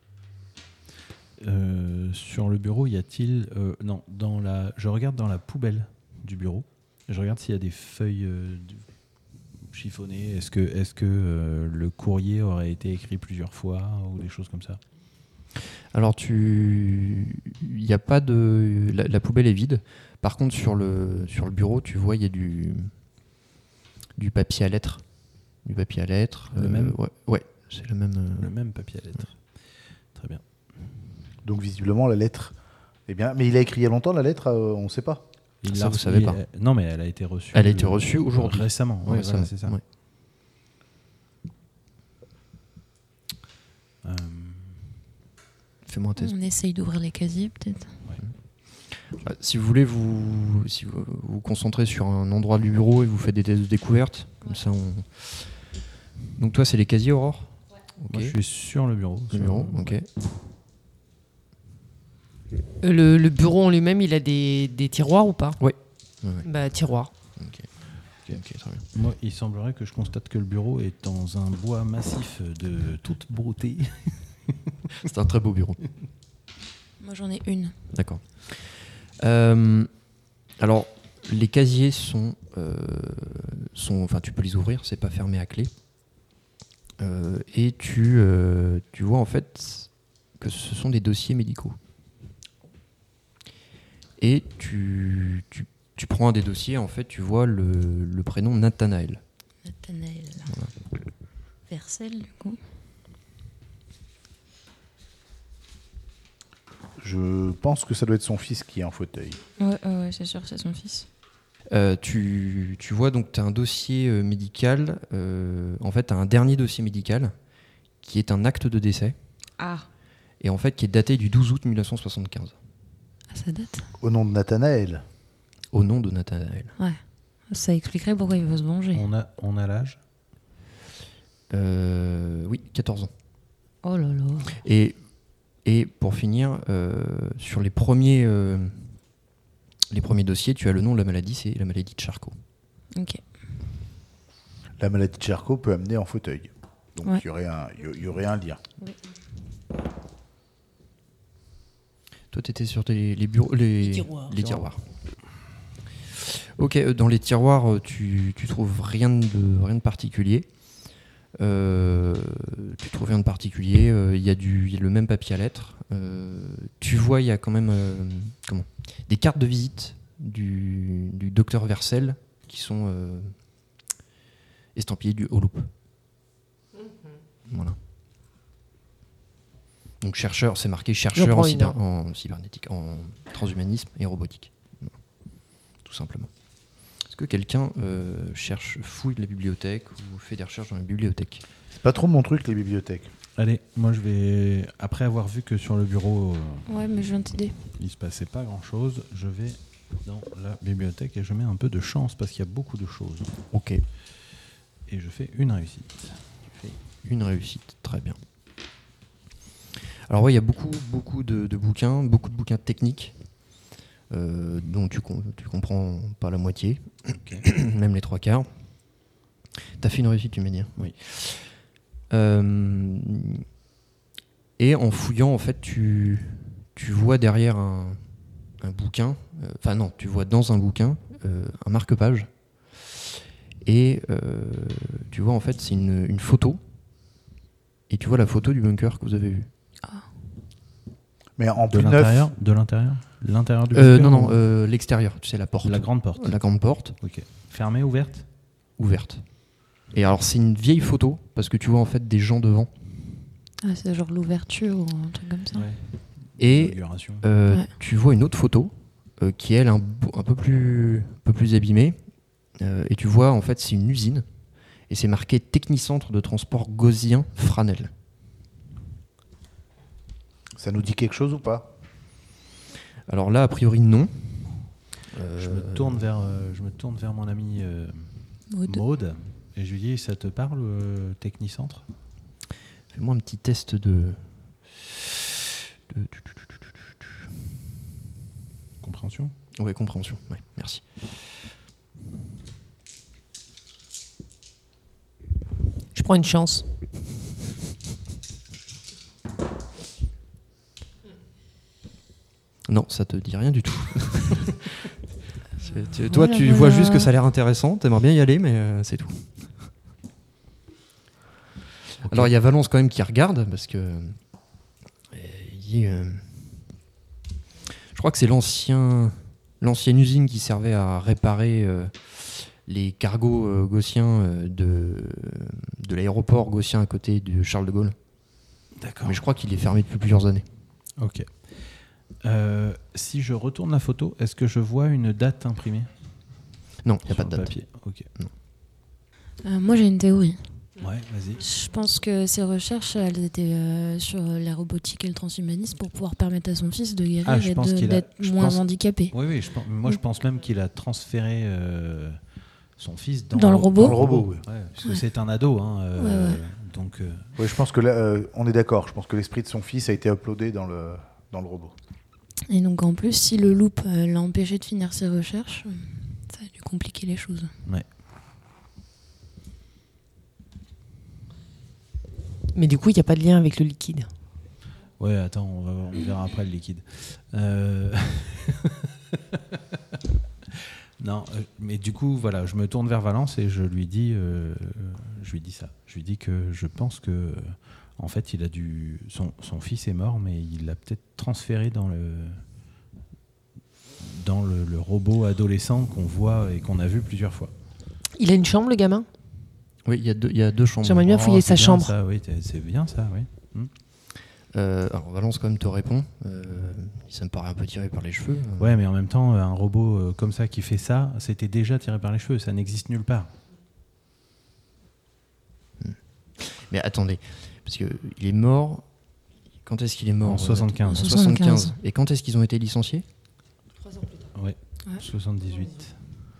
[SPEAKER 2] Euh, sur le bureau, y a-t-il euh, non dans la je regarde dans la poubelle du bureau. Je regarde s'il y a des feuilles euh, du- chiffonnées. Est-ce que est-ce que euh, le courrier aurait été écrit plusieurs fois ou des choses comme ça?
[SPEAKER 1] Alors tu, il y a pas de, la, la poubelle est vide. Par contre sur le sur le bureau tu vois il y a du du papier à lettres, du papier à lettres.
[SPEAKER 2] Le même
[SPEAKER 1] ouais, ouais, c'est le même. euh,
[SPEAKER 2] Le même papier à lettres. Très bien.
[SPEAKER 3] Donc visiblement la lettre. Eh bien, mais il a écrit il y a longtemps la lettre, euh, on ne sait pas.
[SPEAKER 2] Il
[SPEAKER 1] Ça,
[SPEAKER 2] l'a
[SPEAKER 1] vous
[SPEAKER 2] reçu-
[SPEAKER 1] savez
[SPEAKER 2] il-
[SPEAKER 1] pas.
[SPEAKER 2] euh, Non, mais elle a été reçue.
[SPEAKER 1] Elle a été
[SPEAKER 2] euh,
[SPEAKER 1] reçue aujourd'hui.
[SPEAKER 2] Récemment. Ouais,
[SPEAKER 1] Ouais,
[SPEAKER 2] voilà,
[SPEAKER 1] ça,
[SPEAKER 2] c'est ça.
[SPEAKER 1] ouais.
[SPEAKER 2] Euh,
[SPEAKER 1] Fais-moi un test.
[SPEAKER 4] On essaye d'ouvrir les casiers, peut-être.
[SPEAKER 1] Ah, Si vous voulez, vous si vous vous concentrez sur un endroit du bureau et vous faites des tests de découverte, comme ça on. Donc toi c'est les casiers Aurore. Ok.
[SPEAKER 2] Moi, je suis sur le bureau.
[SPEAKER 1] Le
[SPEAKER 2] sur-
[SPEAKER 1] bureau, ok.
[SPEAKER 5] Euh, Le, le bureau en lui-même, il a des, des tiroirs ou pas?
[SPEAKER 1] Ouais, ouais.
[SPEAKER 5] Bah, tiroirs.
[SPEAKER 1] Ok. Ok, ok, très bien.
[SPEAKER 2] Moi, il semblerait que je constate que le bureau est dans un bois massif de toute beauté.
[SPEAKER 1] C'est un très beau bureau.
[SPEAKER 4] Moi, j'en ai une.
[SPEAKER 1] D'accord. Euh, alors, les casiers sont, euh, sont, enfin, tu peux les ouvrir, c'est pas fermé à clé. Euh, et tu, euh, tu vois en fait que ce sont des dossiers médicaux. Et tu, tu, tu prends un des dossiers, en fait, tu vois le, le prénom Nathanaël.
[SPEAKER 4] Nathanaël. Vercel, du coup.
[SPEAKER 3] Je pense que ça doit être son fils qui est en fauteuil.
[SPEAKER 4] Ouais, ouais, ouais, c'est sûr, c'est son fils.
[SPEAKER 1] Euh, tu, tu vois donc tu as un dossier euh, médical, euh, en fait tu as un dernier dossier médical qui est un acte de décès
[SPEAKER 4] Ah,
[SPEAKER 1] et en fait qui est daté du douze août mille neuf cent soixante-quinze
[SPEAKER 4] ah, ça date.
[SPEAKER 3] Au nom de Nathanaël.
[SPEAKER 1] au nom de Nathanaël.
[SPEAKER 4] Ça expliquerait pourquoi il veut se venger.
[SPEAKER 2] On a, on a l'âge.
[SPEAKER 1] Euh, oui, quatorze ans.
[SPEAKER 4] Oh là là.
[SPEAKER 1] Et, et pour finir, euh, sur les premiers, euh, les premiers dossiers, tu as le nom de la maladie, c'est la maladie de Charcot.
[SPEAKER 4] Ok.
[SPEAKER 3] La maladie de Charcot peut amener en fauteuil. Donc il
[SPEAKER 4] Ouais.
[SPEAKER 3] y aurait un, il y aurait un lien.
[SPEAKER 1] Toi, tu étais sur tes- les bureaux, les,
[SPEAKER 5] Les tiroirs.
[SPEAKER 1] les tiroirs. Ok, euh, dans les tiroirs, euh, tu, tu trouves rien de, rien de particulier. Euh, tu trouves rien de particulier. euh, Il y a du, il y a le même papier à lettres. Euh, tu vois, il y a quand même euh, comment, des cartes de visite du, du docteur Vercel qui sont euh, estampillées du Holoop. Voilà. Donc chercheur, c'est marqué chercheur
[SPEAKER 5] prends
[SPEAKER 1] en,
[SPEAKER 5] une,
[SPEAKER 1] cyber- en cybernétique, en transhumanisme et robotique. Voilà. Tout simplement. Est-ce que quelqu'un euh, cherche, fouille la bibliothèque ou fait des recherches dans la bibliothèque?
[SPEAKER 3] C'est pas trop mon truc, les bibliothèques.
[SPEAKER 2] Allez, moi je vais, après avoir vu que sur le bureau euh,
[SPEAKER 4] Ouais, mais je viens de t'aider.
[SPEAKER 2] il se passait pas grand chose, je vais dans la bibliothèque et je mets un peu de chance parce qu'il y a beaucoup de choses.
[SPEAKER 1] Ok.
[SPEAKER 2] Et je fais une réussite.
[SPEAKER 1] Une réussite, très bien. Alors oui, il y a beaucoup, beaucoup de, de bouquins, beaucoup de bouquins techniques euh, dont tu, com- tu comprends pas la moitié, même les trois quarts. T'as fait une réussite, tu m'as dit.
[SPEAKER 2] Oui.
[SPEAKER 1] Euh, Et en fouillant, en fait, tu, tu vois derrière un, un bouquin, enfin euh, non, tu vois dans un bouquin euh, un marque-page. Et euh, tu vois, en fait, c'est une, une photo. Et tu vois la photo du bunker que vous avez vu.
[SPEAKER 3] Mais en
[SPEAKER 2] De
[SPEAKER 3] plus neuf.
[SPEAKER 2] l'intérieur De l'intérieur L'intérieur du
[SPEAKER 1] Euh,
[SPEAKER 2] bunker
[SPEAKER 1] non, non,
[SPEAKER 2] ou-
[SPEAKER 1] euh, l'extérieur, tu sais, la porte.
[SPEAKER 2] La grande porte.
[SPEAKER 1] La grande porte,
[SPEAKER 2] Ok. Fermée, ouverte
[SPEAKER 1] ouverte. Et alors, c'est une vieille photo, parce que tu vois, en fait, des gens devant.
[SPEAKER 4] Ah, c'est genre l'ouverture ou un truc comme ça.
[SPEAKER 2] Ouais.
[SPEAKER 1] Et
[SPEAKER 2] Inauguration.
[SPEAKER 1] euh,
[SPEAKER 4] Ouais.
[SPEAKER 1] tu vois une autre photo, euh, qui est, elle, un, bo- un, peu plus, un peu plus abîmée. Euh, et tu vois, en fait, c'est une usine. Et c'est marqué Technicentre de transport Gaussien Franel.
[SPEAKER 3] Ça nous dit quelque chose ou pas?
[SPEAKER 1] Alors là, a priori, non. Euh,
[SPEAKER 2] Je me tourne vers, euh, je me tourne vers mon ami euh,
[SPEAKER 4] Maud.
[SPEAKER 2] Maud et je lui dis, ça te parle, euh, Technicentre?
[SPEAKER 1] Fais-moi un petit test de... de...
[SPEAKER 2] Compréhension?
[SPEAKER 1] Ouais, compréhension. Ouais, merci.
[SPEAKER 5] Je prends une chance.
[SPEAKER 1] Non, ça te dit rien du tout. C'est- tu- toi,
[SPEAKER 4] Voilà,
[SPEAKER 1] tu
[SPEAKER 4] voilà.
[SPEAKER 1] vois juste que ça a l'air intéressant, t'aimerais bien y aller, mais euh, c'est tout. Alors, il y a Valence quand même qui regarde, parce que... euh, il dit, euh, je crois que c'est l'ancien, l'ancienne usine qui servait à réparer euh, les cargos euh, gaussiens euh, de, de l'aéroport gaussien à côté de Charles de Gaulle.
[SPEAKER 2] D'accord.
[SPEAKER 1] Mais je crois qu'il est fermé depuis plusieurs années.
[SPEAKER 2] Ok. Euh, si je retourne la photo, est-ce que je vois une date imprimée?
[SPEAKER 1] Non, il n'y a
[SPEAKER 2] sur
[SPEAKER 1] pas de
[SPEAKER 2] le
[SPEAKER 1] date.
[SPEAKER 2] papier. Ok.
[SPEAKER 4] Euh, moi, j'ai une théorie.
[SPEAKER 2] Ouais, vas-y.
[SPEAKER 4] Je pense que ses recherches, elles étaient euh, sur la robotique et le transhumanisme pour pouvoir permettre à son fils de guérir
[SPEAKER 2] Ah, je
[SPEAKER 4] et
[SPEAKER 2] pense
[SPEAKER 4] de-
[SPEAKER 2] qu'il a-
[SPEAKER 4] d'être
[SPEAKER 2] je
[SPEAKER 4] moins
[SPEAKER 2] pense-
[SPEAKER 4] handicapé.
[SPEAKER 2] Oui, oui. Je pense, moi, je pense même qu'il a transféré euh, son fils dans,
[SPEAKER 4] Dans le robot
[SPEAKER 3] Dans le robot, oui.
[SPEAKER 2] Ouais, parce que
[SPEAKER 4] Ouais.
[SPEAKER 2] c'est un ado, hein, euh,
[SPEAKER 4] Ouais, ouais.
[SPEAKER 2] donc. euh,
[SPEAKER 3] Oui, je pense que là, euh, on est d'accord. Je pense que l'esprit de son fils a été uploadé dans le, dans le robot.
[SPEAKER 4] Et donc, en plus, si le loop euh, l'a empêché de finir ses recherches, euh, ça a dû compliquer les choses.
[SPEAKER 5] Mais du coup, il n'y a pas de lien avec le liquide.
[SPEAKER 2] Ouais, attends, on, va, on verra après le liquide. Euh, non, euh, mais du coup, voilà, je me tourne vers Valence et je lui dis, euh, je lui dis ça. Je lui dis que je pense que, euh, en fait, il a dû, son, son fils est mort, mais il l'a peut-être transféré dans le, dans le, le robot adolescent qu'on voit et qu'on a vu plusieurs fois.
[SPEAKER 5] Il a une chambre, le gamin?
[SPEAKER 1] Oui, il y a deux, il y a deux chambres.
[SPEAKER 5] J'aimerais bien fouiller
[SPEAKER 2] c'est
[SPEAKER 5] sa
[SPEAKER 2] bien
[SPEAKER 5] chambre.
[SPEAKER 2] ça, oui, t'es- c'est bien ça, oui. Hmm.
[SPEAKER 1] Euh, alors Valence quand même te répond. Euh, ça me paraît un peu tiré par les cheveux.
[SPEAKER 2] Ouais, mais en même temps, un robot euh, comme ça qui fait ça, c'était déjà tiré par les cheveux. Ça n'existe nulle part.
[SPEAKER 1] Mais attendez, parce que il est mort. Quand est-ce qu'il est mort
[SPEAKER 2] En
[SPEAKER 1] euh,
[SPEAKER 2] soixante-quinze.
[SPEAKER 1] En
[SPEAKER 4] soixante-quinze.
[SPEAKER 1] soixante-quinze. Et quand est-ce qu'ils ont été licenciés?
[SPEAKER 2] Ouais.
[SPEAKER 4] Ouais.
[SPEAKER 2] soixante-dix-huit.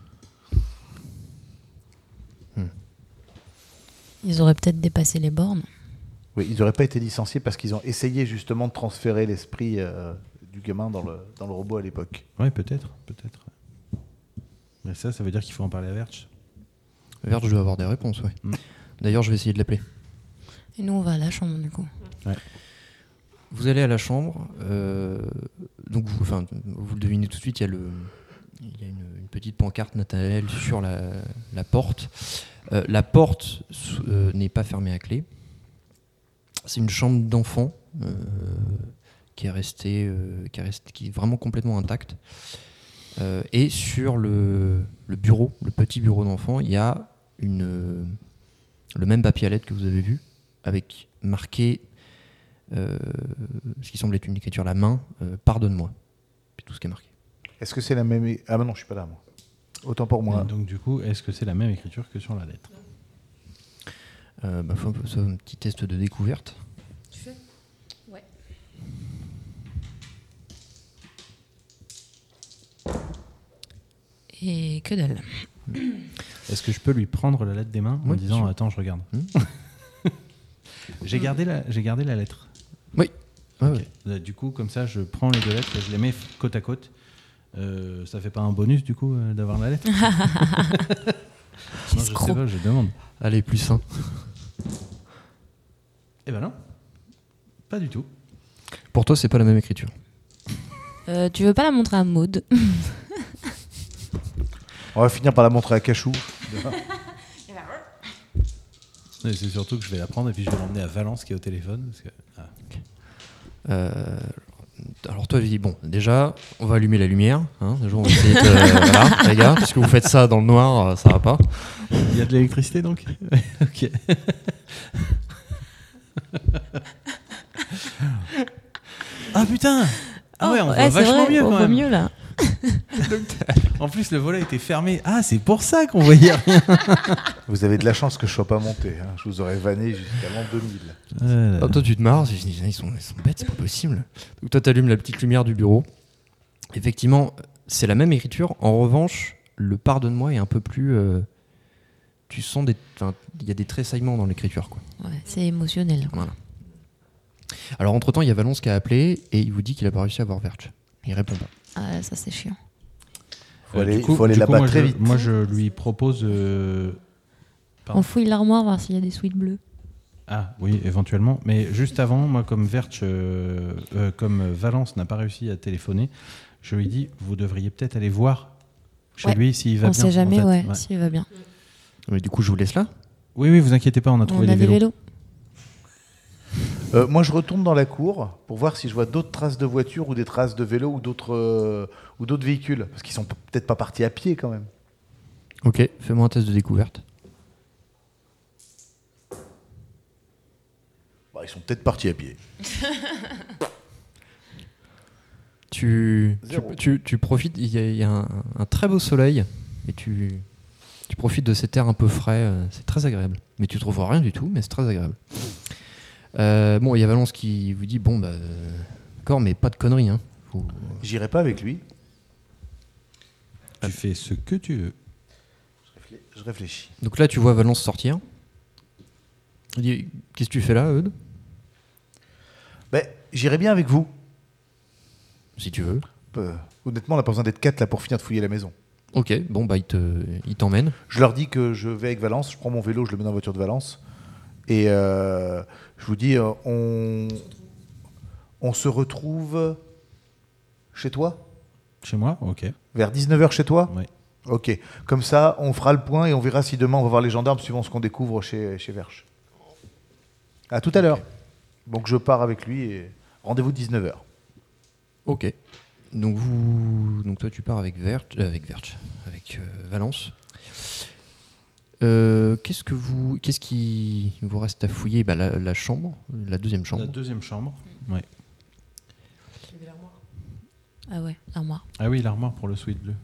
[SPEAKER 4] Ils auraient peut-être dépassé les bornes.
[SPEAKER 3] Oui, ils n'auraient pas été licenciés parce qu'ils ont essayé justement de transférer l'esprit euh, du gamin dans le, dans le robot à l'époque.
[SPEAKER 2] Ouais, peut-être, peut-être. Mais ça, ça veut dire qu'il faut en parler à Verge.
[SPEAKER 1] Verge doit avoir des réponses, ouais.
[SPEAKER 2] Mm.
[SPEAKER 1] D'ailleurs, je vais essayer de l'appeler.
[SPEAKER 4] Et nous, on va à la chambre, du coup.
[SPEAKER 1] Vous allez à la chambre. euh, donc, vous, enfin, vous le devinez tout de suite. Il y a le, il y a une, une petite pancarte Nathanaël sur la, la porte. Euh, la porte euh, n'est pas fermée à clé. C'est une chambre d'enfant euh, qui est restée, euh, qui est restée, qui est vraiment complètement intacte. Euh, et sur le, le bureau, le petit bureau d'enfant, il y a une, euh, le même papier à lettres que vous avez vu, avec marqué euh, ce qui semble être une écriture à la main, euh, pardonne-moi. C'est tout ce qui est marqué.
[SPEAKER 3] Est-ce que c'est la même... Ah bah non, je suis pas là, moi. Autant pour moi.
[SPEAKER 2] Et donc, du coup, est-ce que c'est la même écriture que sur la lettre?
[SPEAKER 1] Euh, bah, faut un, peu, ça, un petit test de découverte.
[SPEAKER 4] Tu fais? Ouais. Et que dalle.
[SPEAKER 2] Est-ce que je peux lui prendre la lettre des mains en
[SPEAKER 1] Oui,
[SPEAKER 2] disant
[SPEAKER 1] sûr.
[SPEAKER 2] attends, je regarde?
[SPEAKER 1] Hmm.
[SPEAKER 2] J'ai gardé la, j'ai gardé la lettre.
[SPEAKER 1] Oui. Ouais,
[SPEAKER 2] Ok.
[SPEAKER 1] ouais.
[SPEAKER 2] Là, du coup, comme ça, je prends les deux lettres et je les mets côte à côte. Euh, ça fait pas un bonus du coup euh, d'avoir la lettre? Non, je sais
[SPEAKER 5] Escroc.
[SPEAKER 2] pas, je demande.
[SPEAKER 1] Allez, plus sain.
[SPEAKER 2] Eh ben non. Pas du tout.
[SPEAKER 1] Pour toi, c'est pas la même écriture.
[SPEAKER 4] Euh, tu veux pas la montrer à Maud?
[SPEAKER 3] On va finir par la montrer à Cachou.
[SPEAKER 2] Mais c'est surtout que je vais la prendre et puis je vais l'emmener à Valence qui est au téléphone. Parce que, ah.
[SPEAKER 1] Euh, alors toi, tu dis, bon, déjà, on va allumer la lumière. Hein, déjà, on va essayer de, euh, voilà, les gars, parce que vous faites ça dans le noir, euh, ça va pas.
[SPEAKER 2] Il y a de l'électricité donc. Ok. Ah putain. Ah ouais, on voit
[SPEAKER 4] ouais, c'est
[SPEAKER 2] vachement
[SPEAKER 4] vrai,
[SPEAKER 2] mieux
[SPEAKER 4] on
[SPEAKER 2] quand
[SPEAKER 4] voit
[SPEAKER 2] même.
[SPEAKER 4] mieux là.
[SPEAKER 2] En plus, le volet était fermé. Ah, c'est pour ça qu'on voyait rien.
[SPEAKER 3] Vous avez de la chance que je sois pas monté. Hein. Je vous aurais vanné jusqu'à l'an deux mille.
[SPEAKER 2] Euh,
[SPEAKER 1] Ah, toi, tu te marres, tu te dis, ils sont, ils sont bêtes, c'est pas possible. Donc toi, tu allumes la petite lumière du bureau. Effectivement, c'est la même écriture. En revanche, le pardonne-moi est un peu plus... euh, tu sens des... enfin, il y a des tressaillements dans l'écriture, quoi.
[SPEAKER 4] Ouais, c'est émotionnel.
[SPEAKER 1] Voilà. Alors, entre-temps, il y a Valence qui a appelé et il vous dit qu'il a pas réussi à avoir Verge. Il répond pas.
[SPEAKER 4] Ah, ça c'est chiant.
[SPEAKER 3] Faut
[SPEAKER 2] euh,
[SPEAKER 3] aller,
[SPEAKER 2] du coup-
[SPEAKER 3] faut aller
[SPEAKER 2] du
[SPEAKER 3] là-bas
[SPEAKER 2] coup, moi,
[SPEAKER 3] très
[SPEAKER 2] je-
[SPEAKER 3] vite.
[SPEAKER 2] Moi, je lui propose. euh, Pardon.
[SPEAKER 4] On fouille l'armoire, voir s'il y a des suites bleues.
[SPEAKER 2] Ah oui, éventuellement. Mais juste avant, moi, comme Verge, euh, euh, comme Valence n'a pas réussi à téléphoner, je lui dis, vous devriez peut-être aller voir chez
[SPEAKER 4] Ouais.
[SPEAKER 2] lui s'il va
[SPEAKER 4] On
[SPEAKER 2] bien.
[SPEAKER 4] sait jamais,
[SPEAKER 2] en fait.
[SPEAKER 4] ouais, s'il va bien.
[SPEAKER 1] Mais du coup, je vous laisse là.
[SPEAKER 2] Oui, oui, vous inquiétez pas, on a trouvé
[SPEAKER 4] On
[SPEAKER 2] les
[SPEAKER 4] a des
[SPEAKER 2] vélos.
[SPEAKER 4] vélos.
[SPEAKER 3] Euh, moi, je retourne dans la cour pour voir si je vois d'autres traces de voitures ou des traces de vélos ou d'autres euh, ou d'autres véhicules. Parce qu'ils sont p- peut-être pas partis à pied quand même.
[SPEAKER 1] Ok, fais-moi un test de découverte.
[SPEAKER 3] Bah, ils sont peut-être partis à pied.
[SPEAKER 1] Tu, tu,
[SPEAKER 3] Zéro.
[SPEAKER 1] tu, tu profites, il y a, il y a un, un très beau soleil et tu, tu profites de cet air un peu frais, euh, c'est très agréable. Mais tu trouves rien du tout, mais c'est très agréable. Euh, bon, il y a Valence qui vous dit, bon, bah, euh, d'accord, mais pas de conneries. Hein. Faut-
[SPEAKER 3] J'irai pas avec lui.
[SPEAKER 2] Tu fais ce que tu veux.
[SPEAKER 3] Je réflé- Je réfléchis.
[SPEAKER 1] Donc là, tu vois Valence sortir. Il dit, qu'est-ce que tu fais là, Eudes?
[SPEAKER 3] Ben, j'irai bien avec vous.
[SPEAKER 1] Si tu veux.
[SPEAKER 3] Euh, honnêtement, on n'a pas besoin d'être quatre là pour finir de fouiller la maison.
[SPEAKER 1] Ok, bon, bah, il te, il t'emmène.
[SPEAKER 3] Je leur dis que je vais avec Valence. Je prends mon vélo, je le mets dans la voiture de Valence. Et euh, je vous dis, euh, on, on se retrouve chez toi
[SPEAKER 2] Chez moi. Ok.
[SPEAKER 3] vers dix-neuf heures chez toi.
[SPEAKER 2] Ouais.
[SPEAKER 3] Ok. Comme ça, on fera le point et on verra si demain on va voir les gendarmes suivant ce qu'on découvre chez, chez Verche. À tout à l'heure. Donc je pars avec lui et rendez-vous dix-neuf heures.
[SPEAKER 1] Ok. Donc vous, donc toi tu pars avec Vert, euh, avec Verge, avec euh, Valence. Euh, qu'est-ce que vous, qu'est-ce qui vous reste à fouiller? Bah, la, la chambre, la deuxième chambre.
[SPEAKER 2] La deuxième chambre. Ouais.
[SPEAKER 4] Ah ouais, l'armoire.
[SPEAKER 2] Ah oui, l'armoire pour le sweat bleu.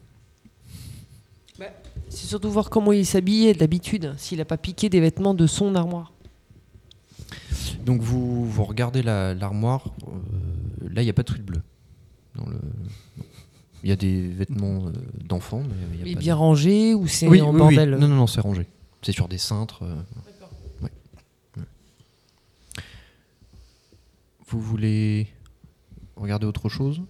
[SPEAKER 5] C'est surtout voir comment il s'habillait d'habitude, s'il n'a pas piqué des vêtements de son armoire.
[SPEAKER 1] Donc vous, vous regardez la- l'armoire. euh, là, il n'y a pas de truc bleu. Dans le, il y a des vêtements euh, d'enfants, mais il y a
[SPEAKER 5] Il est
[SPEAKER 1] pas
[SPEAKER 5] bien
[SPEAKER 1] de-
[SPEAKER 5] rangé ou c'est
[SPEAKER 1] Oui,
[SPEAKER 5] en
[SPEAKER 1] oui, oui.
[SPEAKER 5] bordel?
[SPEAKER 1] Non, non, non, c'est rangé. C'est sur des cintres. euh, ouais. Ouais. Vous voulez regarder autre chose?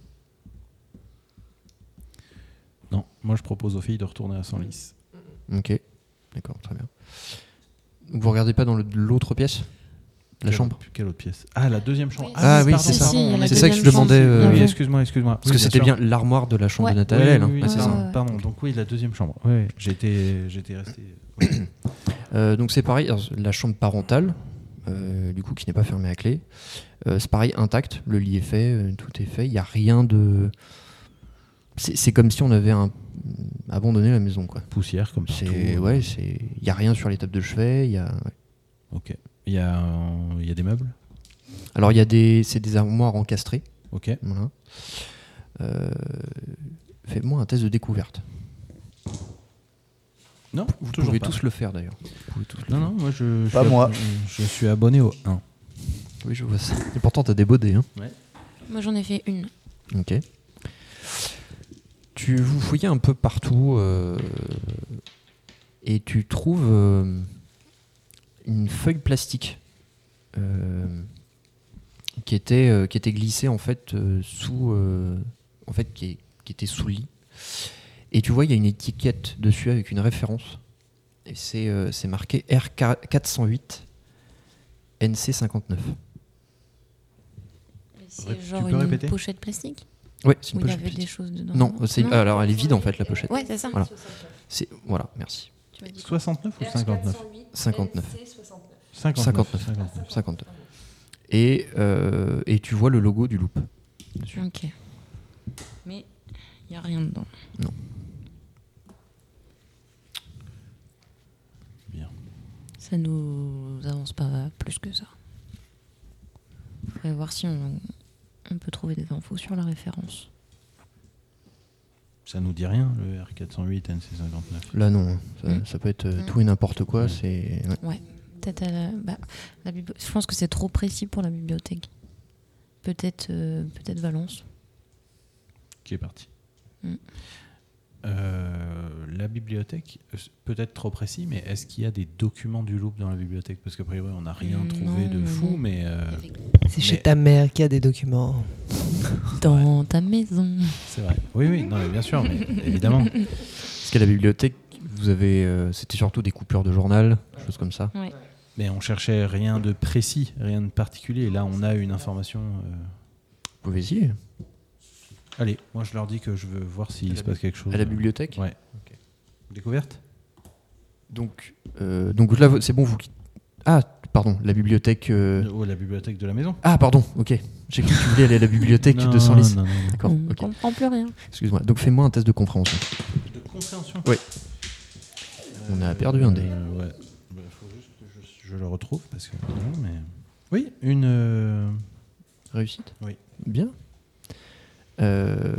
[SPEAKER 2] Non, moi je propose aux filles de retourner à Senlis.
[SPEAKER 1] Ok, d'accord, très bien. Vous regardez pas dans le- l'autre pièce? La
[SPEAKER 2] Quelle
[SPEAKER 1] chambre?
[SPEAKER 2] autre- Quelle autre pièce? Ah, la deuxième chambre.
[SPEAKER 1] Ah oui,
[SPEAKER 2] pardon,
[SPEAKER 1] c'est ça.
[SPEAKER 2] pardon,
[SPEAKER 4] Si, il y a
[SPEAKER 2] on
[SPEAKER 4] la
[SPEAKER 2] était-
[SPEAKER 1] C'est ça que je
[SPEAKER 4] deuxième
[SPEAKER 1] demandais.
[SPEAKER 4] chambre.
[SPEAKER 1] euh,
[SPEAKER 2] Oui,
[SPEAKER 4] Ah
[SPEAKER 1] oui,
[SPEAKER 4] ouais.
[SPEAKER 2] excuse-moi, excuse-moi.
[SPEAKER 1] Parce que c'était bien l'armoire de la chambre
[SPEAKER 4] Ouais.
[SPEAKER 1] de Nathanaël.
[SPEAKER 2] Oui,
[SPEAKER 1] hein.
[SPEAKER 2] oui,
[SPEAKER 1] Ouais,
[SPEAKER 2] oui,
[SPEAKER 1] c'est
[SPEAKER 2] pardon,
[SPEAKER 1] ça.
[SPEAKER 4] Ouais.
[SPEAKER 2] pardon. Donc oui, la deuxième chambre. Oui, j'étais, j'étais resté.
[SPEAKER 1] Euh, donc c'est pareil, alors, la chambre parentale, euh, du coup qui n'est pas fermée à clé, euh, c'est pareil, intact, le lit est fait, euh, tout est fait, il n'y a rien de... C'est c'est comme si on avait un... abandonné la maison, quoi.
[SPEAKER 2] Poussière comme partout.
[SPEAKER 1] C'est ouais, c'est il y a rien sur les tables de chevet, il y a ouais.
[SPEAKER 2] Ok. Il y a, euh, il y a des meubles.
[SPEAKER 1] Alors il y a des c'est des armoires encastrées,
[SPEAKER 2] Ok.
[SPEAKER 1] voilà. Euh, Faites-moi un test de découverte.
[SPEAKER 2] Non,
[SPEAKER 1] Vous
[SPEAKER 2] toujours
[SPEAKER 1] pouvez
[SPEAKER 2] pas.
[SPEAKER 1] tous le faire d'ailleurs. Vous pouvez tous le
[SPEAKER 2] Non,
[SPEAKER 1] faire.
[SPEAKER 2] non, moi je. je
[SPEAKER 3] Pas
[SPEAKER 2] suis
[SPEAKER 3] moi.
[SPEAKER 2] ab- Je suis abonné au un.
[SPEAKER 1] Oui, je vois ça. Et pourtant t'as des bodés, hein.
[SPEAKER 4] Moi j'en ai fait une.
[SPEAKER 1] Ok. Tu vous fouillez un peu partout euh, et tu trouves euh, une feuille plastique euh, qui était euh, qui était glissée en fait euh, sous euh, en fait qui, est- qui était sous le lit. Et tu vois il y a une étiquette dessus avec une référence et c'est euh, c'est marqué R quatre cent huit N C cinquante-neuf.
[SPEAKER 4] C'est
[SPEAKER 2] Tu
[SPEAKER 4] genre
[SPEAKER 2] peux
[SPEAKER 4] une
[SPEAKER 2] répéter
[SPEAKER 4] pochette plastique
[SPEAKER 1] Ouais, c'est
[SPEAKER 4] où
[SPEAKER 1] une
[SPEAKER 4] il y
[SPEAKER 1] pochette
[SPEAKER 4] avait des
[SPEAKER 1] plastique.
[SPEAKER 4] choses dedans.
[SPEAKER 1] Non, c'est, alors elle est vide en fait la pochette.
[SPEAKER 4] Ouais, c'est ça.
[SPEAKER 1] Voilà. C'est, voilà, merci.
[SPEAKER 4] Tu m'as dit quoi
[SPEAKER 2] soixante-neuf ou cinquante-neuf
[SPEAKER 1] cinquante-neuf.
[SPEAKER 2] cinquante-neuf.
[SPEAKER 1] cinquante-neuf.
[SPEAKER 2] cinquante-neuf.
[SPEAKER 1] cinquante. Et, euh, et tu vois le logo du loop dessus.
[SPEAKER 4] Ok. Mais il n'y a rien dedans.
[SPEAKER 1] Non.
[SPEAKER 2] Bien.
[SPEAKER 4] Ça nous avance pas plus que ça. Faudrait voir si on, on peut trouver des infos sur la référence.
[SPEAKER 2] Ça nous dit rien, le R quatre cent huit N C cinquante-neuf.
[SPEAKER 1] Là non, ça,
[SPEAKER 4] Mm.
[SPEAKER 1] ça peut être euh,
[SPEAKER 4] Mm.
[SPEAKER 1] tout et n'importe quoi.
[SPEAKER 2] Mm.
[SPEAKER 1] C'est ouais.
[SPEAKER 4] Ouais. Peut-être à la, bah, la bibli- je pense que c'est trop précis pour la bibliothèque. Peut-être euh, peut-être Valence.
[SPEAKER 2] Qui est parti.
[SPEAKER 4] Mm.
[SPEAKER 2] Euh, la bibliothèque, euh, peut-être trop précis, mais est-ce qu'il y a des documents du loop dans la bibliothèque? Parce qu'a priori, on n'a rien
[SPEAKER 4] Mm,
[SPEAKER 2] trouvé
[SPEAKER 4] non,
[SPEAKER 2] de
[SPEAKER 4] non,
[SPEAKER 2] fou,
[SPEAKER 4] non.
[SPEAKER 2] mais euh,
[SPEAKER 5] C'est chez
[SPEAKER 2] Mais-
[SPEAKER 5] ta mère qu'il y a des documents.
[SPEAKER 4] Dans ta maison.
[SPEAKER 2] c'est vrai. Oui, oui, non, mais bien sûr, mais évidemment.
[SPEAKER 1] Parce qu'à la bibliothèque, vous avez, euh, c'était surtout des coupures de journal, des choses comme ça.
[SPEAKER 4] Ouais.
[SPEAKER 2] Mais on cherchait rien de précis, rien de particulier. Et là, on a une information. euh,
[SPEAKER 1] Vous pouvez essayer.
[SPEAKER 2] Allez, moi je leur dis que je veux voir s'il
[SPEAKER 1] À
[SPEAKER 2] se
[SPEAKER 1] la-
[SPEAKER 2] passe quelque chose.
[SPEAKER 1] À la bibliothèque.
[SPEAKER 2] Ouais.
[SPEAKER 1] Ok.
[SPEAKER 2] Découverte?
[SPEAKER 1] Donc, euh, donc là, c'est bon, vous quittez. Ah, pardon, la bibliothèque. euh,
[SPEAKER 2] Oh, la bibliothèque de la maison.
[SPEAKER 1] Ah, pardon, ok. J'ai cru que tu voulais aller à la bibliothèque
[SPEAKER 2] Non,
[SPEAKER 1] de Senlis.
[SPEAKER 2] non, non, non.
[SPEAKER 1] D'accord,
[SPEAKER 4] On ne
[SPEAKER 1] ok.
[SPEAKER 4] comprend plus rien.
[SPEAKER 1] Excuse-moi. Donc, fais-moi un test de compréhension.
[SPEAKER 2] De compréhension.
[SPEAKER 1] Oui. On a perdu un dé.
[SPEAKER 2] Euh, ouais. Il faut juste que je, je le retrouve parce que. Non, mais... Oui, une. euh,
[SPEAKER 1] Réussite.
[SPEAKER 2] Oui.
[SPEAKER 1] Bien. Euh,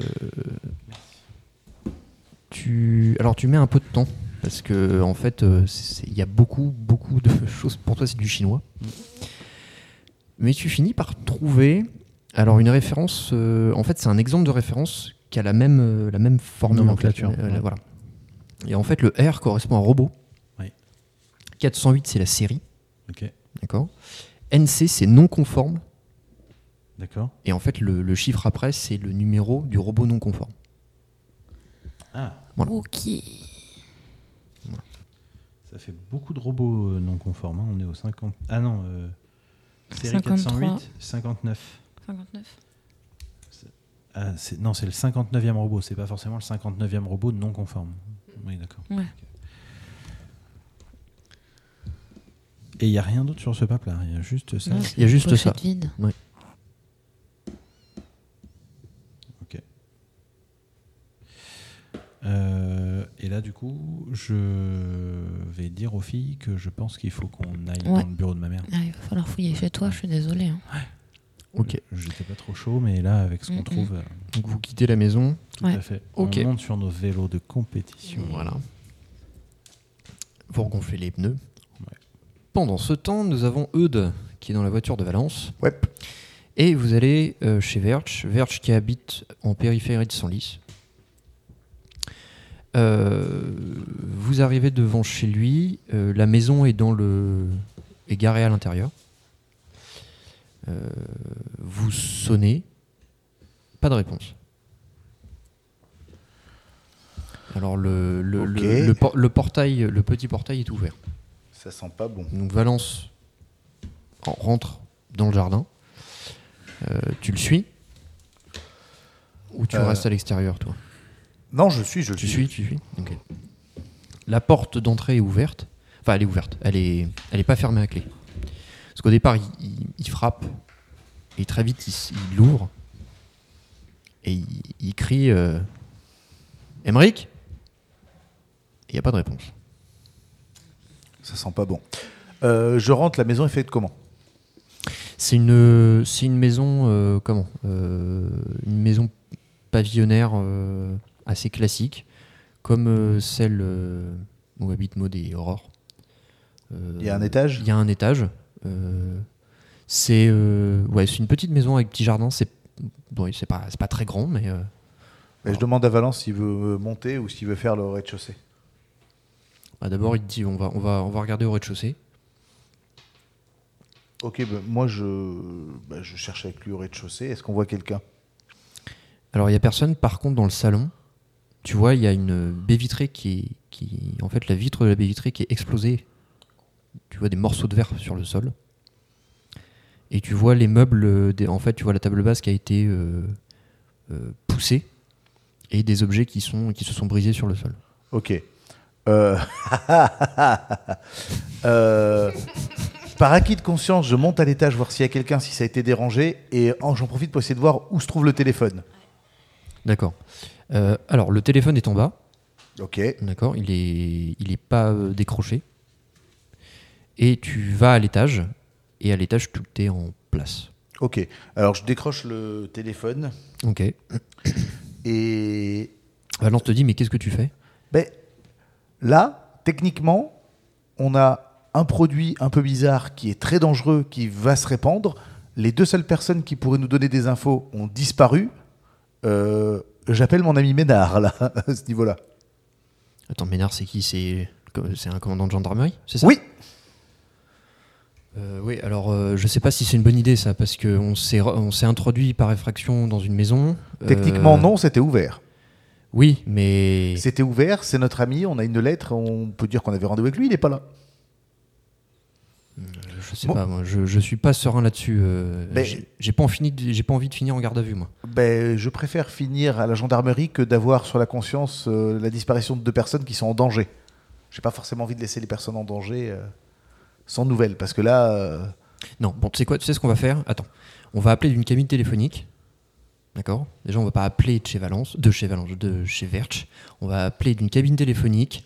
[SPEAKER 1] tu... Alors, tu mets un peu de temps. Parce que, en fait, euh, c'est- il y a beaucoup, beaucoup de choses. Pour toi, c'est du chinois.
[SPEAKER 2] Mm.
[SPEAKER 1] Mais tu finis par trouver. Alors, une référence. euh, en fait, c'est un exemple de référence qui a la même, euh, la même formule.
[SPEAKER 2] Nomenclature,
[SPEAKER 1] en fait. Euh,
[SPEAKER 2] ouais.
[SPEAKER 1] Voilà. Et en fait, le R correspond à un robot.
[SPEAKER 2] Oui.
[SPEAKER 1] quatre cent huit, c'est la série.
[SPEAKER 2] Ok,
[SPEAKER 1] D'accord. N C, c'est non conforme.
[SPEAKER 2] d'accord.
[SPEAKER 1] Et en fait, le, le chiffre après, c'est le numéro du robot non conforme.
[SPEAKER 2] Ah,
[SPEAKER 1] Voilà.
[SPEAKER 4] Ok.
[SPEAKER 2] ça fait beaucoup de robots euh, non conformes. hein. On est au cinquante. Ah non, euh, série quatre cent
[SPEAKER 4] cinquante-trois.
[SPEAKER 2] huit, cinquante-neuf.
[SPEAKER 4] cinquante-neuf.
[SPEAKER 2] Ah, c'est- non, c'est le cinquante-neuvième robot. C'est pas forcément le cinquante-neuvième robot non conforme. Oui, d'accord.
[SPEAKER 4] Ouais.
[SPEAKER 2] Et il n'y a rien d'autre sur ce pape-là. Il y a juste ça.
[SPEAKER 4] Non,
[SPEAKER 1] Il y a
[SPEAKER 4] c'est
[SPEAKER 1] juste
[SPEAKER 4] une
[SPEAKER 1] ça.
[SPEAKER 4] pochette vide.
[SPEAKER 2] Ok. Euh, et là, du coup, je vais dire aux filles que je pense qu'il faut qu'on aille
[SPEAKER 4] Ouais.
[SPEAKER 2] dans le bureau de ma mère.
[SPEAKER 4] Ah, il va falloir fouiller chez toi, je suis désolée. hein.
[SPEAKER 1] Ok.
[SPEAKER 2] J'étais pas trop chaud, mais là, avec ce qu'on
[SPEAKER 4] Mm,
[SPEAKER 2] trouve, euh,
[SPEAKER 1] Donc, vous quittez la maison.
[SPEAKER 2] tout
[SPEAKER 4] Ouais.
[SPEAKER 2] à fait.
[SPEAKER 1] Ok.
[SPEAKER 2] On monte sur nos vélos de compétition.
[SPEAKER 1] Voilà. Vous regonflez les pneus.
[SPEAKER 2] Ouais.
[SPEAKER 1] Pendant ce temps, nous avons Eudes qui est dans la voiture de Valence.
[SPEAKER 3] Ouais.
[SPEAKER 1] Et vous allez euh, chez Verge. Verge qui habite en périphérie de Senlis. Euh, vous arrivez devant chez lui. Euh, la maison est dans le est garée à l'intérieur. Euh, vous sonnez. Pas de réponse. Alors le, le, le-
[SPEAKER 3] Ok.
[SPEAKER 1] le por- le portail, le petit portail est ouvert.
[SPEAKER 3] Ça sent pas bon.
[SPEAKER 1] Donc Valence en- rentre dans le jardin. Euh, tu le suis ou tu
[SPEAKER 3] Euh,
[SPEAKER 1] restes à l'extérieur, toi?
[SPEAKER 3] Non, je suis, je
[SPEAKER 1] Tu
[SPEAKER 3] suis.
[SPEAKER 1] suis, tu suis. Ok. La porte d'entrée est ouverte. Enfin, elle est ouverte. Elle est, elle est pas fermée à clé. Parce qu'au départ, il, il- il frappe et très vite, il, s- il l'ouvre et il, il crie euh, Emmerich. Il n'y a pas de réponse.
[SPEAKER 3] Ça sent pas bon. Euh, je rentre, la maison est faite comment?
[SPEAKER 1] C'est une, c'est une maison, euh, comment Euh, Une maison pavillonnaire euh, assez classique, comme euh, celle euh, où habitent Maud et Aurore. Euh,
[SPEAKER 3] Il y a un étage?
[SPEAKER 1] Il y a un étage. Euh, c'est euh, ouais, c'est une petite maison avec petit jardin. C'est bon, c'est pas, c'est pas très grand, mais euh,
[SPEAKER 3] Mais je demande à Valence s'il veut monter ou s'il veut faire le rez-de-chaussée.
[SPEAKER 1] bah, d'abord il te dit on va, on va, on va regarder au rez-de-chaussée.
[SPEAKER 3] Ok, ben, moi je, bah, je cherche avec lui au rez-de-chaussée. Est-ce qu'on voit quelqu'un?
[SPEAKER 1] Alors il y a personne. Par contre, dans le salon, tu vois, il y a une baie vitrée qui est, qui, en fait, la vitre de la baie vitrée qui est explosée. Tu vois des morceaux de verre sur le sol. et tu vois les meubles, euh, des- en fait, tu vois la table basse qui a été euh, euh, poussée et des objets qui, sont, qui se sont brisés sur le sol.
[SPEAKER 3] Ok. Euh... euh, Par acquis de conscience, je monte à l'étage voir s'il y a quelqu'un, si ça a été dérangé, et oh, j'en profite pour essayer de voir où se trouve le téléphone.
[SPEAKER 1] D'accord. Euh, alors, le téléphone est en bas.
[SPEAKER 3] Ok.
[SPEAKER 1] D'accord, il est, il est pas euh, décroché. Et tu vas à l'étage, et à l'étage, tout est en place.
[SPEAKER 3] Ok. Alors je décroche le téléphone
[SPEAKER 1] Ok.
[SPEAKER 3] et
[SPEAKER 1] Valence te dit, mais qu'est-ce que tu fais?
[SPEAKER 3] ben, là, techniquement, on a un produit un peu bizarre qui est très dangereux, qui va se répandre. Les deux seules personnes qui pourraient nous donner des infos ont disparu. Euh, J'appelle mon ami Ménard, là, à ce niveau-là.
[SPEAKER 1] Attends, Ménard, c'est qui? C'est c'est un commandant de gendarmerie, c'est ça?
[SPEAKER 3] Oui.
[SPEAKER 1] Euh, oui, alors euh, je sais pas si c'est une bonne idée ça, parce qu'on s'est re- on s'est introduit par effraction dans une maison.
[SPEAKER 3] Techniquement,
[SPEAKER 1] Euh,
[SPEAKER 3] non, c'était ouvert.
[SPEAKER 1] Oui, mais.
[SPEAKER 3] C'était ouvert, c'est notre ami, on a une lettre, on peut dire qu'on avait rendez-vous avec lui, il n'est pas là.
[SPEAKER 1] Je sais
[SPEAKER 3] Bon.
[SPEAKER 1] pas, moi, je, je suis pas serein là-dessus. euh,
[SPEAKER 3] Mais-
[SPEAKER 1] j'ai j'ai pas, en fini de- j'ai pas envie de finir en garde à vue, moi.
[SPEAKER 3] Ben, je préfère finir à la gendarmerie que d'avoir sur la conscience euh, la disparition de deux personnes qui sont en danger. J'ai pas forcément envie de laisser les personnes en danger euh, sans nouvelles, parce que là, euh,
[SPEAKER 1] Non, bon, tu sais quoi, tu sais ce qu'on va faire? Attends, on va appeler d'une cabine téléphonique. D'accord? Déjà, on va pas appeler de chez Valence, de chez Valence, de chez Verch. On va appeler d'une cabine téléphonique.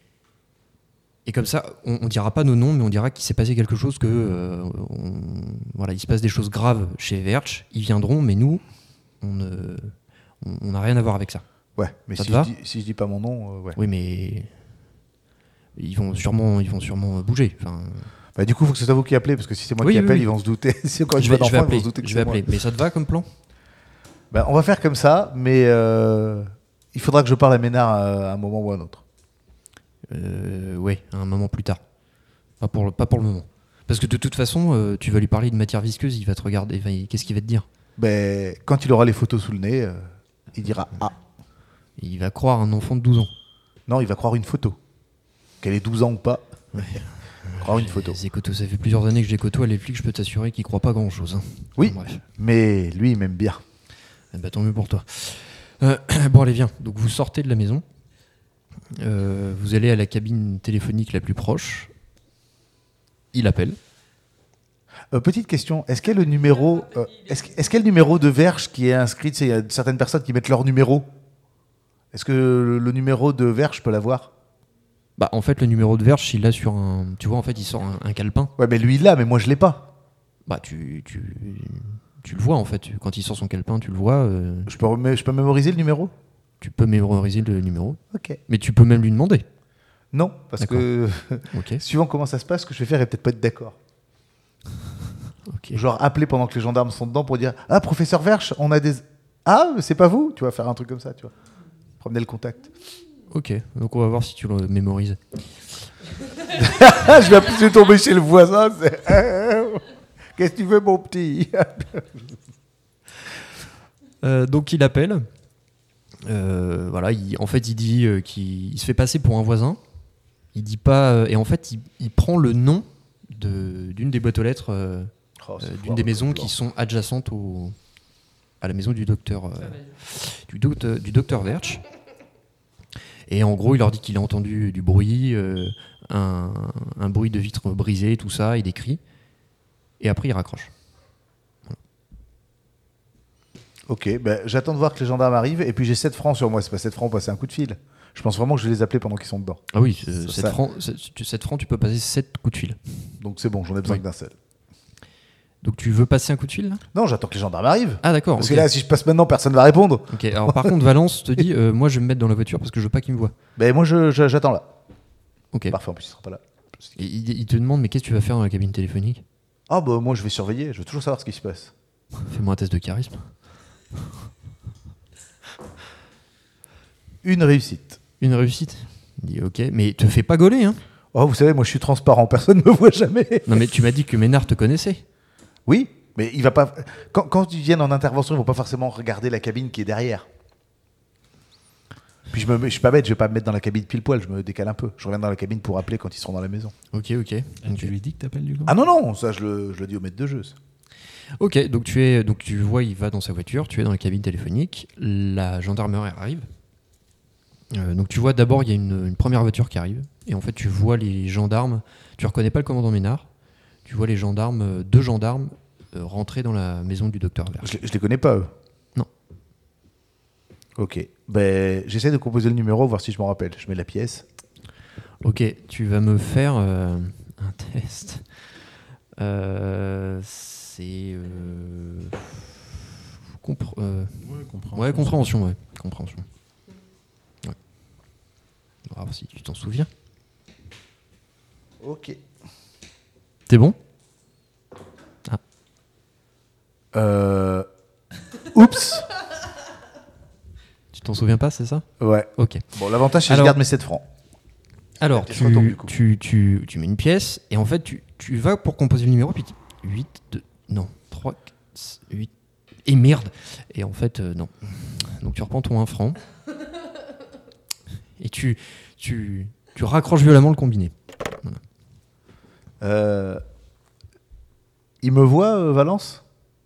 [SPEAKER 1] Et comme ça, on, on dira pas nos noms, mais on dira qu'il s'est passé quelque chose, que euh, on- voilà, il se passe des choses graves chez Verch. Ils viendront, mais nous, on ne, on on n'a rien à voir avec ça.
[SPEAKER 3] ouais, mais
[SPEAKER 1] Ça
[SPEAKER 3] si
[SPEAKER 1] te va
[SPEAKER 3] je, dis, si je dis pas mon nom, euh, ouais.
[SPEAKER 1] Oui, mais ils vont sûrement, ils vont sûrement bouger. Enfin,
[SPEAKER 3] Bah, du coup, il faut que ce soit vous qui appelez, parce que si c'est moi
[SPEAKER 1] Oui,
[SPEAKER 3] qui
[SPEAKER 1] oui,
[SPEAKER 3] appelle,
[SPEAKER 1] oui.
[SPEAKER 3] ils vont se douter. Si encore une
[SPEAKER 1] je
[SPEAKER 3] fois
[SPEAKER 1] vais, je vais
[SPEAKER 3] d'enfant, ils vont
[SPEAKER 1] appeler.
[SPEAKER 3] se douter que
[SPEAKER 1] Je vais
[SPEAKER 3] c'est moi.
[SPEAKER 1] appeler. Mais ça te va comme plan?
[SPEAKER 3] Bah, on va faire comme ça, mais euh, il faudra que je parle à Ménard à un moment ou à un autre.
[SPEAKER 1] Euh, ouais, à un moment plus tard. Pas pour le, pas pour le moment. Parce que de toute façon, euh, tu vas lui parler de matière visqueuse, il va te regarder. Enfin, il- qu'est-ce qu'il va te dire?
[SPEAKER 3] Ben, quand il aura les photos sous le nez, euh, il dira « Ah ».
[SPEAKER 1] Il va croire un enfant de douze ans.
[SPEAKER 3] Non, il va croire une photo. Qu'elle ait douze ans ou pas. Il va croire une photo.
[SPEAKER 1] Les écotos, ça fait plusieurs années que je les côtoie, les flics, je peux t'assurer qu'ils croient pas grand chose.
[SPEAKER 3] Oui.
[SPEAKER 1] Bref.
[SPEAKER 3] Mais lui, il m'aime bien.
[SPEAKER 1] Eh ben, tant mieux pour toi. Euh, bon, allez, viens. Donc, vous sortez de la maison. Euh, vous allez à la cabine téléphonique la plus proche. Il appelle.
[SPEAKER 3] Euh, petite question, est-ce qu'il y a le numéro, euh, est-ce, est-ce qu'il y a le numéro de Verge qui est inscrit? Tu sais, il y a certaines personnes qui mettent leur numéro. Est-ce que le, le numéro de Verge, je peux l'avoir?
[SPEAKER 1] Bah, en fait, le numéro de Verge, il l'a sur un. Tu vois, en fait, il sort un, un calepin.
[SPEAKER 3] Ouais, mais lui, il l'a, mais moi, je l'ai pas.
[SPEAKER 1] Bah, tu, tu, tu le vois, en fait. Quand il sort son calepin, tu le vois. euh,
[SPEAKER 3] Je peux, remé- je peux mémoriser le numéro?
[SPEAKER 1] tu peux mémoriser le numéro.
[SPEAKER 3] Ok.
[SPEAKER 1] Mais tu peux même lui demander.
[SPEAKER 3] Non, parce
[SPEAKER 1] D'accord.
[SPEAKER 3] que
[SPEAKER 1] Ok.
[SPEAKER 3] suivant comment ça se passe, ce que je vais faire, et peut-être pas être d'accord.
[SPEAKER 1] Ok.
[SPEAKER 3] Genre appeler pendant que les gendarmes sont dedans pour dire « Ah, professeur Verge, on a des... Ah, c'est pas vous ?» Tu vas faire un truc comme ça, tu vois. Promener le contact.
[SPEAKER 1] Ok. Donc, on va voir si tu le mémorises.
[SPEAKER 3] Ah, je vais je vais tomber chez le voisin. c'est- Qu'est-ce que tu veux, mon petit?
[SPEAKER 1] Euh, donc il appelle. Euh, voilà, il- en fait, il dit euh, qu'il il se fait passer pour un voisin. Il dit pas. euh, et en fait, il, il prend le nom de- d'une des boîtes aux lettres, euh,
[SPEAKER 3] Oh, c'est
[SPEAKER 1] euh,
[SPEAKER 3] fort,
[SPEAKER 1] d'une des
[SPEAKER 3] le
[SPEAKER 1] maisons
[SPEAKER 3] plan.
[SPEAKER 1] qui sont adjacentes au, à la maison du docteur, euh, du, docteur du docteur Verch. Et en gros, il leur dit qu'il a entendu du bruit, euh, un, un bruit de vitre brisée, tout ça, et des cris. Et après, il raccroche.
[SPEAKER 3] Ok, ben, j'attends de voir que les gendarmes arrivent et puis j'ai sept francs sur moi. C'est pas sept francs pour passer un coup de fil. Je pense vraiment que je vais les appeler pendant qu'ils sont dedans.
[SPEAKER 1] Ah oui, euh,
[SPEAKER 3] Ça-
[SPEAKER 1] sept
[SPEAKER 3] ça-
[SPEAKER 1] francs, sept- sept francs, tu peux passer sept coups de fil.
[SPEAKER 3] Donc c'est bon, j'en ai besoin
[SPEAKER 1] Oui.
[SPEAKER 3] que d'un seul.
[SPEAKER 1] Donc tu veux passer un coup de fil là?
[SPEAKER 3] Non, j'attends que les gendarmes arrivent.
[SPEAKER 1] Ah d'accord.
[SPEAKER 3] Parce
[SPEAKER 1] ok.
[SPEAKER 3] que là, si je passe maintenant, personne va répondre.
[SPEAKER 1] Ok, alors par contre, Valence te dit euh, moi je vais me mettre dans la voiture parce que je veux pas qu'il me voie.
[SPEAKER 3] Ben moi, je- je- j'attends là.
[SPEAKER 1] Ok.
[SPEAKER 3] Parfait, en plus, il sera pas là.
[SPEAKER 1] Et il, il te demande mais qu'est-ce que tu vas faire dans la cabine téléphonique?
[SPEAKER 3] Ah bah moi, je vais surveiller. Je veux toujours savoir ce qui se passe.
[SPEAKER 1] Fais-moi un test de charisme.
[SPEAKER 3] Une réussite.
[SPEAKER 1] Une réussite. Il dit ok, mais te fais pas gauler hein.
[SPEAKER 3] Oh, vous savez, moi, je suis transparent. Personne ne me voit jamais.
[SPEAKER 1] Non mais tu m'as dit que Ménard te connaissait.
[SPEAKER 3] Oui, mais il va pas. Quand, quand ils viennent en intervention, ils vont pas forcément regarder la cabine qui est derrière. Puis je me, mets- je suis pas bête, je vais pas me mettre dans la cabine pile poil. Je me décale un peu. Je reviens dans la cabine pour appeler quand ils seront dans la maison.
[SPEAKER 1] Ok, ok.
[SPEAKER 2] Et tu lui dis que t'appelles du coup
[SPEAKER 3] Ah non non, ça je le, je le dis au maître de jeu. ça.
[SPEAKER 1] Ok, donc tu es, donc tu vois, il va dans sa voiture, tu es dans la cabine téléphonique, la gendarmerie arrive. Euh, donc tu vois d'abord il y a une, une première voiture qui arrive, et en fait tu vois les gendarmes, tu reconnais pas le commandant Ménard, tu vois les gendarmes, euh, deux gendarmes euh, rentrer dans la maison du docteur Vert.
[SPEAKER 3] Je, je les connais pas, eux.
[SPEAKER 1] Non.
[SPEAKER 3] Ok. Ben, j'essaie de composer le numéro, voir si je m'en rappelle. Je mets la pièce.
[SPEAKER 1] Ok, tu vas me faire euh, un test. Euh, c'est euh, compr- euh,
[SPEAKER 2] Ouais, compréhension.
[SPEAKER 1] ouais, compréhension, ouais, compréhension. Ouais. On va voir si tu t'en souviens.
[SPEAKER 3] Ok.
[SPEAKER 1] T'es bon?
[SPEAKER 3] Euh... Oups.
[SPEAKER 1] Tu t'en souviens pas, c'est ça?
[SPEAKER 3] Ouais.
[SPEAKER 1] Ok.
[SPEAKER 3] Bon, l'avantage, c'est que je
[SPEAKER 1] Alors-
[SPEAKER 3] garde mes sept francs.
[SPEAKER 1] Alors,
[SPEAKER 3] La pièce retombe,
[SPEAKER 1] tu,
[SPEAKER 3] du coup.
[SPEAKER 1] tu, tu, tu mets une pièce et en fait, tu, tu vas pour composer le numéro, puis huit, deux, non, trois, quatre, huit, et merde. Et en fait, euh, non. Donc, tu reprends ton un franc et tu, tu, tu raccroches violemment le combiné.
[SPEAKER 3] Euh... Il me voit, euh, Valence?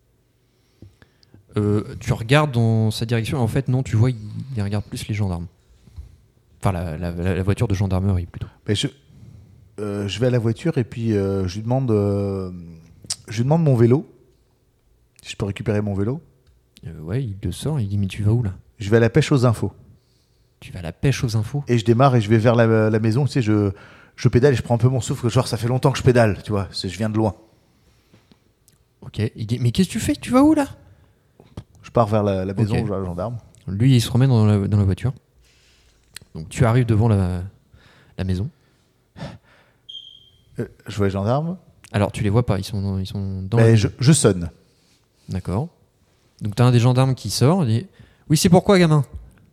[SPEAKER 1] Euh, tu regardes dans sa direction et en fait, non, tu vois, il, il regarde plus les gendarmes. Enfin, la, la, la- la voiture de gendarmerie plutôt.
[SPEAKER 3] Ben, je... euh, je vais à la voiture et puis euh, je lui demande, euh, je lui demande mon vélo. Si je peux récupérer mon vélo.
[SPEAKER 1] Euh, ouais, il le sort, il dit, mais tu vas où là?
[SPEAKER 3] Je vais à la pêche aux infos.
[SPEAKER 1] Tu vas à la pêche aux infos?
[SPEAKER 3] Et je démarre et je vais vers la, la maison. Tu sais, je, je pédale et je prends un peu mon souffle. Genre, ça fait longtemps que je pédale, tu vois. C'est- Je viens de loin.
[SPEAKER 1] Ok, il dit, mais qu'est-ce que tu fais? Tu vas où là?
[SPEAKER 3] Je pars vers la, la maison,
[SPEAKER 1] Ok.
[SPEAKER 3] je vais à la gendarme.
[SPEAKER 1] Lui, il se remet dans la, dans la voiture. Donc tu arrives devant la, la maison.
[SPEAKER 3] Euh, je vois les gendarmes.
[SPEAKER 1] Alors tu les vois pas, ils sont dans, ils sont dans
[SPEAKER 3] Ben,
[SPEAKER 1] la
[SPEAKER 3] je,
[SPEAKER 1] maison.
[SPEAKER 3] je sonne.
[SPEAKER 1] D'accord. Donc t'as un des gendarmes qui sort, il dit oui, c'est pourquoi, gamin?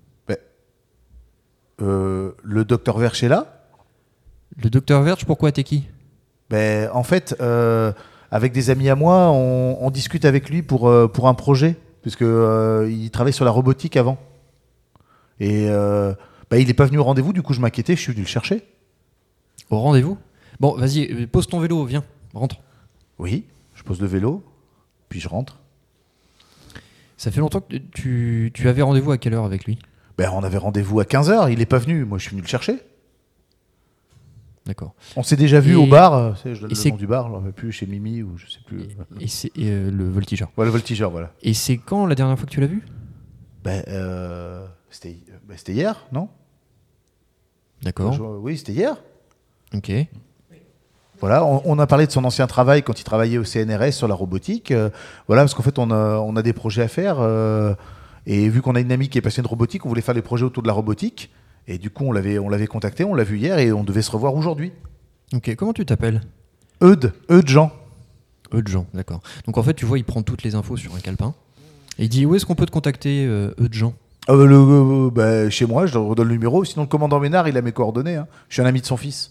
[SPEAKER 3] Euh, le docteur Verche est là.
[SPEAKER 1] Le docteur Verge, pourquoi t'es qui?
[SPEAKER 3] Ben, en fait, euh, avec des amis à moi, on, on discute avec lui pour, euh, pour un projet, puisque euh, il travaille sur la robotique avant. Et euh, ben, il n'est pas venu au rendez-vous, du coup je m'inquiétais, je suis venu le chercher.
[SPEAKER 1] Au rendez-vous? Bon, vas-y, euh, pose ton vélo, viens, rentre.
[SPEAKER 3] Oui, je pose le vélo, puis je rentre.
[SPEAKER 1] Ça fait longtemps que tu, tu avais rendez-vous à quelle heure avec lui?
[SPEAKER 3] Ben, on avait rendez-vous à quinze heures, il n'est pas venu, moi je suis venu le chercher.
[SPEAKER 1] D'accord.
[SPEAKER 3] On s'est déjà vu
[SPEAKER 1] Et-
[SPEAKER 3] au bar, euh, tu sais, je donne
[SPEAKER 1] et
[SPEAKER 3] le
[SPEAKER 1] c'est-
[SPEAKER 3] nom du bar, je ne plus, chez Mimi ou je sais plus.
[SPEAKER 1] Et, et c'est et, euh, le voltigeur.
[SPEAKER 3] Ouais, le voltigeur, voilà.
[SPEAKER 1] Et c'est quand la dernière fois que tu l'as vu?
[SPEAKER 3] Ben, euh, c'était ben, c'était hier, non?
[SPEAKER 1] D'accord.
[SPEAKER 3] Je- Oui, c'était hier.
[SPEAKER 1] Ok.
[SPEAKER 3] Voilà, on, on a parlé de son ancien travail quand il travaillait au C N R S sur la robotique. euh, voilà, parce qu'en fait, on a, on a des projets à faire. euh, et vu qu'on a une amie qui est passionnée de robotique, on voulait faire des projets autour de la robotique. Et du coup, on l'avait, on l'avait contacté, on l'a vu hier et on devait se revoir aujourd'hui.
[SPEAKER 1] Ok, comment tu t'appelles?
[SPEAKER 3] Eudes, Eudes Jean.
[SPEAKER 1] Eux de gens, d'accord. Donc en fait, tu vois, il prend toutes les infos sur un calepin. Et il dit où est-ce qu'on peut te contacter, euh, eux de gens?
[SPEAKER 3] Euh, le, euh, bah, chez moi, je leur redonne le numéro. Sinon, le commandant Ménard, il a mes coordonnées. hein. Je suis un ami de son fils.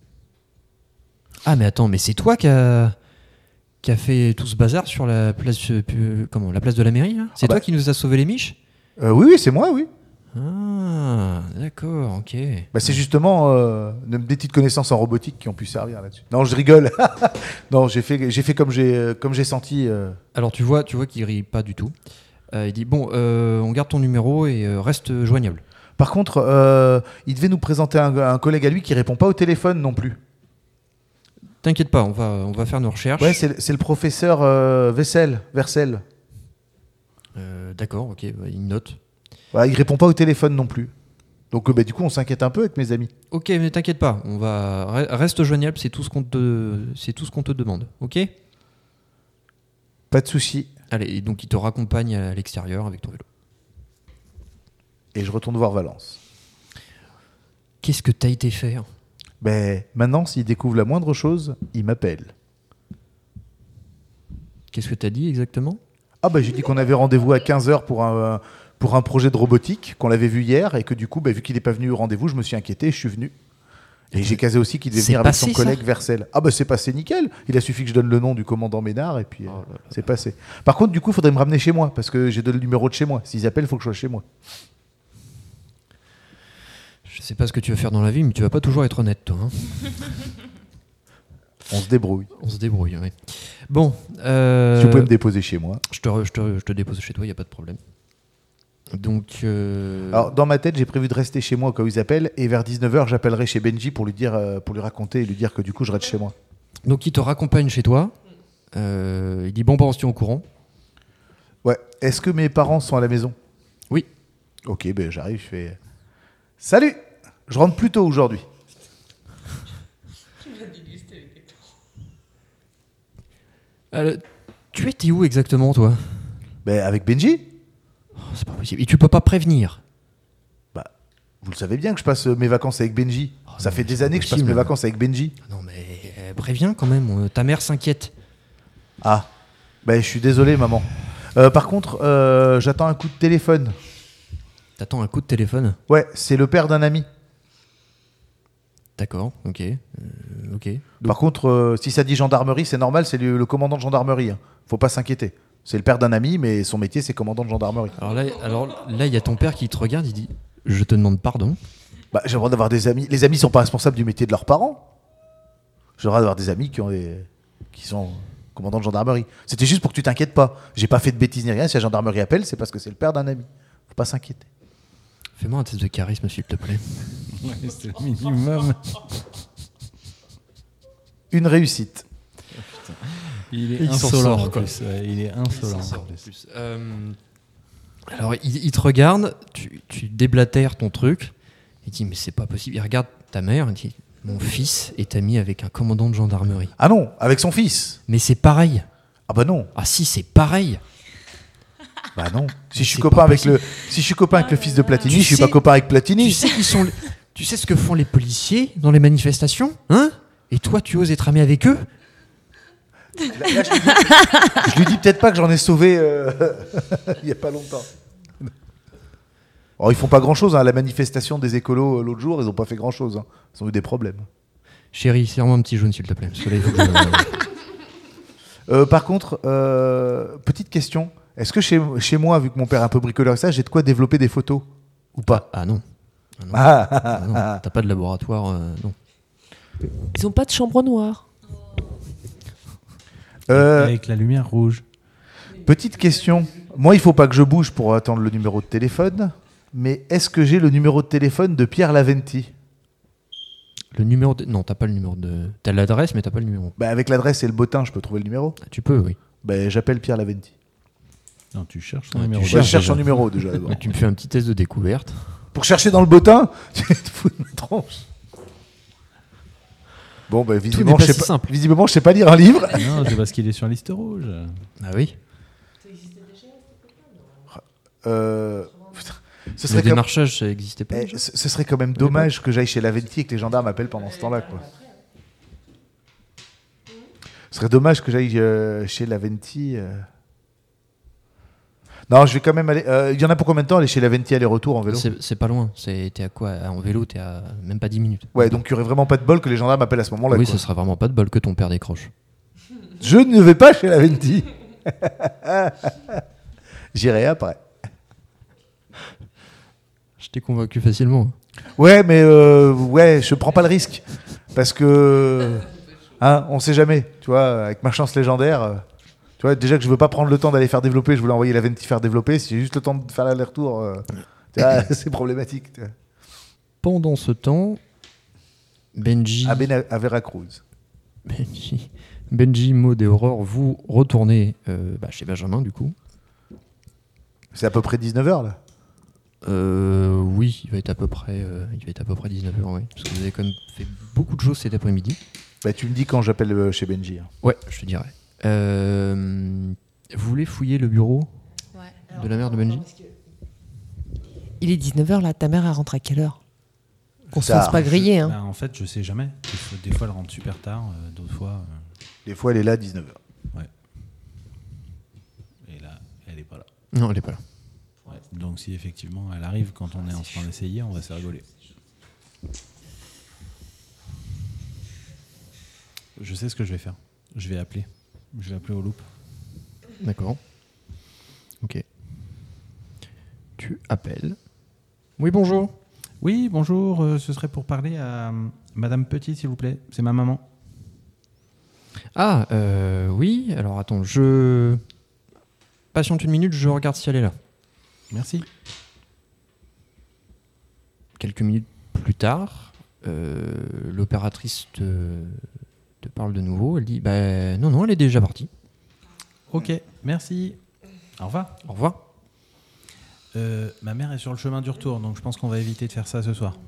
[SPEAKER 1] Ah mais attends, mais c'est toi qui a qui a fait tout ce bazar sur la place euh, pu- comment la place de la mairie là? C'est
[SPEAKER 3] Ah
[SPEAKER 1] toi
[SPEAKER 3] bah.
[SPEAKER 1] qui nous a sauvé les miches?
[SPEAKER 3] Euh, oui, oui, c'est moi, oui.
[SPEAKER 1] Ah d'accord, ok.
[SPEAKER 3] Bah, c'est justement euh, de- des petites connaissances en robotique qui ont pu servir là-dessus. Non, je rigole. non, j'ai fait, j'ai fait comme j'ai, euh, comme j'ai senti. euh.
[SPEAKER 1] Alors tu vois, tu vois qu'il rit pas du tout. Euh, il dit bon, euh, on garde ton numéro et euh, reste joignable.
[SPEAKER 3] Par contre, euh, il devait nous présenter un, un collègue à lui qui répond pas au téléphone non plus.
[SPEAKER 1] T'inquiète pas, on va on va faire nos recherches.
[SPEAKER 3] Ouais, c'est, c'est le professeur euh, Vessel, Versel.
[SPEAKER 1] Euh, d'accord, ok, bah, il note.
[SPEAKER 3] Voilà, il répond pas au téléphone non plus. Donc euh, bah, du coup, on s'inquiète un peu avec mes amis.
[SPEAKER 1] Ok, mais t'inquiète pas, on va re- reste joignable, c'est tout ce qu'on te c'est tout ce qu'on te demande, ok?
[SPEAKER 3] Pas de souci.
[SPEAKER 1] Allez, et donc il te raccompagne à l'extérieur avec ton vélo.
[SPEAKER 3] Et je retourne voir Valence.
[SPEAKER 1] Qu'est-ce que t'as été faire?
[SPEAKER 3] Ben, maintenant, s'il découvre la moindre chose, il m'appelle.
[SPEAKER 1] Qu'est-ce que t'as dit exactement?
[SPEAKER 3] Ah bah j'ai dit qu'on avait rendez-vous à quinze heures pour un, pour un projet de robotique, qu'on l'avait vu hier, et que du coup, bah, vu qu'il n'est pas venu au rendez-vous, je me suis inquiété, je suis venu. Et j'ai casé aussi qu'il devait
[SPEAKER 1] C'est
[SPEAKER 3] venir avec
[SPEAKER 1] passé,
[SPEAKER 3] son
[SPEAKER 1] ça
[SPEAKER 3] collègue Versel. Ah bah c'est passé nickel. Il a suffi que je donne le nom du commandant Ménard et puis euh,
[SPEAKER 1] Oh là là.
[SPEAKER 3] c'est passé. Par contre, du coup, il faudrait me ramener chez moi parce que j'ai donné le numéro de chez moi. S'ils appellent, il faut que je sois chez moi.
[SPEAKER 1] Je sais pas ce que tu vas faire dans la vie, mais tu vas pas toujours être honnête, toi. hein.
[SPEAKER 3] On se débrouille.
[SPEAKER 1] On se débrouille, oui. Bon, euh,
[SPEAKER 3] Si vous pouvez me déposer chez moi.
[SPEAKER 1] je, te, re- je, te, je te dépose chez toi, il n'y a pas de problème. Donc, euh,
[SPEAKER 3] Alors, dans ma tête, j'ai prévu de rester chez moi au cas où ils appellent. Et vers dix-neuf heures, j'appellerai chez Benji pour lui, dire, euh, pour lui raconter et lui dire que du coup, je reste chez moi.
[SPEAKER 1] donc, il te raccompagne chez toi. Euh, il dit bon, bah, on se tient au courant.
[SPEAKER 3] Ouais. Est-ce que mes parents sont à la maison?
[SPEAKER 1] Oui.
[SPEAKER 3] Ok, ben j'arrive, je fais. Salut! Je rentre plus tôt aujourd'hui.
[SPEAKER 1] Euh, tu étais où exactement, toi?
[SPEAKER 3] Ben avec Benji?
[SPEAKER 1] Oh, c'est pas possible. Et tu peux pas prévenir?
[SPEAKER 3] Bah, vous le savez bien que je passe euh, mes vacances avec Benji.
[SPEAKER 1] Oh
[SPEAKER 3] Ça
[SPEAKER 1] non,
[SPEAKER 3] fait
[SPEAKER 1] mais
[SPEAKER 3] des
[SPEAKER 1] c'est
[SPEAKER 3] années
[SPEAKER 1] pas
[SPEAKER 3] que je passe
[SPEAKER 1] possible.
[SPEAKER 3] mes vacances avec Benji.
[SPEAKER 1] Non, mais euh, préviens quand même. euh, Ta mère s'inquiète.
[SPEAKER 3] Ah, ben je suis désolé, maman. Euh, par contre, euh, j'attends un coup de téléphone.
[SPEAKER 1] T'attends un coup de téléphone?
[SPEAKER 3] Ouais, c'est le père d'un ami.
[SPEAKER 1] D'accord, ok. euh, ok.
[SPEAKER 3] Par contre, euh, si ça dit gendarmerie, c'est normal, c'est le, le commandant de gendarmerie. Hein. Faut pas s'inquiéter. C'est le père d'un ami, mais son métier, c'est commandant de gendarmerie.
[SPEAKER 1] Alors là, alors là, il y a ton père qui te regarde, il dit je te demande pardon.
[SPEAKER 3] Bah, j'ai le droit d'avoir des amis. Les amis sont pas responsables du métier de leurs parents. J'ai le droit d'avoir des amis qui, ont des... qui sont commandants de gendarmerie. C'était juste pour que tu t'inquiètes pas. J'ai pas fait de bêtises ni rien. Si la gendarmerie appelle, c'est parce que c'est le père d'un ami. Faut pas s'inquiéter.
[SPEAKER 1] Fais-moi un test de charisme, s'il te plaît.
[SPEAKER 2] Ouais, c'est le minimum.
[SPEAKER 3] Une réussite.
[SPEAKER 2] Il est
[SPEAKER 1] Il s'en
[SPEAKER 2] insolent
[SPEAKER 1] sort,
[SPEAKER 2] en
[SPEAKER 1] quoi.
[SPEAKER 2] plus. Ouais, il est insolent en
[SPEAKER 1] En
[SPEAKER 2] plus.
[SPEAKER 1] plus. Euh, alors, il, il te regarde, tu, tu déblatères ton truc. Il dit mais c'est pas possible. Il regarde ta mère, il dit mon fils est ami avec un commandant de gendarmerie.
[SPEAKER 3] Ah non, avec son fils.
[SPEAKER 1] Mais c'est pareil.
[SPEAKER 3] Ah bah non.
[SPEAKER 1] Ah si, c'est pareil.
[SPEAKER 3] Bah non. Si je suis
[SPEAKER 1] c'est
[SPEAKER 3] copain
[SPEAKER 1] pas
[SPEAKER 3] avec
[SPEAKER 1] possible.
[SPEAKER 3] le, si je suis copain avec le fils de Platini,
[SPEAKER 1] Tu
[SPEAKER 3] je suis
[SPEAKER 1] sais-
[SPEAKER 3] pas copain avec Platini.
[SPEAKER 1] Tu sais qui sont les- Tu sais ce que font les policiers dans les manifestations, hein? Et toi, tu oses être ami avec eux?
[SPEAKER 3] Là, là, je lui dis, je lui dis peut-être pas que j'en ai sauvé euh, il y a pas longtemps. Alors, ils font pas grand chose. Hein. La manifestation des écolos euh, l'autre jour, ils ont pas fait grand chose. Hein. Ils ont eu des problèmes.
[SPEAKER 1] Chérie, serre-moi un petit jaune, s'il te plaît. Parce que là, il faut que je-
[SPEAKER 3] Euh, par contre, euh, petite question. Est-ce que chez, chez moi, vu que mon père est un peu bricoleur et ça, j'ai de quoi développer des photos ou pas?
[SPEAKER 1] Ah non. Ah non.
[SPEAKER 3] Ah, ah,
[SPEAKER 1] Ah non.
[SPEAKER 3] ah.
[SPEAKER 1] T'as pas de laboratoire, euh, non.
[SPEAKER 5] Ils ont pas de chambre noire.
[SPEAKER 3] Euh,
[SPEAKER 2] Avec la lumière rouge.
[SPEAKER 3] Petite question. Moi, il faut pas que je bouge pour attendre le numéro de téléphone. Mais est-ce que j'ai le numéro de téléphone de Pierre Laventi?
[SPEAKER 1] Le numéro de... Non, t'as pas le numéro de... T'as l'adresse, mais t'as pas le numéro.
[SPEAKER 3] Bah, avec l'adresse et le bottin, je peux trouver le numéro.
[SPEAKER 1] Ah, tu peux, oui.
[SPEAKER 3] Bah, j'appelle Pierre Laventi.
[SPEAKER 2] Non, tu cherches son
[SPEAKER 1] Ouais,
[SPEAKER 2] numéro.
[SPEAKER 1] tu
[SPEAKER 3] Ouais, je
[SPEAKER 1] cherches
[SPEAKER 3] cherche
[SPEAKER 1] déjà.
[SPEAKER 3] son numéro déjà. d'abord.
[SPEAKER 1] Ouais, tu me fais un petit test de découverte.
[SPEAKER 3] Pour chercher dans le bottin, tu te fous de ma tronche. Bon, bah, visiblement,
[SPEAKER 1] n'est pas
[SPEAKER 3] je sais
[SPEAKER 1] si
[SPEAKER 3] pas,
[SPEAKER 1] simple.
[SPEAKER 3] visiblement, je sais pas lire un livre.
[SPEAKER 2] Non, c'est parce qu'il est sur liste rouge.
[SPEAKER 1] Ah oui.
[SPEAKER 3] Euh, putain, ce,
[SPEAKER 1] Le
[SPEAKER 3] serait comme-
[SPEAKER 1] démarchage, ça existait pas.
[SPEAKER 3] eh,
[SPEAKER 1] déjà
[SPEAKER 3] ce ce serait quand même dommage que j'aille chez Laventi et que les gendarmes appellent pendant ce temps-là. Quoi. Ce serait dommage que j'aille euh, chez Laventi. euh. Non, je vais quand même aller. euh, Il y en a pour combien de temps aller chez Laventi aller-retour en vélo?
[SPEAKER 1] C'est c'est pas loin. C'est- T'es à quoi? En vélo, t'es à même pas dix minutes.
[SPEAKER 3] Ouais, donc il y aurait vraiment pas de bol que les gendarmes appellent à ce moment-là.
[SPEAKER 1] oui,
[SPEAKER 3] quoi.
[SPEAKER 1] ce sera vraiment pas de bol que ton père décroche.
[SPEAKER 3] Je ne vais pas chez Laventi. J'irai après.
[SPEAKER 1] Je t'ai convaincu facilement.
[SPEAKER 3] Ouais, mais euh, ouais, je prends pas le risque parce que hein, on sait jamais. Tu vois, avec ma chance légendaire, euh, tu vois, déjà que je veux pas prendre le temps d'aller faire développer, je voulais envoyer la Venti faire développer. Si j'ai juste le temps de faire l'aller-retour, euh, tu vois, c'est problématique. Tu vois.
[SPEAKER 1] Pendant ce temps, Benji,
[SPEAKER 3] À, Bena- à Veracruz.
[SPEAKER 1] Benji, Benji, Maud et Aurore, vous retournez euh, bah, chez Benjamin du coup.
[SPEAKER 3] C'est à peu près dix-neuf heures là.
[SPEAKER 1] Euh, oui, il va être à peu près, euh, il va être à peu près dix-neuf heures, oui. Parce que vous avez quand même fait beaucoup de choses cet après-midi.
[SPEAKER 3] Bah, tu me dis quand j'appelle euh, chez Benji. hein.
[SPEAKER 1] Ouais, je te dirai. Euh, vous voulez fouiller le bureau
[SPEAKER 4] Ouais.
[SPEAKER 1] de la mère de Benji?
[SPEAKER 5] Il est dix-neuf heures là, ta mère elle rentre à quelle heure? Qu'on se
[SPEAKER 3] Tard.
[SPEAKER 5] fasse pas griller, hein.
[SPEAKER 2] Bah, en fait, je sais jamais. Des fois, des fois, elle rentre super tard, euh, d'autres fois. euh,
[SPEAKER 3] Des fois, elle est là à dix-neuf heures.
[SPEAKER 2] et là, elle est pas là.
[SPEAKER 1] Non, elle est pas là.
[SPEAKER 2] Ouais. Donc, si effectivement elle arrive quand on est en train d'essayer, on va se rigoler. Je sais ce que je vais faire. Je vais appeler. Je vais appeler au loop.
[SPEAKER 1] D'accord. Ok. Tu appelles. Oui, bonjour.
[SPEAKER 2] Oui, bonjour. euh, ce serait pour parler à euh, Madame Petit, s'il vous plaît. C'est ma maman.
[SPEAKER 1] Ah, euh, oui. Alors attends, je patiente une minute, je regarde si elle est là.
[SPEAKER 2] Merci.
[SPEAKER 1] Quelques minutes plus tard, euh, l'opératrice te, te parle de nouveau. Elle dit, bah non, non, elle est déjà partie.
[SPEAKER 2] Ok, merci. Au revoir.
[SPEAKER 1] Au revoir.
[SPEAKER 2] Euh, ma mère est sur le chemin du retour, donc je pense qu'on va éviter de faire ça ce soir.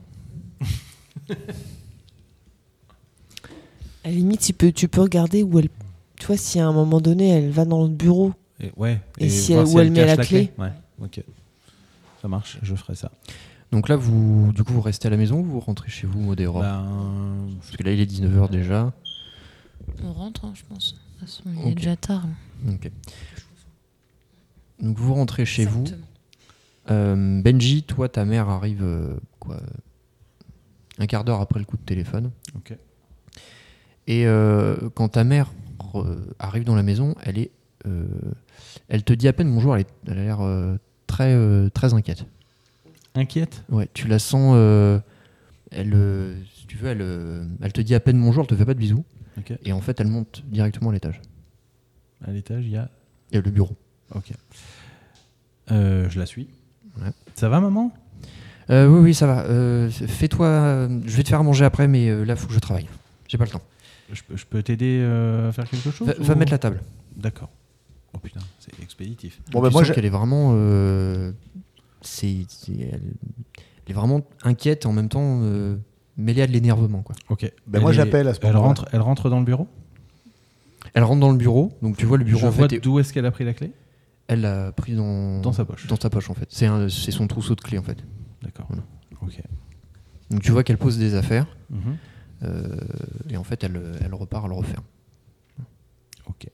[SPEAKER 5] À la limite, tu peux, tu peux regarder où elle. Tu vois, si à un moment donné, elle va dans le bureau.
[SPEAKER 2] Et, ouais,
[SPEAKER 5] Et si
[SPEAKER 2] voir
[SPEAKER 5] elle- où elle met
[SPEAKER 2] cache
[SPEAKER 5] la clé.
[SPEAKER 2] Ouais, ok. Ça marche, je ferai ça.
[SPEAKER 1] Donc là, vous, du coup, vous restez à la maison ou vous rentrez chez vous, Maud et Aurore
[SPEAKER 2] Ben,
[SPEAKER 1] Parce que là, il est dix-neuf heures déjà.
[SPEAKER 4] On rentre, hein, je pense. De toute façon, il
[SPEAKER 1] Ok.
[SPEAKER 4] est déjà tard. là.
[SPEAKER 1] Ok. Donc vous rentrez chez vous.
[SPEAKER 4] Exactement.
[SPEAKER 1] Euh, Benji, toi, ta mère arrive euh, quoi, un quart d'heure après le coup de téléphone.
[SPEAKER 2] ok.
[SPEAKER 1] Et euh, quand ta mère re- arrive dans la maison, elle est, euh, elle te dit à peine bonjour. Elle, est- elle a l'air euh, très, euh, très inquiète.
[SPEAKER 2] Inquiète.
[SPEAKER 1] Ouais, tu la sens. euh, elle, euh, si tu veux, elle, euh, elle te dit à peine bonjour. Elle te fait pas de bisous.
[SPEAKER 2] Ok.
[SPEAKER 1] Et en fait, elle monte directement à l'étage.
[SPEAKER 2] À l'étage, il y a.
[SPEAKER 1] Il y a le bureau.
[SPEAKER 2] Ok. Euh, je la suis.
[SPEAKER 1] Ouais.
[SPEAKER 2] Ça va, maman?
[SPEAKER 1] Euh, oui, oui, ça va. Euh, fais-toi. euh, je vais te faire à manger après, mais euh, là, faut que je travaille. J'ai pas le temps.
[SPEAKER 2] Je peux, je peux t'aider euh, à faire quelque chose?
[SPEAKER 1] Va,
[SPEAKER 2] ou-
[SPEAKER 1] va mettre la table.
[SPEAKER 2] D'accord. Oh putain, c'est expéditif.
[SPEAKER 3] Bon,
[SPEAKER 1] Tu
[SPEAKER 3] bah, moi,
[SPEAKER 1] sens
[SPEAKER 3] j'ai-
[SPEAKER 1] qu'elle est vraiment. euh, c'est, c'est- elle, elle est vraiment inquiète et en même temps euh, mêlée à de l'énervement, quoi.
[SPEAKER 2] Ok.
[SPEAKER 3] Ben, moi,
[SPEAKER 2] Elle est-
[SPEAKER 3] j'appelle à ce
[SPEAKER 2] Elle
[SPEAKER 3] moment-là.
[SPEAKER 2] rentre, elle rentre dans le bureau?
[SPEAKER 1] Elle rentre dans le bureau, donc tu vois le bureau
[SPEAKER 2] Je
[SPEAKER 1] en
[SPEAKER 2] vois
[SPEAKER 1] fait. est-
[SPEAKER 2] d'où est-ce qu'elle a pris la clé?
[SPEAKER 1] Elle l'a pris dans
[SPEAKER 2] Dans sa poche.
[SPEAKER 1] Dans sa poche en fait. C'est, un- c'est son trousseau de clés en fait.
[SPEAKER 2] D'accord.
[SPEAKER 1] Voilà.
[SPEAKER 2] Ok.
[SPEAKER 1] Donc tu vois qu'elle pose des affaires
[SPEAKER 2] Mhm.
[SPEAKER 1] euh, et en fait elle, elle repart, elle referme.
[SPEAKER 2] Ok.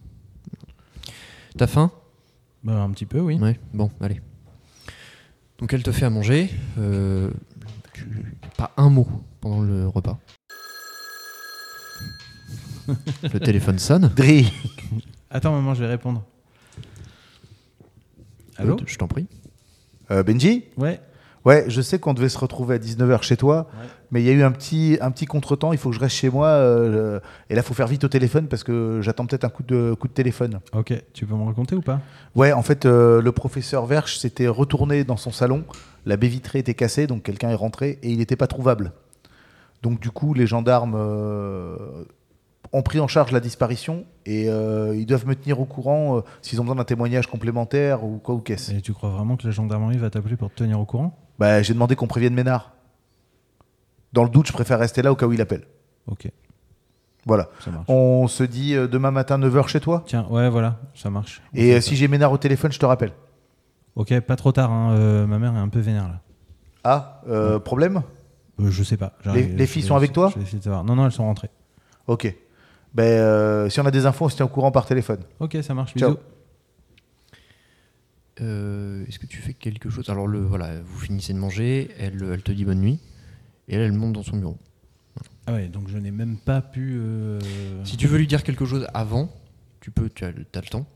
[SPEAKER 1] T'as faim?
[SPEAKER 2] Bah, un petit peu, oui.
[SPEAKER 1] Ouais. Bon, allez. Donc elle te fait à manger. euh, tu- pas un mot pendant le repas. Le téléphone sonne.
[SPEAKER 3] Dri.
[SPEAKER 2] Attends, maman, je vais répondre. Allô?
[SPEAKER 1] Je t'en prie.
[SPEAKER 3] Euh, Benji?
[SPEAKER 2] Ouais.
[SPEAKER 3] Ouais, je sais qu'on devait se retrouver à dix-neuf heures chez toi,
[SPEAKER 2] Ouais.
[SPEAKER 3] mais il y a eu un petit, un petit contretemps. Il faut que je reste chez moi. euh, et là, il faut faire vite au téléphone parce que j'attends peut-être un coup de, coup de téléphone.
[SPEAKER 2] Ok. Tu peux me raconter ou pas?
[SPEAKER 3] Ouais, en fait, euh, le professeur Verche s'était retourné dans son salon. La baie vitrée était cassée, donc quelqu'un est rentré et il n'était pas trouvable. Donc, du coup, les gendarmes euh, ont pris en charge la disparition et euh, ils doivent me tenir au courant euh, s'ils ont besoin d'un témoignage complémentaire ou quoi ou qu'est-ce.
[SPEAKER 2] Et tu crois vraiment que la gendarmerie va t'appeler pour te tenir au courant?
[SPEAKER 3] Bah, j'ai demandé qu'on prévienne Ménard. Dans le doute, je préfère rester là au cas où il appelle.
[SPEAKER 2] Ok,
[SPEAKER 3] Voilà.
[SPEAKER 2] ça marche.
[SPEAKER 3] On se dit euh, demain matin neuf heures chez toi.
[SPEAKER 2] Tiens, ouais, voilà, ça marche. On
[SPEAKER 3] Et
[SPEAKER 2] fait
[SPEAKER 3] euh,
[SPEAKER 2] ça.
[SPEAKER 3] si j'ai Ménard au téléphone, je te rappelle.
[SPEAKER 2] Ok, pas trop tard, hein, euh, ma mère est un peu vénère là.
[SPEAKER 3] Ah, euh, problème?
[SPEAKER 2] Euh, je sais pas.
[SPEAKER 3] Les-
[SPEAKER 2] j'arrive-
[SPEAKER 3] les
[SPEAKER 2] je
[SPEAKER 3] filles
[SPEAKER 2] vais
[SPEAKER 3] sont avec
[SPEAKER 2] essayer-
[SPEAKER 3] toi?
[SPEAKER 2] Je vais essayer de savoir. Non, non, elles sont rentrées.
[SPEAKER 3] Ok. Ben, euh, si on a des infos, on se tient au courant par téléphone.
[SPEAKER 2] Ok, ça marche,
[SPEAKER 3] Ciao.
[SPEAKER 2] bisous.
[SPEAKER 1] Euh, est-ce que tu fais quelque chose? Alors le voilà, vous finissez de manger, elle, elle te dit bonne nuit et elle, elle monte dans son bureau.
[SPEAKER 2] Ah ouais, donc je n'ai même pas pu... euh,
[SPEAKER 1] Si tu veux lui dire quelque chose avant, tu peux, tu as, le- t'as le temps.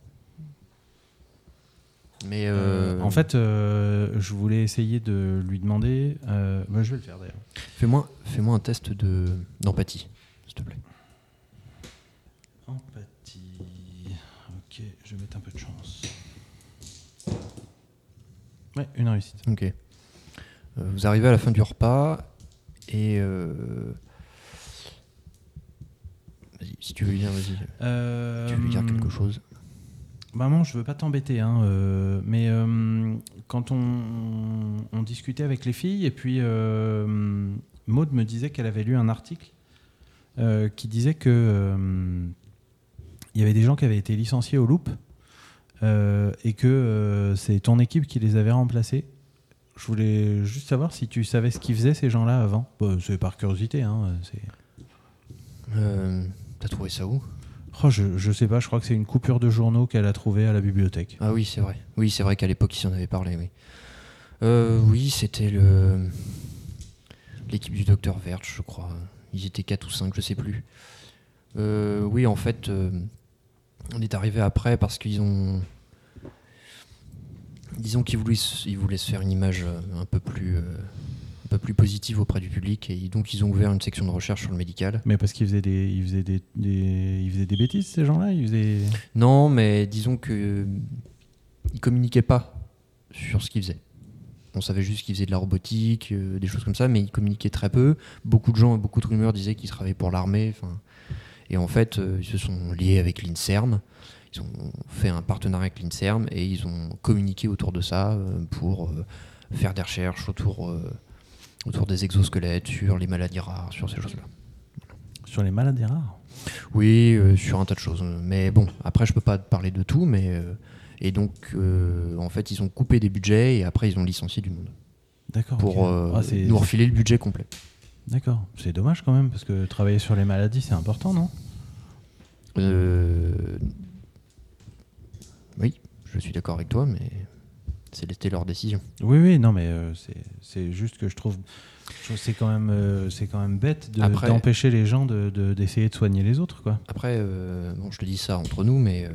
[SPEAKER 1] Mais euh,
[SPEAKER 2] euh, en fait, euh, je voulais essayer de lui demander... euh, bah, je vais le faire d'ailleurs.
[SPEAKER 1] fais-moi, fais-moi un test de d'empathie, s'il te plaît.
[SPEAKER 2] Empathie... Ok, je vais mettre un peu de chance. Ouais, une réussite.
[SPEAKER 1] Ok. Euh, vous arrivez à la fin du repas et euh, vas-y, si tu veux lui dire, vas-y.
[SPEAKER 2] Euh,
[SPEAKER 1] Tu veux lui dire quelque chose?
[SPEAKER 2] Maman, je veux pas t'embêter, hein, euh, mais euh, quand on, on discutait avec les filles, et puis euh, Maud me disait qu'elle avait lu un article euh, qui disait que euh, il y avait des gens qui avaient été licenciés au Loop euh, et que euh, c'est ton équipe qui les avait remplacés. Je voulais juste savoir si tu savais ce qu'ils faisaient ces gens-là avant. Bah, c'est par curiosité, hein. C'est...
[SPEAKER 1] Euh, T'as trouvé ça où?
[SPEAKER 2] Oh, je, je sais pas, je crois que c'est une coupure de journaux qu'elle a trouvée à la bibliothèque.
[SPEAKER 1] Ah oui, c'est vrai. Oui, c'est vrai qu'à l'époque, ils en avaient parlé, oui. Euh, oui, c'était le l'équipe du docteur Verge, je crois. Ils étaient quatre ou cinq, je sais plus. Euh, oui, en fait, euh, on est arrivé après parce qu'ils ont... Disons qu'ils voulaient, se- ils voulaient se faire une image euh, un peu plus... euh, un peu plus positive auprès du public. Et donc, ils ont ouvert une section de recherche sur le médical.
[SPEAKER 2] Mais parce qu'ils faisaient des, ils faisaient des, des, ils faisaient des bêtises, ces gens-là. Ils faisaient...
[SPEAKER 1] Non, mais disons que ils communiquaient pas sur ce qu'ils faisaient. On savait juste qu'ils faisaient de la robotique, euh, des choses comme ça, mais ils communiquaient très peu. Beaucoup de gens, beaucoup de rumeurs disaient qu'ils travaillaient pour l'armée. Et en fait, euh, ils se sont liés avec l'INSERM. Ils ont fait un partenariat avec l'INSERM et ils ont communiqué autour de ça euh, pour euh, faire des recherches autour, euh, autour des exosquelettes, sur les maladies rares, sur ces choses-là.
[SPEAKER 2] Sur les maladies rares.
[SPEAKER 1] Oui, euh, sur un tas de choses. Mais bon, après, je peux pas parler de tout, mais... Euh, et donc, euh, en fait, ils ont coupé des budgets et après, ils ont licencié du monde.
[SPEAKER 2] D'accord.
[SPEAKER 1] Pour
[SPEAKER 2] ok.
[SPEAKER 1] euh,
[SPEAKER 2] Ah, c'est-
[SPEAKER 1] nous refiler le budget complet.
[SPEAKER 2] D'accord. C'est dommage quand même, parce que travailler sur les maladies, c'est important, non?
[SPEAKER 1] Euh, Oui, je suis d'accord avec toi, mais c'était leur décision.
[SPEAKER 2] Oui, oui, non, mais euh, c'est, c'est juste que je trouve, je trouve que c'est quand même, euh, c'est quand même bête de,
[SPEAKER 1] Après-
[SPEAKER 2] d'empêcher les gens de, de- d'essayer de soigner les autres, quoi.
[SPEAKER 1] Après, euh, bon, je te dis ça entre nous, mais euh,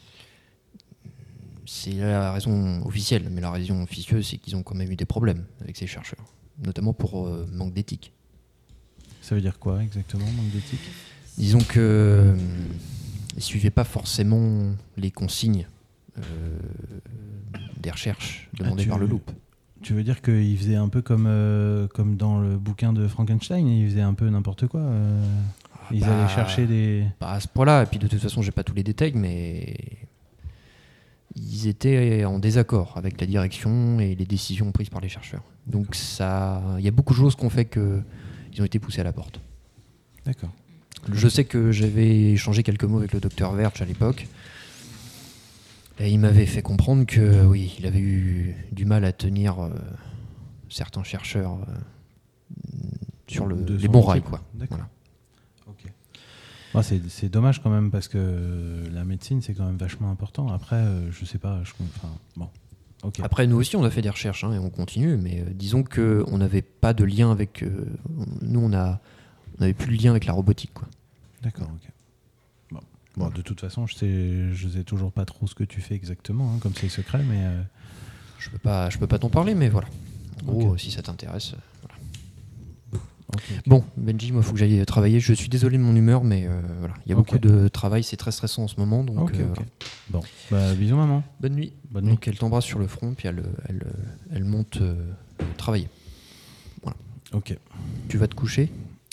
[SPEAKER 1] c'est la raison officielle. Mais la raison officieuse, c'est qu'ils ont quand même eu des problèmes avec ces chercheurs, notamment pour euh, manque d'éthique.
[SPEAKER 2] Ça veut dire quoi exactement, manque d'éthique?
[SPEAKER 1] Disons que euh, ils suivaient pas forcément les consignes euh, des recherches demandées
[SPEAKER 2] Ah, tu-
[SPEAKER 1] par le loop.
[SPEAKER 2] Tu veux dire qu'ils faisaient un peu comme, euh, comme dans le bouquin de Frankenstein, ils faisaient un peu n'importe quoi euh, Ils
[SPEAKER 1] bah,
[SPEAKER 2] allaient chercher des...
[SPEAKER 1] Pas à ce point-là, et puis de toute façon, j'ai pas tous les détails, mais ils étaient en désaccord avec la direction et les décisions prises par les chercheurs. Donc ça, il y a beaucoup de choses qui ont fait que ils ont été poussés à la porte.
[SPEAKER 2] D'accord.
[SPEAKER 1] Je sais que j'avais échangé quelques mots avec le docteur Verge à l'époque. Et il m'avait fait comprendre que oui, il avait eu du mal à tenir euh, certains chercheurs euh, sur le,
[SPEAKER 2] De
[SPEAKER 1] les
[SPEAKER 2] son
[SPEAKER 1] bons
[SPEAKER 2] équipe.
[SPEAKER 1] rails, quoi.
[SPEAKER 2] D'accord.
[SPEAKER 1] Voilà.
[SPEAKER 2] Ok. Ah, c'est, c'est dommage quand même parce que la médecine c'est quand même vachement important. Après, euh, je sais pas, je, enfin, bon, ok.
[SPEAKER 1] Après, nous aussi, on a fait des recherches hein, et on continue, mais euh, disons qu'on n'avait pas de lien avec. Euh, nous, on a, on n'avait plus de lien avec la robotique, quoi.
[SPEAKER 2] D'accord, ok. Bon. Bon, de toute façon, je sais, je sais toujours pas trop ce que tu fais exactement, hein, comme c'est secret, mais euh,
[SPEAKER 1] Je peux pas, je peux pas t'en parler, mais voilà. En gros,
[SPEAKER 2] Ok.
[SPEAKER 1] euh, si ça t'intéresse. euh, voilà.
[SPEAKER 2] ok, ok.
[SPEAKER 1] Bon, Benji, moi, il faut que j'aille travailler. Je suis désolé de mon humeur, mais euh, voilà, il y a
[SPEAKER 2] Ok.
[SPEAKER 1] beaucoup de travail, c'est très stressant en ce moment, donc
[SPEAKER 2] Ok,
[SPEAKER 1] euh,
[SPEAKER 2] ok.
[SPEAKER 1] voilà.
[SPEAKER 2] Bon, bah, bisous maman.
[SPEAKER 1] Bonne nuit.
[SPEAKER 2] Bonne nuit.
[SPEAKER 1] Donc elle t'embrasse sur le front, puis elle, elle, elle monte euh, travailler.
[SPEAKER 2] Ok.
[SPEAKER 1] Tu vas te coucher?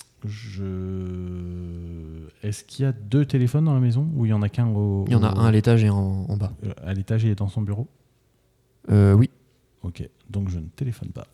[SPEAKER 2] Je... Est-ce qu'il y a deux téléphones dans la maison ou il y en a qu'un au...
[SPEAKER 1] Il y en a
[SPEAKER 2] au-
[SPEAKER 1] un à l'étage et un en, en bas.
[SPEAKER 2] euh, à l'étage, il est dans son bureau.
[SPEAKER 1] Euh, oui.
[SPEAKER 2] Ok, donc je ne téléphone pas.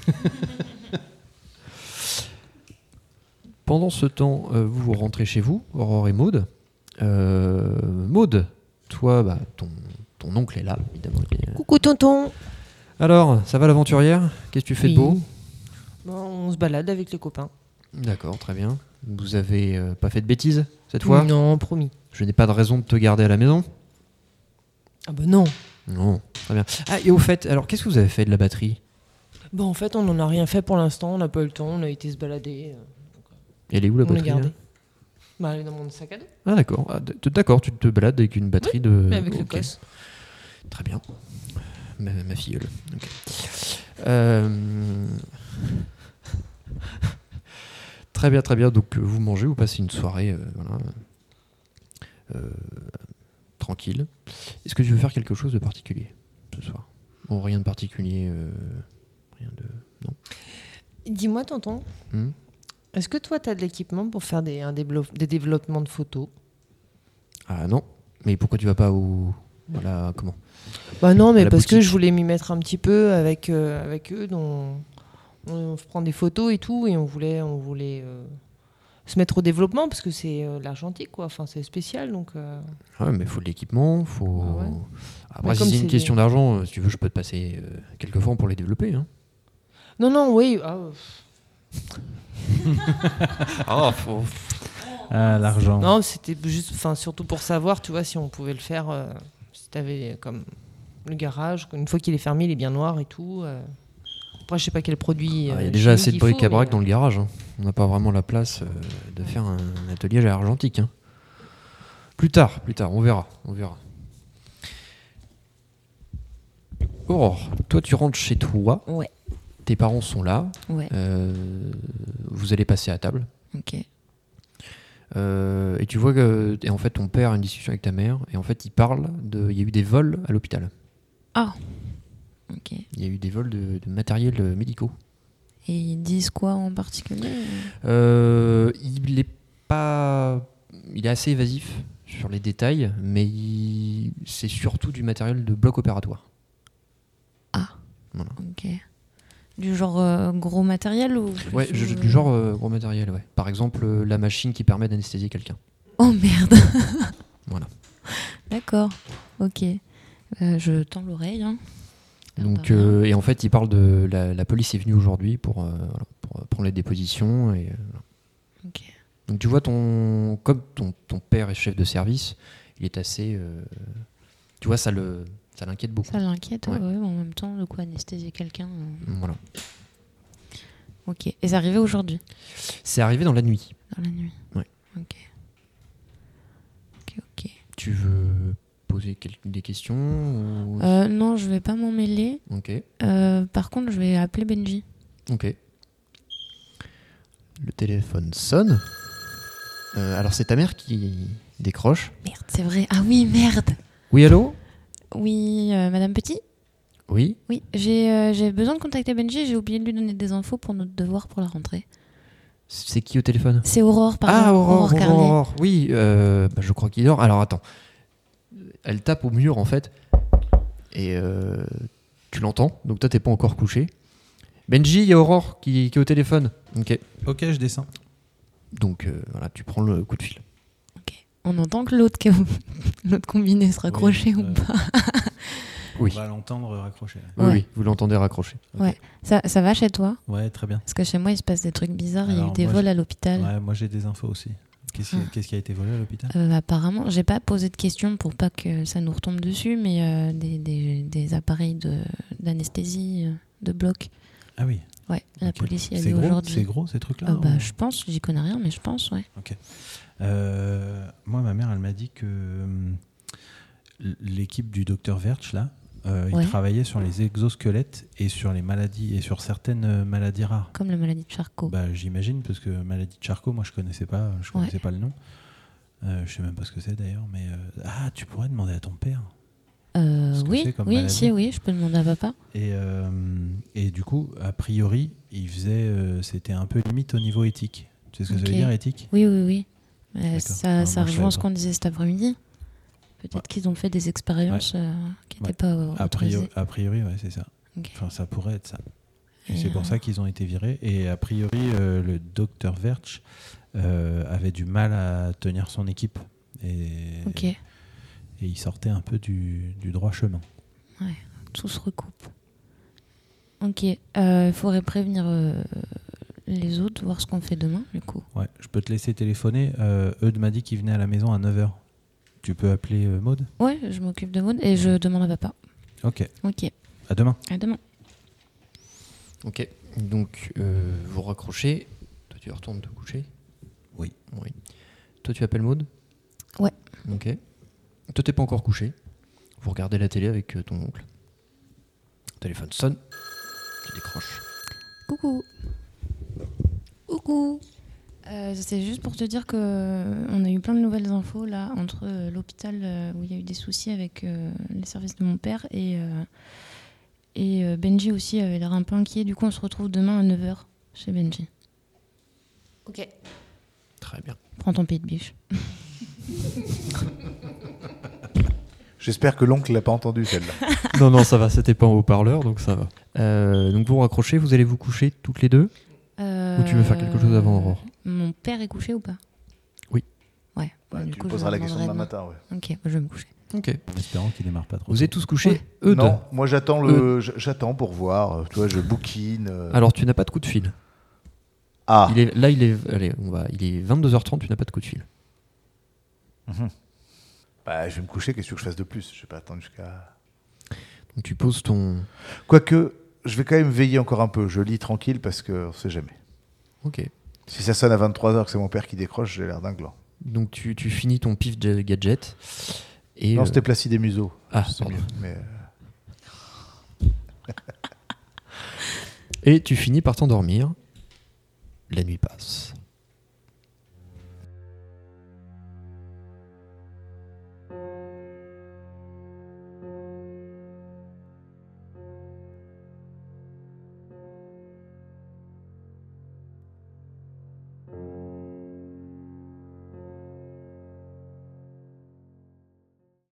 [SPEAKER 1] Pendant ce temps, euh, vous rentrez chez vous, Aurore et Maude. Euh, Maude, toi, bah, ton, ton oncle est là, évidemment. il est-
[SPEAKER 5] Coucou tonton.
[SPEAKER 1] Alors, ça va l'aventurière? Qu'est-ce que tu fais de beau?
[SPEAKER 5] Oui. Bon, on se balade avec les copains.
[SPEAKER 1] D'accord, très bien. Vous avez euh, pas fait de bêtises cette fois?
[SPEAKER 5] Non, promis.
[SPEAKER 1] Je n'ai pas de raison de te garder à la maison?
[SPEAKER 5] Ah bah non.
[SPEAKER 1] Non, très bien. Ah, et au fait, alors qu'est-ce que vous avez fait de la batterie?
[SPEAKER 5] Bah en fait, on n'en a rien fait pour l'instant. On n'a pas eu le temps. On a été se balader. euh,
[SPEAKER 1] Elle est où la
[SPEAKER 5] on l'a
[SPEAKER 1] batterie?
[SPEAKER 5] gardée.
[SPEAKER 1] là
[SPEAKER 5] Bah elle est dans mon sac à dos.
[SPEAKER 1] Ah d'accord, Ah, d- d'accord, tu te balades avec une batterie de...
[SPEAKER 5] Mais avec le
[SPEAKER 1] Ok.
[SPEAKER 5] cosse.
[SPEAKER 1] Très bien. Ma, ma filleule. Ok. Euh, Très bien, très bien. Donc euh, vous mangez, vous passez une soirée euh, voilà, euh, tranquille. Est-ce que tu veux faire quelque chose de particulier ce soir? Bon, rien de particulier. euh, Rien de... Non.
[SPEAKER 5] Dis-moi tonton,
[SPEAKER 1] Hmm
[SPEAKER 5] est-ce que toi tu as de l'équipement pour faire des, un développe- des développements de photos?
[SPEAKER 1] Ah non. Mais pourquoi tu vas pas au... Voilà, comment?
[SPEAKER 5] Bah non,
[SPEAKER 1] À
[SPEAKER 5] mais
[SPEAKER 1] la
[SPEAKER 5] parce que
[SPEAKER 1] boutique.
[SPEAKER 5] je voulais m'y mettre un petit peu avec, euh, avec eux. dont on prend des photos et tout, et on voulait, on voulait euh, se mettre au développement parce que c'est euh, l'argentique, quoi. Enfin, c'est spécial, donc. euh,
[SPEAKER 1] Ouais, mais il faut de l'équipement, faut...
[SPEAKER 5] Ah ouais.
[SPEAKER 1] Après,
[SPEAKER 5] Mais
[SPEAKER 1] si
[SPEAKER 5] comme
[SPEAKER 1] c'est une
[SPEAKER 5] c'est
[SPEAKER 1] question
[SPEAKER 5] des-
[SPEAKER 1] d'argent, euh, si tu veux, je peux te passer euh, quelques francs pour les développer. Hein.
[SPEAKER 5] Non, non, oui. ah, euh,
[SPEAKER 1] Ah, faut...
[SPEAKER 2] Ah, l'argent.
[SPEAKER 5] Non, c'était juste, enfin, surtout pour savoir, tu vois, si on pouvait le faire. euh, si t'avais comme le garage, une fois qu'il est fermé, il est bien noir et tout. euh. Après, je sais pas quel produit.
[SPEAKER 1] Ah, il y
[SPEAKER 5] euh,
[SPEAKER 1] a déjà assez de
[SPEAKER 5] chimique il faut,
[SPEAKER 1] bric-à-brac
[SPEAKER 5] mais,
[SPEAKER 1] dans le garage. hein. On n'a pas vraiment la place euh, de faire un atelier à argentique. Hein. Plus tard, plus tard, on verra, on verra. Aurore, toi tu rentres chez toi.
[SPEAKER 5] Ouais.
[SPEAKER 1] tes parents sont là.
[SPEAKER 4] Ouais.
[SPEAKER 1] Euh, vous allez passer à table.
[SPEAKER 4] Ok.
[SPEAKER 1] Euh, et tu vois que et en fait, ton père a une discussion avec ta mère. Et en fait, il parle de. Il y a eu des vols à l'hôpital.
[SPEAKER 4] Ah. Ok.
[SPEAKER 1] Il y a eu des vols de, de matériel euh, médicaux.
[SPEAKER 4] Et ils disent quoi en particulier?
[SPEAKER 1] Euh, il est pas. Il est assez évasif sur les détails, mais il- c'est surtout du matériel de bloc opératoire.
[SPEAKER 4] Ah.
[SPEAKER 1] Voilà.
[SPEAKER 4] Ok. Du genre euh, gros matériel ou plus,
[SPEAKER 1] Ouais, je-
[SPEAKER 4] euh,
[SPEAKER 1] du genre euh, gros matériel, ouais. Par exemple, euh, la machine qui permet d'anesthésier quelqu'un.
[SPEAKER 4] Oh merde.
[SPEAKER 1] Voilà.
[SPEAKER 4] D'accord. Ok. Euh, je tends l'oreille. Hein.
[SPEAKER 1] Donc,
[SPEAKER 4] Ah, bah,
[SPEAKER 1] euh, et en fait, il parle de la, la police est venue aujourd'hui pour, euh, voilà, pour euh, prendre les dépositions. Et, euh, voilà.
[SPEAKER 4] Ok.
[SPEAKER 1] Donc, tu vois, ton, comme ton, ton père est chef de service, il est assez. euh, tu vois, ça le, ça l'inquiète beaucoup.
[SPEAKER 4] Ça l'inquiète, ouais.
[SPEAKER 1] Ouais.
[SPEAKER 4] ouais, mais en même temps, de quoi anesthésier quelqu'un. euh.
[SPEAKER 1] Voilà.
[SPEAKER 4] Ok. Et c'est arrivé aujourd'hui,
[SPEAKER 1] C'est arrivé dans la nuit.
[SPEAKER 4] dans la nuit.
[SPEAKER 1] Ouais.
[SPEAKER 4] Ok. Ok, ok.
[SPEAKER 1] Tu veux poser quel- des questions ou-
[SPEAKER 4] Euh, non, je vais pas m'en mêler.
[SPEAKER 1] Ok.
[SPEAKER 4] Euh, par contre, je vais appeler Benji.
[SPEAKER 1] Ok. Le téléphone sonne. Euh, alors, c'est ta mère qui décroche.
[SPEAKER 4] Merde, c'est vrai. Ah oui, merde.
[SPEAKER 1] Oui, allô?
[SPEAKER 4] Oui, euh, Madame Petit.
[SPEAKER 1] Oui.
[SPEAKER 4] Oui, j'ai euh, j'ai besoin de contacter Benji. J'ai oublié de lui donner des infos pour notre devoir pour la rentrée.
[SPEAKER 1] C'est qui au téléphone?
[SPEAKER 4] C'est Aurore, pardon.
[SPEAKER 1] Ah, Aurore, Aurore,
[SPEAKER 4] Carlet.
[SPEAKER 1] Aurore. Oui, euh, bah, je crois qu'il dort. Alors, attends. Elle tape au mur, en fait. Et euh, tu l'entends. Donc, toi, t'es pas encore couché. Benji, il y a Aurore qui, qui est au téléphone. Ok.
[SPEAKER 2] Ok, je descends.
[SPEAKER 1] Donc, euh, voilà, tu prends le coup de fil.
[SPEAKER 4] Ok. On entend que l'autre qui- l'autre combiné se raccrocher
[SPEAKER 2] Oui,
[SPEAKER 4] ou
[SPEAKER 2] euh,
[SPEAKER 4] pas.
[SPEAKER 1] Oui.
[SPEAKER 2] On va l'entendre raccrocher.
[SPEAKER 1] Oui,
[SPEAKER 4] Ouais.
[SPEAKER 1] oui, vous l'entendez raccrocher.
[SPEAKER 4] Ouais. Ça, ça va chez toi?
[SPEAKER 2] Ouais, très bien.
[SPEAKER 4] Parce que chez moi, il se passe des trucs bizarres. il y a eu
[SPEAKER 2] Alors,
[SPEAKER 4] des
[SPEAKER 2] moi,
[SPEAKER 4] vols
[SPEAKER 2] j'ai-
[SPEAKER 4] à l'hôpital.
[SPEAKER 2] Ouais, moi j'ai des infos aussi. Qu'est-ce qui,
[SPEAKER 4] Ah.
[SPEAKER 2] qu'est-ce qui a été volé à l'hôpital?
[SPEAKER 4] Euh, apparemment, j'ai pas posé de questions pour pas que ça nous retombe dessus, mais euh, des, des, des appareils de, d'anesthésie euh, de bloc.
[SPEAKER 2] Ah oui.
[SPEAKER 4] Ouais, la
[SPEAKER 2] ok.
[SPEAKER 4] police y est
[SPEAKER 2] C'est
[SPEAKER 4] allée
[SPEAKER 2] gros,
[SPEAKER 4] aujourd'hui.
[SPEAKER 2] c'est gros ces trucs-là
[SPEAKER 4] Euh, bah,
[SPEAKER 2] ou-
[SPEAKER 4] je pense, j'y connais rien, mais je pense, ouais.
[SPEAKER 2] Euh, Moi, ma mère, elle m'a dit que hum, l'équipe du docteur Verch, là, euh,
[SPEAKER 4] Ouais.
[SPEAKER 2] il travaillait sur les exosquelettes et sur les maladies et sur certaines euh, maladies rares.
[SPEAKER 4] Comme la maladie de Charcot.
[SPEAKER 2] Bah, j'imagine, parce que maladie de Charcot, moi, je connaissais pas, je connaissais pas le nom. Euh, je sais même pas ce que c'est d'ailleurs, mais euh, ah, tu pourrais demander à ton père.
[SPEAKER 4] Euh,
[SPEAKER 2] ce que
[SPEAKER 4] oui,
[SPEAKER 2] c'est comme
[SPEAKER 4] oui,
[SPEAKER 2] maladie.
[SPEAKER 4] si, oui, je peux demander à papa.
[SPEAKER 2] Et, euh, et du coup, a priori, il faisait, euh, c'était un peu limite au niveau éthique. Tu sais ce que ça
[SPEAKER 4] Ok.
[SPEAKER 2] veut dire éthique?
[SPEAKER 4] Oui, oui, oui. Euh,
[SPEAKER 2] D'accord.
[SPEAKER 4] ça
[SPEAKER 2] Ah,
[SPEAKER 4] ça
[SPEAKER 2] moi, je
[SPEAKER 4] rejoint
[SPEAKER 2] savais
[SPEAKER 4] ce
[SPEAKER 2] pas.
[SPEAKER 4] qu'on disait cet après-midi. Peut-être
[SPEAKER 2] Ouais.
[SPEAKER 4] qu'ils ont fait des expériences euh, qui n'étaient
[SPEAKER 2] Ouais.
[SPEAKER 4] pas euh,
[SPEAKER 2] A
[SPEAKER 4] autorisées.
[SPEAKER 2] priori, a priori, ouais, c'est ça.
[SPEAKER 4] Ok.
[SPEAKER 2] Enfin, ça pourrait être ça. Et
[SPEAKER 4] Et,
[SPEAKER 2] c'est pour
[SPEAKER 4] euh,
[SPEAKER 2] ça qu'ils ont été virés. Et a priori, euh, le docteur Verch euh, avait du mal à tenir son équipe. Et,
[SPEAKER 4] Ok,
[SPEAKER 2] et il sortait un peu du, du droit chemin.
[SPEAKER 4] tout se recoupe. Ok, il faudrait prévenir euh, les autres, voir ce qu'on fait demain, du coup.
[SPEAKER 2] Ouais, je peux te laisser téléphoner. Euh, Eudes m'a dit qu'il venait à la maison à neuf heures. Tu peux appeler euh, Maud?
[SPEAKER 4] Ouais, je m'occupe de Maud et je demande à papa.
[SPEAKER 2] Ok,
[SPEAKER 4] Ok,
[SPEAKER 2] à demain.
[SPEAKER 4] à demain.
[SPEAKER 1] Ok. Donc, euh, vous raccrochez. Toi, tu retournes te coucher?
[SPEAKER 2] Oui.
[SPEAKER 1] Oui. Toi, tu appelles Maud?
[SPEAKER 4] Ouais.
[SPEAKER 1] Ok. Toi, t'es pas encore couché. Vous regardez la télé avec euh, ton oncle. Le téléphone sonne. Tu décroches.
[SPEAKER 4] Coucou. Coucou. Euh, c'est juste pour te dire que euh, on a eu plein de nouvelles infos là entre euh, l'hôpital euh, où il y a eu des soucis avec euh, les services de mon père et, euh, et euh, Benji aussi avait l'air un peu inquiet. Du coup, on se retrouve demain à neuf heures chez Benji. Ok.
[SPEAKER 1] Très bien.
[SPEAKER 4] Prends ton pied de biche.
[SPEAKER 3] J'espère que l'oncle l'a pas entendu celle-là.
[SPEAKER 1] Non, non, ça va. C'était pas en haut-parleur, donc ça va. Euh, donc, vous raccrochez. Vous allez vous coucher toutes les deux? Ou tu veux faire quelque chose avant, Aurore?
[SPEAKER 4] Mon père est couché ou pas?
[SPEAKER 1] Oui.
[SPEAKER 4] Ouais.
[SPEAKER 3] Ouais,
[SPEAKER 4] du
[SPEAKER 3] tu
[SPEAKER 4] coup,
[SPEAKER 3] lui
[SPEAKER 4] je
[SPEAKER 3] poseras
[SPEAKER 4] lui
[SPEAKER 3] la question demain
[SPEAKER 4] demanderai
[SPEAKER 3] matin. Ouais.
[SPEAKER 4] demain. Ok, je vais me coucher.
[SPEAKER 1] Ok.
[SPEAKER 2] En espérant qu'il démarre pas trop.
[SPEAKER 1] Vous
[SPEAKER 2] tôt.
[SPEAKER 1] êtes tous couchés?
[SPEAKER 4] Ouais.
[SPEAKER 1] Eudes.
[SPEAKER 3] Non, moi j'attends le, j- j'attends pour voir. euh, Tu vois, je bouquine. euh.
[SPEAKER 1] Alors, tu n'as pas de coup de fil.
[SPEAKER 3] Ah.
[SPEAKER 1] Il est, là, il est, allez, on va, il est vingt-deux heures trente, tu n'as pas de coup de fil.
[SPEAKER 3] Mhm. Bah, je vais me coucher. Qu'est-ce que je fasse de plus? Je vais pas attendre jusqu'à.
[SPEAKER 1] Donc, tu poses ton...
[SPEAKER 3] Quoique, je vais quand même veiller encore un peu. Je lis tranquille parce que on sait jamais.
[SPEAKER 1] Ok.
[SPEAKER 3] Si ça sonne à vingt-trois heures que c'est mon père qui décroche, j'ai l'air d'un gland.
[SPEAKER 1] Donc, tu, tu finis ton pif de gadget. Et,
[SPEAKER 3] Non,
[SPEAKER 1] euh,
[SPEAKER 3] c'était Placide et Museau.
[SPEAKER 1] Ah,
[SPEAKER 3] C'est
[SPEAKER 1] pardon.
[SPEAKER 3] mieux. Mais euh,
[SPEAKER 1] Et tu finis par t'endormir. La nuit passe.